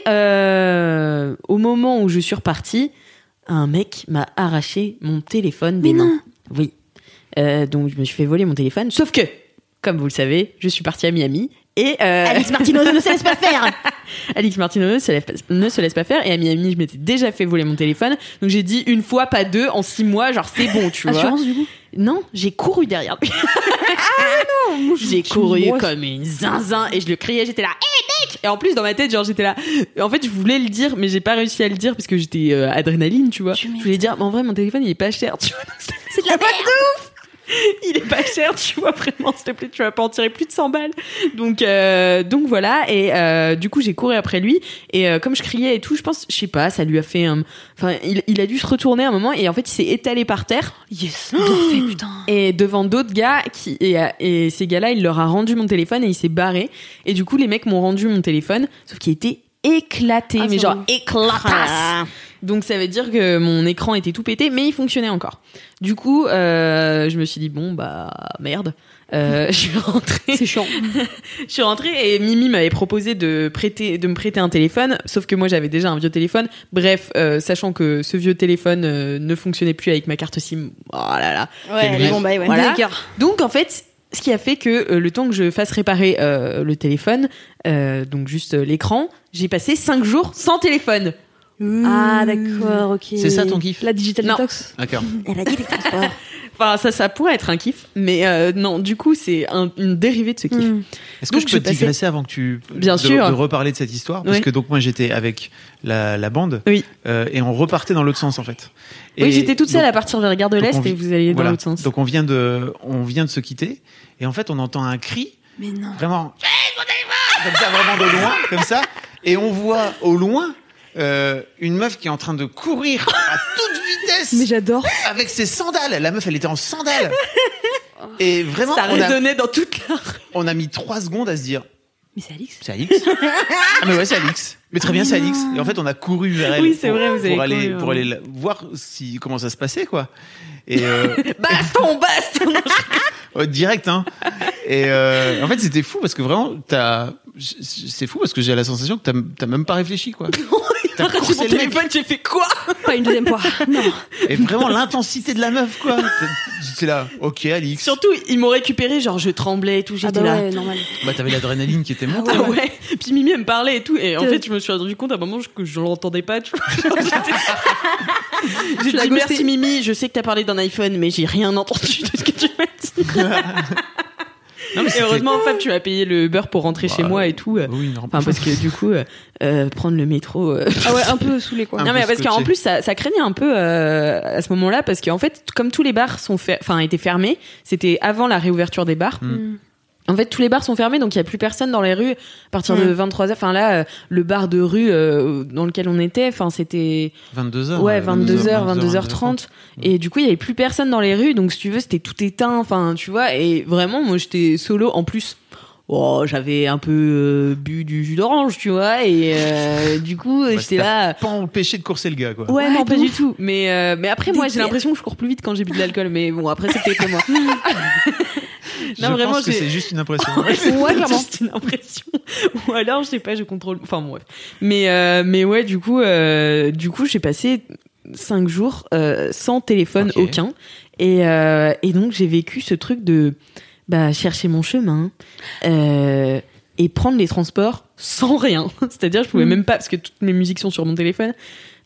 euh, au moment où je suis repartie, un mec m'a arraché mon téléphone des Mais mains. non. Oui. Euh, donc, je me suis fait voler mon téléphone. Sauf que, comme vous le savez, je suis partie à Miami. Et euh... Alix Martineau ne se laisse pas faire. Alix Martineau ne se, laisse pas, ne se laisse pas faire. Et à Miami, je m'étais déjà fait voler mon téléphone. Donc, j'ai dit une fois, pas deux, en six mois, genre, c'est bon, tu vois. Assurance, du coup. Non, j'ai couru derrière lui. Ah non, moi, je- J'ai je- couru moi, comme une zinzin et je le criais, j'étais là, hé mec! Et en plus, dans ma tête, genre, j'étais là. En fait, je voulais le dire, mais j'ai pas réussi à le dire parce que j'étais euh, adrénaline, tu vois. Tu je voulais dire, mais en vrai, mon téléphone, il est pas cher, tu vois. c'est de la merde. Il est pas cher, tu vois, vraiment, s'il te plaît, tu vas pas en tirer plus de cent balles. Donc, euh, donc voilà, et euh, du coup, j'ai couru après lui, et euh, comme je criais et tout, je pense, je sais pas, ça lui a fait un... Enfin, il, il a dû se retourner un moment, et en fait, il s'est étalé par terre. Yes, bien fait, putain. Et devant d'autres gars, qui, et, et ces gars-là, il leur a rendu mon téléphone, et il s'est barré. Et du coup, les mecs m'ont rendu mon téléphone, sauf qu'il était éclaté, Ah, mais ça genre va. éclatasse. Donc ça veut dire que mon écran était tout pété, mais il fonctionnait encore. Du coup, euh, je me suis dit bon bah merde. Euh, je suis rentrée. C'est chiant. Je suis rentrée et Mimi m'avait proposé de prêter, de me prêter un téléphone, sauf que moi j'avais déjà un vieux téléphone. Bref, euh, sachant que ce vieux téléphone euh, ne fonctionnait plus avec ma carte SIM. Oh là là. Ouais, les bons bails, ouais. Voilà. D'accord. Donc en fait, ce qui a fait que euh, le temps que je fasse réparer euh, le téléphone, euh, donc juste euh, l'écran, j'ai passé cinq jours sans téléphone. Ah, d'accord, ok. C'est ça ton kiff? La digital Non. detox. D'accord. Elle a dit les transports. Enfin, ça, ça pourrait être un kiff, mais euh, non, du coup, c'est un, une dérivée de ce kiff. Mm. Est-ce que Donc, je je peux passais- digresser avant que tu Bien de, sûr. de reparler de cette histoire parce Oui. que donc moi j'étais avec la, la bande Oui. euh, et on repartait dans l'autre sens en fait. Et Oui, j'étais toute seule donc- à partir vers Gare de donc l'Est on vi- et vous alliez dans voilà. l'autre sens. Donc on vient de on vient de se quitter et en fait on entend un cri Mais non. vraiment comme ça vraiment de loin comme ça et on voit au loin euh, une meuf qui est en train de courir à toute vitesse Mais j'adore. avec ses sandales. La meuf elle était en sandales. Et vraiment Ça on a, résonnait dans toute la rue. on a mis trois secondes à se dire Mais c'est Alix. c'est Alix. Ah mais ouais, c'est Alix. Mais très bien, c'est Alix. Et en fait, on a couru vers elle. Oui, c'est pour, vrai, vous avez pour aller couru, pour hein. aller la- voir si comment ça se passait quoi. Et euh, Baston, baston. ouais, direct hein. Et euh, en fait, c'était fou parce que vraiment t'as c'est fou parce que j'ai la sensation que t'as t'as même pas réfléchi quoi. T'as J'ai coursé mon le mec. téléphone, j'ai fait quoi? Pas une deuxième fois. Non. Et vraiment l'intensité de la meuf quoi. J'étais là, OK Alix. Surtout, ils m'ont récupéré, genre je tremblais et tout, Ah j'étais bah là. ouais, normal. Bah t'avais l'adrénaline qui était montée. Ah ouais. Puis Mimi elle me parlait et tout, et en Euh. fait je me suis rendu compte à un moment que je l'entendais pas. Tu vois. J'ai Tu l'as dit ghosté. merci Mimi, je sais que t'as parlé d'un iPhone, mais j'ai rien entendu de ce que tu m'as dit. Non, mais Et c'était- heureusement en fait tu as payé le beurre pour rentrer Bah, chez moi et tout. euh. Oui, non. Enfin parce que du coup euh, euh, prendre le métro. euh, Ah ouais, un peu saoulé quoi. Un non peu mais parce qu'en scotché. plus ça, ça craignait un peu euh, à ce moment-là parce qu'en fait comme tous les bars sont fer- enfin étaient fermés, c'était avant la réouverture des bars. Mm. En fait, tous les bars sont fermés, donc il y a plus personne dans les rues à partir Mm. de vingt-trois heures. Enfin là, euh, le bar de rue euh, dans lequel on était, enfin c'était vingt-deux heures. ouais vingt-deux heures, vingt-deux heures trente. Et du coup, il y avait plus personne dans les rues, donc si tu veux, c'était tout éteint. Enfin, tu vois. Et vraiment, moi, j'étais solo. En plus, oh, j'avais un peu euh, bu du jus d'orange, tu vois. Et euh, du coup, Bah, j'étais c'était là. pas empêché de courser le gars quoi. Ouais, Ouais, non, de pas du ouf. tout. Mais euh, mais après, moi, j'ai Déter. l'impression que je cours plus vite quand j'ai bu de l'alcool. Mais bon, après, c'est peut-être moi. Je Non, vraiment, pense que j'ai- c'est juste une impression. Ouais, c'est Ouais, peut-être clairement. juste une impression. Ou alors, je sais pas, je contrôle. Enfin, bon, bref. Mais, euh, mais ouais, du coup, euh, du coup, j'ai passé cinq jours euh, sans téléphone Ok. aucun. Et, euh, et donc, j'ai vécu ce truc de bah, chercher mon chemin euh, et prendre les transports sans rien. C'est-à-dire, je pouvais Mm. même pas, parce que toutes mes musiques sont sur mon téléphone.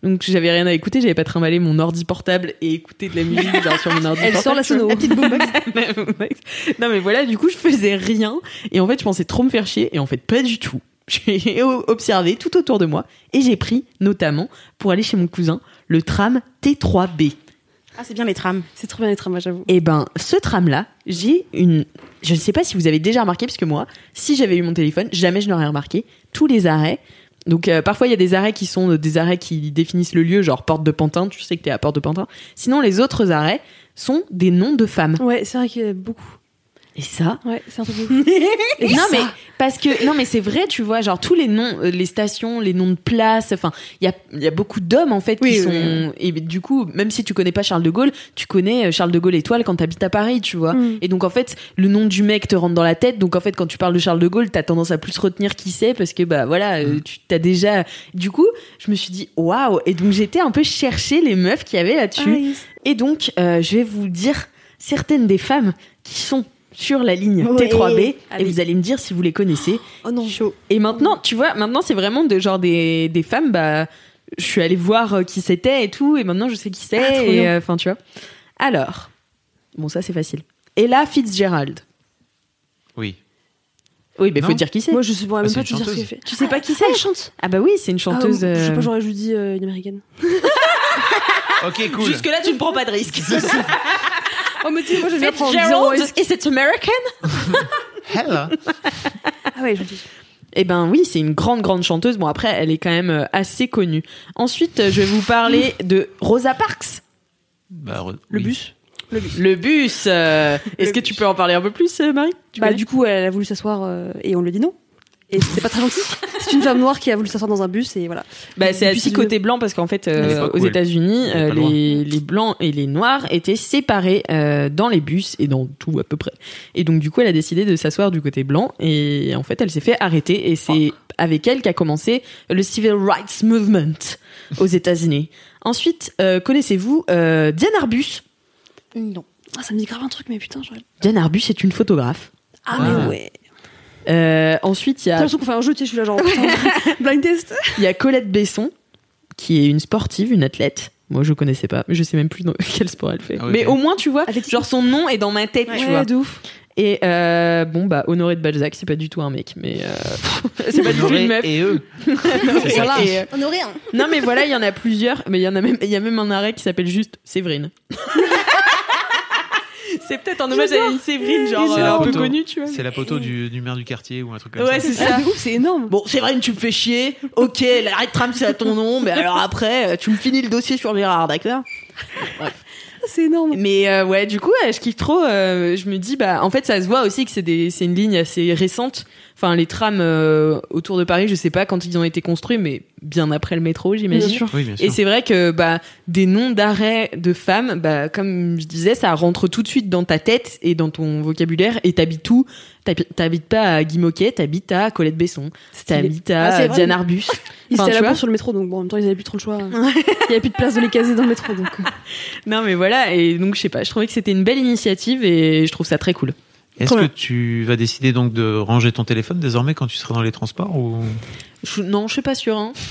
Donc j'avais rien à écouter, j'avais pas trimballé mon ordi portable et écouter de la musique genre sur mon ordi Elle portable. sort la sono. La petite boombox. Non mais voilà, du coup je faisais rien et en fait je pensais trop me faire chier et en fait pas du tout. J'ai observé tout autour de moi et j'ai pris notamment pour aller chez mon cousin le tram T trois B. Ah, c'est bien les trams. C'est trop bien les trams, j'avoue. Et ben ce tram là, j'ai une, je ne sais pas si vous avez déjà remarqué parce que moi, si j'avais eu mon téléphone, jamais je n'aurais remarqué tous les arrêts. Donc euh, parfois il y a des arrêts qui sont des arrêts qui définissent le lieu, genre Porte de Pantin, tu sais que t'es à Porte de Pantin. Sinon les autres arrêts sont des noms de femmes. Ouais, c'est vrai qu'il y a beaucoup. Et ça, Ouais, c'est un truc. et non mais parce que non mais c'est vrai, tu vois, genre tous les noms, euh, les stations, les noms de places, enfin il y a il y a beaucoup d'hommes en fait Oui, qui oui, sont oui. et même coup même si tu connais pas Charles de Gaulle, tu connais euh, Charles de Gaulle étoile quand t'habites à Paris, tu vois. Mm. Et donc en fait le nom du mec te rentre dans la tête, donc en fait quand tu parles de Charles de Gaulle, t'as tendance à plus retenir qui c'est parce que bah voilà, euh, tu t'as déjà. Du coup je me suis dit waouh, et donc j'étais un peu chercher les meufs qu'il y avait là-dessus. Ah, yes. Et donc euh, je vais vous dire certaines des femmes qui sont sur la ligne Ouais. T trois B et Allez. vous allez me dire si vous les connaissez. Oh non. Chaud. Et maintenant, tu vois, maintenant c'est vraiment de genre des, des femmes, bah je suis allée voir euh, qui c'était et tout et maintenant je sais qui c'est Ah, trop et bien. enfin tu vois. Alors, bon ça c'est facile. Ella Fitzgerald. Oui. Oui, mais Non. faut dire qui c'est. Moi, je sais pas Ah, même c'est pas une te dire ce chanteuse. qu'elle fait. Tu sais pas qui c'est? Ah, elle chante. Ah bah oui, c'est une chanteuse. Ah, je sais euh, pas, j'aurais juste dit euh, une américaine. Ok, cool. Jusque là, tu ne prends pas de risque. Oh, mais tu sais, moi, je viens prendre zéro Fitzgerald, risque. is it American? Hella. Ah ouais, gentil. Eh ben oui, c'est une grande grande chanteuse. Bon après, elle est quand même euh, assez connue. Ensuite, euh, je vais vous parler de Rosa Parks. Bah, re- Le oui. bus. Le bus. euh, Est-ce que tu peux en parler un peu plus, euh, Marie? Tu Bah, connais du coup, elle a voulu s'asseoir euh, et on lui dit non. Et c'était pas très gentil. C'est une femme noire qui a voulu s'asseoir dans un bus et voilà. Bah, c'est Depuis, assis c'est côté blanc parce qu'en fait, euh, À l'époque, aux ouais. États-Unis, Il y avait euh, pas le droit. les, les blancs et les noirs étaient séparés euh, dans les bus et dans tout à peu près. Et donc, du coup, elle a décidé de s'asseoir du côté blanc et en fait, elle s'est fait arrêter et c'est avec elle qu'a commencé le Civil Rights Movement aux États-Unis. Ensuite, euh, connaissez-vous euh, Diane Arbus? Non. Ah, ça me dit grave un truc, mais putain, j'aurais. Diane Arbus est une photographe. Ah, Ah. mais ouais. Euh, ensuite, il y T'as a l'impression qu'on fait un jeu, tu sais, je suis là genre. putain, blind test. il y a Colette Besson, qui est une sportive, une athlète. Moi, je connaissais pas, mais je sais même plus dans quel sport elle fait. Ah, ok. Mais au moins, tu vois, Athlétisme. genre son nom est dans ma tête, tu Ouais, vois. de ouf. Et euh, bon, bah, Honoré de Balzac, c'est pas du tout un mec, mais euh, c'est pas du tout Honoré une meuf. et eux. Et ça. voilà. Et, euh, On aurait un. non, mais voilà, il y en a plusieurs, mais il y en a même, il y a même un arrêt qui s'appelle juste Séverine. C'est peut-être un hommage à une Séverine, genre C'est euh, la un peu photo. connue, tu vois. C'est la poteau du, du maire du quartier ou un truc comme Ouais, ça. c'est Ah, ça. de ouf, c'est énorme. Bon, Séverine, tu me fais chier. Ok, l'arrêt de tram, c'est à ton nom, mais alors après, euh, tu me finis le dossier sur Gérard, d'accord? C'est énorme. Mais euh, ouais, du coup, euh, je kiffe trop. euh, je me dis, bah, en fait, ça se voit aussi que c'est des, c'est une ligne assez récente. Enfin, les trams euh, autour de Paris, je sais pas quand ils ont été construits, mais bien après le métro, j'imagine. Bien sûr. Oui, bien sûr. Et c'est vrai que bah des noms d'arrêts de femmes, bah comme je disais, ça rentre tout de suite dans ta tête et dans ton vocabulaire. Et t'habites où? T'habi- T'habites pas à Guy Moquet, t'habites à Colette Besson, t'habites à Ah, c'est vrai. Diane Arbus. Ils Enfin, étaient à tu la vois. bourse sur le métro, donc bon, en même temps, ils avaient plus trop le choix. Il y avait plus de place de les caser dans le métro, donc. euh. Non, mais voilà. Et donc je sais pas, je trouvais que c'était une belle initiative et je trouve ça très cool. Est-ce Trop que bien. tu vas décider donc de ranger ton téléphone désormais quand tu seras dans les transports ou Je- non, je suis pas sûre. Hein.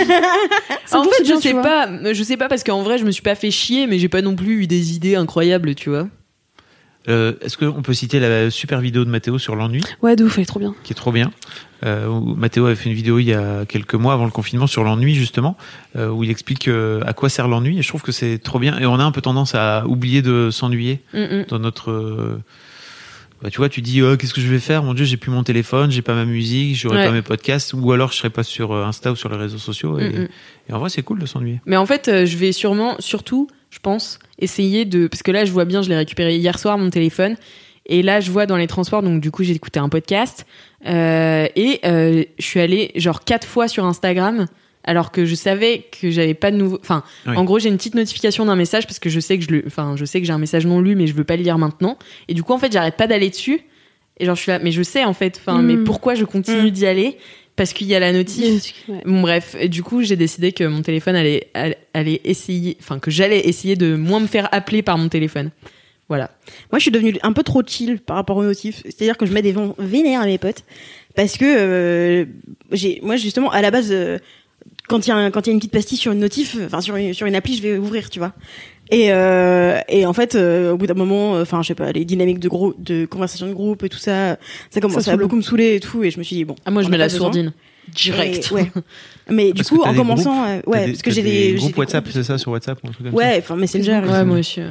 Ça en vaut, fait, c'est bien, je sais tu vois. pas. Je sais pas parce qu'en vrai, je me suis pas fait chier, mais j'ai pas non plus eu des idées incroyables, tu vois. euh, est-ce qu'on peut citer la super vidéo de Mathéo sur l'ennui Ouais, de ouf, elle est trop bien. qui est trop bien. Euh, où Mathéo avait fait une vidéo il y a quelques mois avant le confinement sur l'ennui justement, euh, où il explique euh, à quoi sert l'ennui et je trouve que c'est trop bien et on a un peu tendance à oublier de s'ennuyer Mm-mm. dans notre euh, bah, tu vois, tu dis oh, qu'est-ce que je vais faire, mon Dieu, j'ai plus mon téléphone, j'ai pas ma musique, j'aurai Ouais. pas mes podcasts ou alors je serai pas sur euh, Insta ou sur les réseaux sociaux et, Mm-mm. et en vrai c'est cool de s'ennuyer. Mais en fait, euh, je vais sûrement, surtout, je pense, essayer de. Parce que là, je vois bien, je l'ai récupéré hier soir, mon téléphone. Et là, je vois dans les transports, donc du coup, j'ai écouté un podcast. Euh, et euh, je suis allée, genre, quatre fois sur Instagram, alors que je savais que j'avais pas de nouveau. Enfin, Oui. en gros, j'ai une petite notification d'un message parce que je sais que je le. Enfin, je sais que j'ai un message non lu, mais je veux pas le lire maintenant. Et du coup, en fait, j'arrête pas d'aller dessus. Et genre, je suis là, mais je sais, en fait. Enfin, Mm. mais pourquoi je continue Mm. d'y aller? Parce qu'il y a la notif. Ouais. Bon bref, et du coup j'ai décidé que mon téléphone allait, allait, allait essayer, enfin que j'allais essayer de moins me faire appeler par mon téléphone. Voilà. Moi, je suis devenue un peu trop chill par rapport aux notifs. C'est-à-dire que je mets des vents vénères à mes potes. Parce que, euh, j'ai, moi, justement, à la base, euh, quand il y a un, quand il y a une petite pastille sur une notif, enfin sur une, sur une appli, je vais ouvrir, tu vois. Et euh, et en fait, euh, au bout d'un moment, enfin, je sais pas, les dynamiques de groupe, de conversation de groupe et tout ça, ça commençait à beaucoup me saouler et tout. Et je me suis dit bon. Ah moi, je on mets a la pas besoin. sourdine direct. Et, ouais. Mais du Parce coup, que t'as en des commençant, groupes, euh, t'as ouais, des- parce que t'as j'ai des des j'ai groupes des WhatsApp, groupes- c'est ça, sur WhatsApp ou un truc comme ça. Ouais, enfin Messenger. et Ouais, tout. moi aussi. ouais.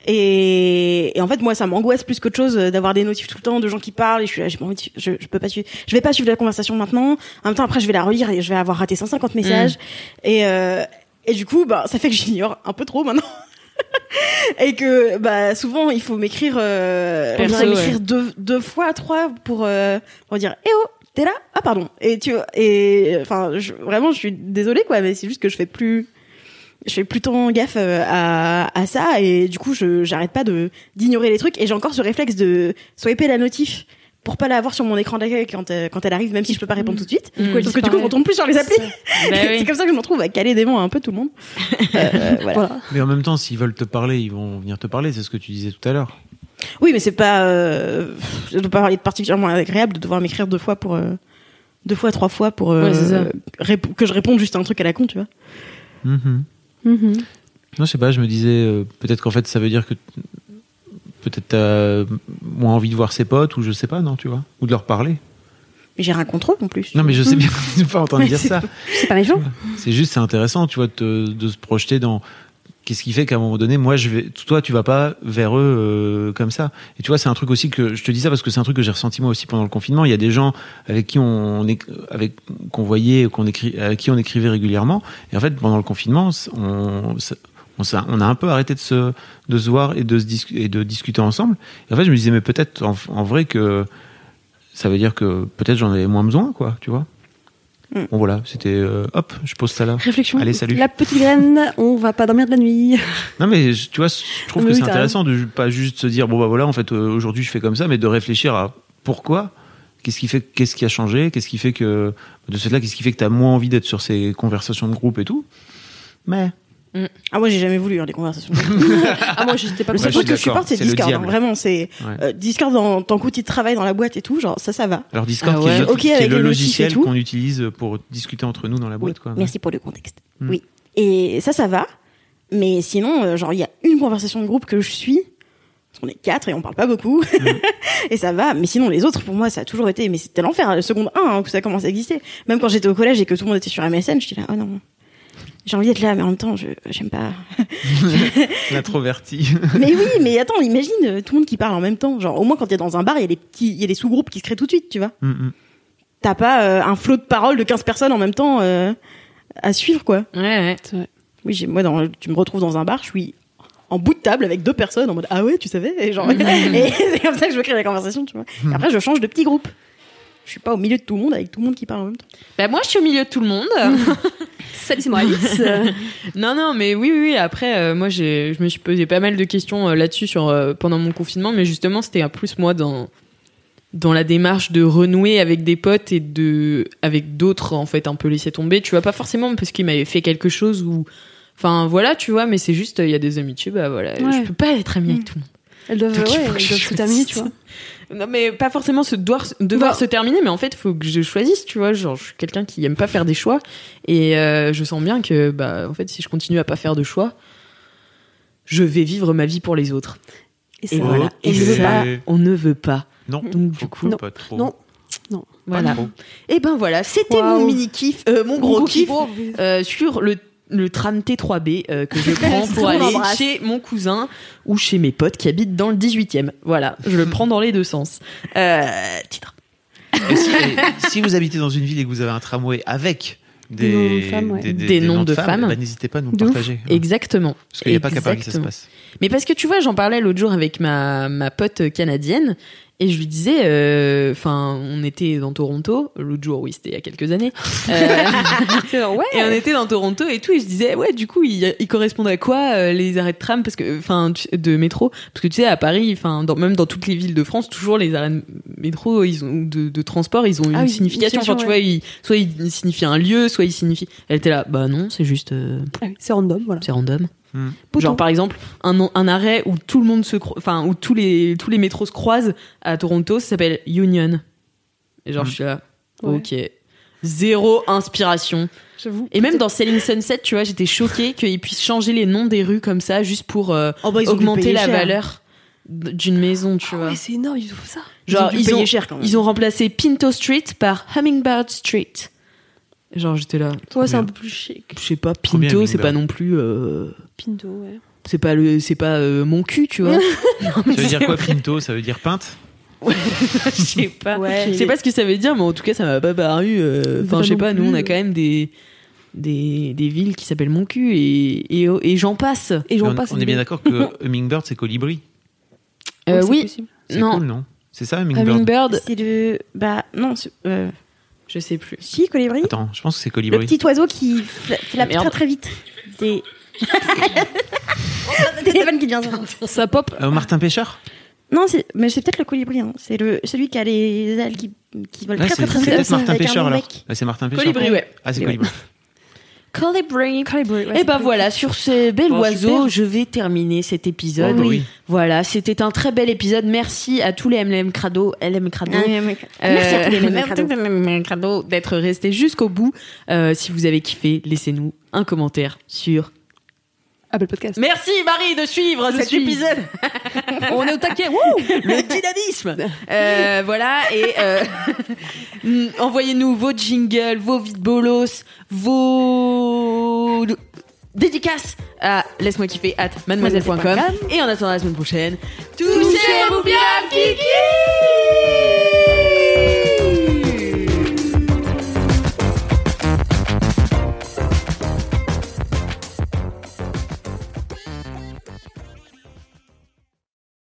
Et, et en fait, moi, ça m'angoisse plus qu'autre chose euh, d'avoir des notifs tout le temps de gens qui parlent. Et je suis là, j'ai pas envie de, su- je, je peux pas suivre. Je vais pas suivre la conversation maintenant. En même temps, après, je vais la relire et je vais avoir raté cent cinquante messages. Et euh, et du coup, bah, ça fait que j'ignore un peu trop maintenant. Et que bah souvent il faut m'écrire euh, Perso, on dirait ouais. m'écrire deux deux fois trois pour euh, pour dire eh oh t'es là, ah pardon, et tu et enfin je, vraiment je suis désolée quoi, mais c'est juste que je fais plus je fais plus tant gaffe euh, à à ça, et du coup je j'arrête pas de d'ignorer les trucs, et j'ai encore ce réflexe de swiper la notif pour pas la voir sur mon écran d'accueil quand euh, quand elle arrive, même si je peux pas répondre tout de suite. Mmh. Parce que du coup je retombe plus sur les applis. Bah oui. C'est comme ça que je me retrouve à caler des mots à un peu tout le monde. Euh, voilà. Voilà. Mais en même temps, s'ils veulent te parler, ils vont venir te parler. C'est ce que tu disais tout à l'heure. Oui, mais c'est pas, euh, ça doit pas être particulièrement agréable de devoir m'écrire deux fois pour, euh, deux fois, trois fois pour euh, Ouais, c'est ça. rép- que je réponde juste à un truc à la con, tu vois. Mhm. Mhm. Non, je sais pas. Je me disais euh, peut-être qu'en fait, ça veut dire que peut-être t'as moins envie de voir ses potes, ou je sais pas, non, tu vois, ou de leur parler. Mais j'ai rien contre eux non plus. Non, mais je sais bien, je suis pas en train de Ouais, dire c'est- ça. C'est pas méchant. C'est juste, c'est intéressant, tu vois, de, te- de se projeter dans qu'est-ce qui fait qu'à un moment donné, moi, je vais, toi, tu vas pas vers eux euh, comme ça. Et tu vois, c'est un truc aussi que je te dis ça parce que c'est un truc que j'ai ressenti moi aussi pendant le confinement. Il y a des gens avec qui on, éc- avec qu'on voyait, qu'on écrit, avec qui on écrivait régulièrement. Et en fait, pendant le confinement, on, ça- on, s'est- on a un peu arrêté de se, de se voir et de se dis- et de discuter ensemble. Et en fait, je me disais, mais peut-être en, en vrai que ça veut dire que peut-être j'en avais moins besoin, quoi, tu vois. Mm. Bon voilà, c'était euh, hop, je pose ça là. Réflexion. Allez, salut. La petite graine, on va pas dormir de la nuit. Non mais je- tu vois, je trouve Mais que oui, c'est t'as intéressant de ju- pas juste se dire bon bah voilà, en fait euh, aujourd'hui je fais comme ça, mais de réfléchir à pourquoi, qu'est-ce qui fait, qu'est-ce qui a changé, qu'est-ce qui fait que de ce fait-là, qu'est-ce qui fait que t'as moins envie d'être sur ces conversations de groupe et tout. Mais Ah, moi, j'ai jamais voulu hein, des conversations. Ah, moi, j'étais pas Le seul Ouais, truc je que suis je supporte, d'accord, c'est c'est le Discord. hein, diable. vraiment, c'est Ouais. euh, Discord en tant qu'outil de travail dans la boîte et tout, genre ça, ça va. alors Discord Ah qui est, ouais. notre- Ok, qui est avec le les notifs et logiciel tout. qu'on utilise pour discuter entre nous dans la boîte, quoi. Merci pour le contexte. Mm. Oui. Et ça, ça va. Mais sinon, euh, genre, il y a une conversation de groupe que je suis. Parce qu'on est quatre et on parle pas beaucoup. Et ça va. Mais sinon, les autres, pour moi, ça a toujours été. Mais c'était l'enfer, le seconde un, hein, que ça commence à exister. Même quand j'étais au collège et que tout le monde était sur M S N, j'étais là, oh non. J'ai envie d'être là, mais en même temps, je j'aime pas. L'introverti. Mais oui, mais attends, imagine euh, tout le monde qui parle en même temps. Genre, au moins, quand t'es dans un bar, il y a des petits, il y a des sous-groupes qui se créent tout de suite, tu vois. Mm, mm. T'as pas euh, un flot de paroles de quinze personnes en même temps euh, à suivre, quoi. Ouais, ouais. C'est vrai. Oui, j'ai- moi, dans, tu me retrouves dans un bar, je suis en bout de table avec deux personnes en mode ah ouais, tu savais, et genre, et c'est comme ça que je veux créer la conversation, tu vois. Et après, je change de petit groupe. Je suis pas au milieu de tout le monde avec tout le monde qui parle en même temps. Bah moi, je suis au milieu de tout le monde. Salut, c'est moi Alice. Non, non, mais oui, oui, oui. Après, euh, moi, j'ai, je me suis posé pas mal de questions euh, là-dessus sur, euh, pendant mon confinement, mais justement, c'était un plus moi dans, dans la démarche de renouer avec des potes et de, avec d'autres, en fait, un peu laisser tomber. Tu vois, pas forcément parce qu'ils m'avaient fait quelque chose ou, enfin, voilà, tu vois, mais c'est juste, il y a des amitiés, bah voilà, Ouais. je peux pas être amie avec tout le monde. Elles doivent, Donc, il ouais, faut que elles je doivent se terminer, tu vois. choisisse. Non, mais pas forcément se devoir, devoir Bah. se terminer, mais en fait, il faut que je choisisse, tu vois. Genre, je suis quelqu'un qui aime pas faire des choix. Et euh, je sens bien que, bah, en fait, si je continue à pas faire de choix, je vais vivre ma vie pour les autres. Et Et ça, voilà. Ok. Et ça, on ne veut pas. Non, Donc, faut- du coup, faut non. pas trop. Non. Non. Pas Voilà. trop. Et ben voilà, c'était Waouh. mon mini kiff, euh, mon gros, Gros kiff, kiff. euh, sur le le tram T trois B euh, que je prends pour On aller l'embrasse. chez mon cousin ou chez mes potes qui habitent dans le dix-huitième. Voilà, je le prends dans les deux sens. Euh, titre. Et si, et si vous habitez dans une ville et que vous avez un tramway avec Des des, noms de femmes, ouais. Des noms de femmes. bah, n'hésitez pas à nous De ouf. partager. Exactement. Parce qu'il n'y a pas qu'à Paris que ça se Exactement. passe. Mais parce que tu vois, j'en parlais l'autre jour avec ma, ma pote canadienne et je lui disais, enfin, on était dans Toronto, l'autre jour, oui, c'était il y a quelques années. Euh, ouais. et on était dans Toronto et tout, et je disais, ouais, du coup, ils il correspondent à quoi euh, les arrêts de tram, parce que, enfin, tu- de métro, parce que tu sais, à Paris, enfin, dans, même dans toutes les villes de France, toujours les arrêts de métro, ils ont de, de transport, ils ont une Ah oui, signification. une Enfin, tu vois, ils, soit ils signifient un lieu, soit ils signifient. Elle était là, bah non, c'est juste, euh, Ah oui, c'est random, voilà. c'est random. Hmm. Genre par exemple un, un arrêt où tout le monde se cro- enfin où tous les tous les métros se croisent à Toronto, ça s'appelle Union. Et genre Mm. je suis là, Ouais. ok, zéro inspiration. J'avoue. Et même dans Selling Sunset, tu vois, j'étais choquée qu'ils puissent changer les noms des rues comme ça, juste pour euh, Oh bah, ils ont dû augmenter payer la cher. valeur d- d'une maison, tu Ah vois. ouais, c'est énorme, ils font ça. Genre, Ils ont dû ils ont, payer cher, quand même. ils ont remplacé Pinto Street par Hummingbird Street. Genre, j'étais là. Ouais, c'est bien. un peu plus chic. Je sais pas, Trop bien, Pinto, c'est Hummingbird. pas non plus. euh, Pinto, ouais. C'est pas le, c'est pas euh, mon cul, tu vois. Non, mais Ça veut dire c'est quoi, vrai. Pinto? Ça veut dire peinte? Je sais pas. Ouais. Je sais pas ce que ça veut dire, mais en tout cas, ça m'a pas paru. euh, Enfin, Pas je sais non pas. Nous, plus. on a quand même des des, des villes qui s'appellent mon cul et et, et j'en passe. Et Mais j'en on, passe. on est bien d'accord que Hummingbird, c'est colibri. Euh, oui. C'est Non. cool, non? C'est ça, Hummingbird? Hummingbird, C'est le. Bah, non, c'est- euh, je sais plus. si, colibri. Attends, je pense que c'est Le colibri. petit oiseau qui fla- flappe Merde. très très vite. Des. Téléphone qui vient. Ça pop. Euh, Martin Pêcheur? Non, c'est, mais c'est peut-être le colibri. Hein. C'est le celui qui a les ailes qui, qui volent Ouais, très c'est très très c'est très peut-être Martin avec un Pêcheur long alors. bec. Ouais, c'est Martin Pêcheur. Colibri, ouais. Ah, c'est Et colibri. Colibri. Colibri, ouais, Et c'est bah cool. voilà, sur ce bel Oh, oiseau, super. je vais terminer cet épisode. Oh, bah oui. Voilà, c'était un très bel épisode. Merci à tous les M L M Crado, L M Crado. Ah, Euh, Merci à tous les M L M Crado. M L M Crado d'être restés jusqu'au bout. Euh, si vous avez kiffé, laissez-nous un commentaire sur. Apple Podcast. Merci Marie de suivre Je cet suis. épisode. On est au taquet. Wouh. Le dynamisme. Euh, voilà et euh, envoyez-nous vos jingles, vos vides bolos, vos dédicaces à laisse-moi kiffer at mademoiselle point com et en attendant la semaine prochaine, touchez-vous bien Kiki.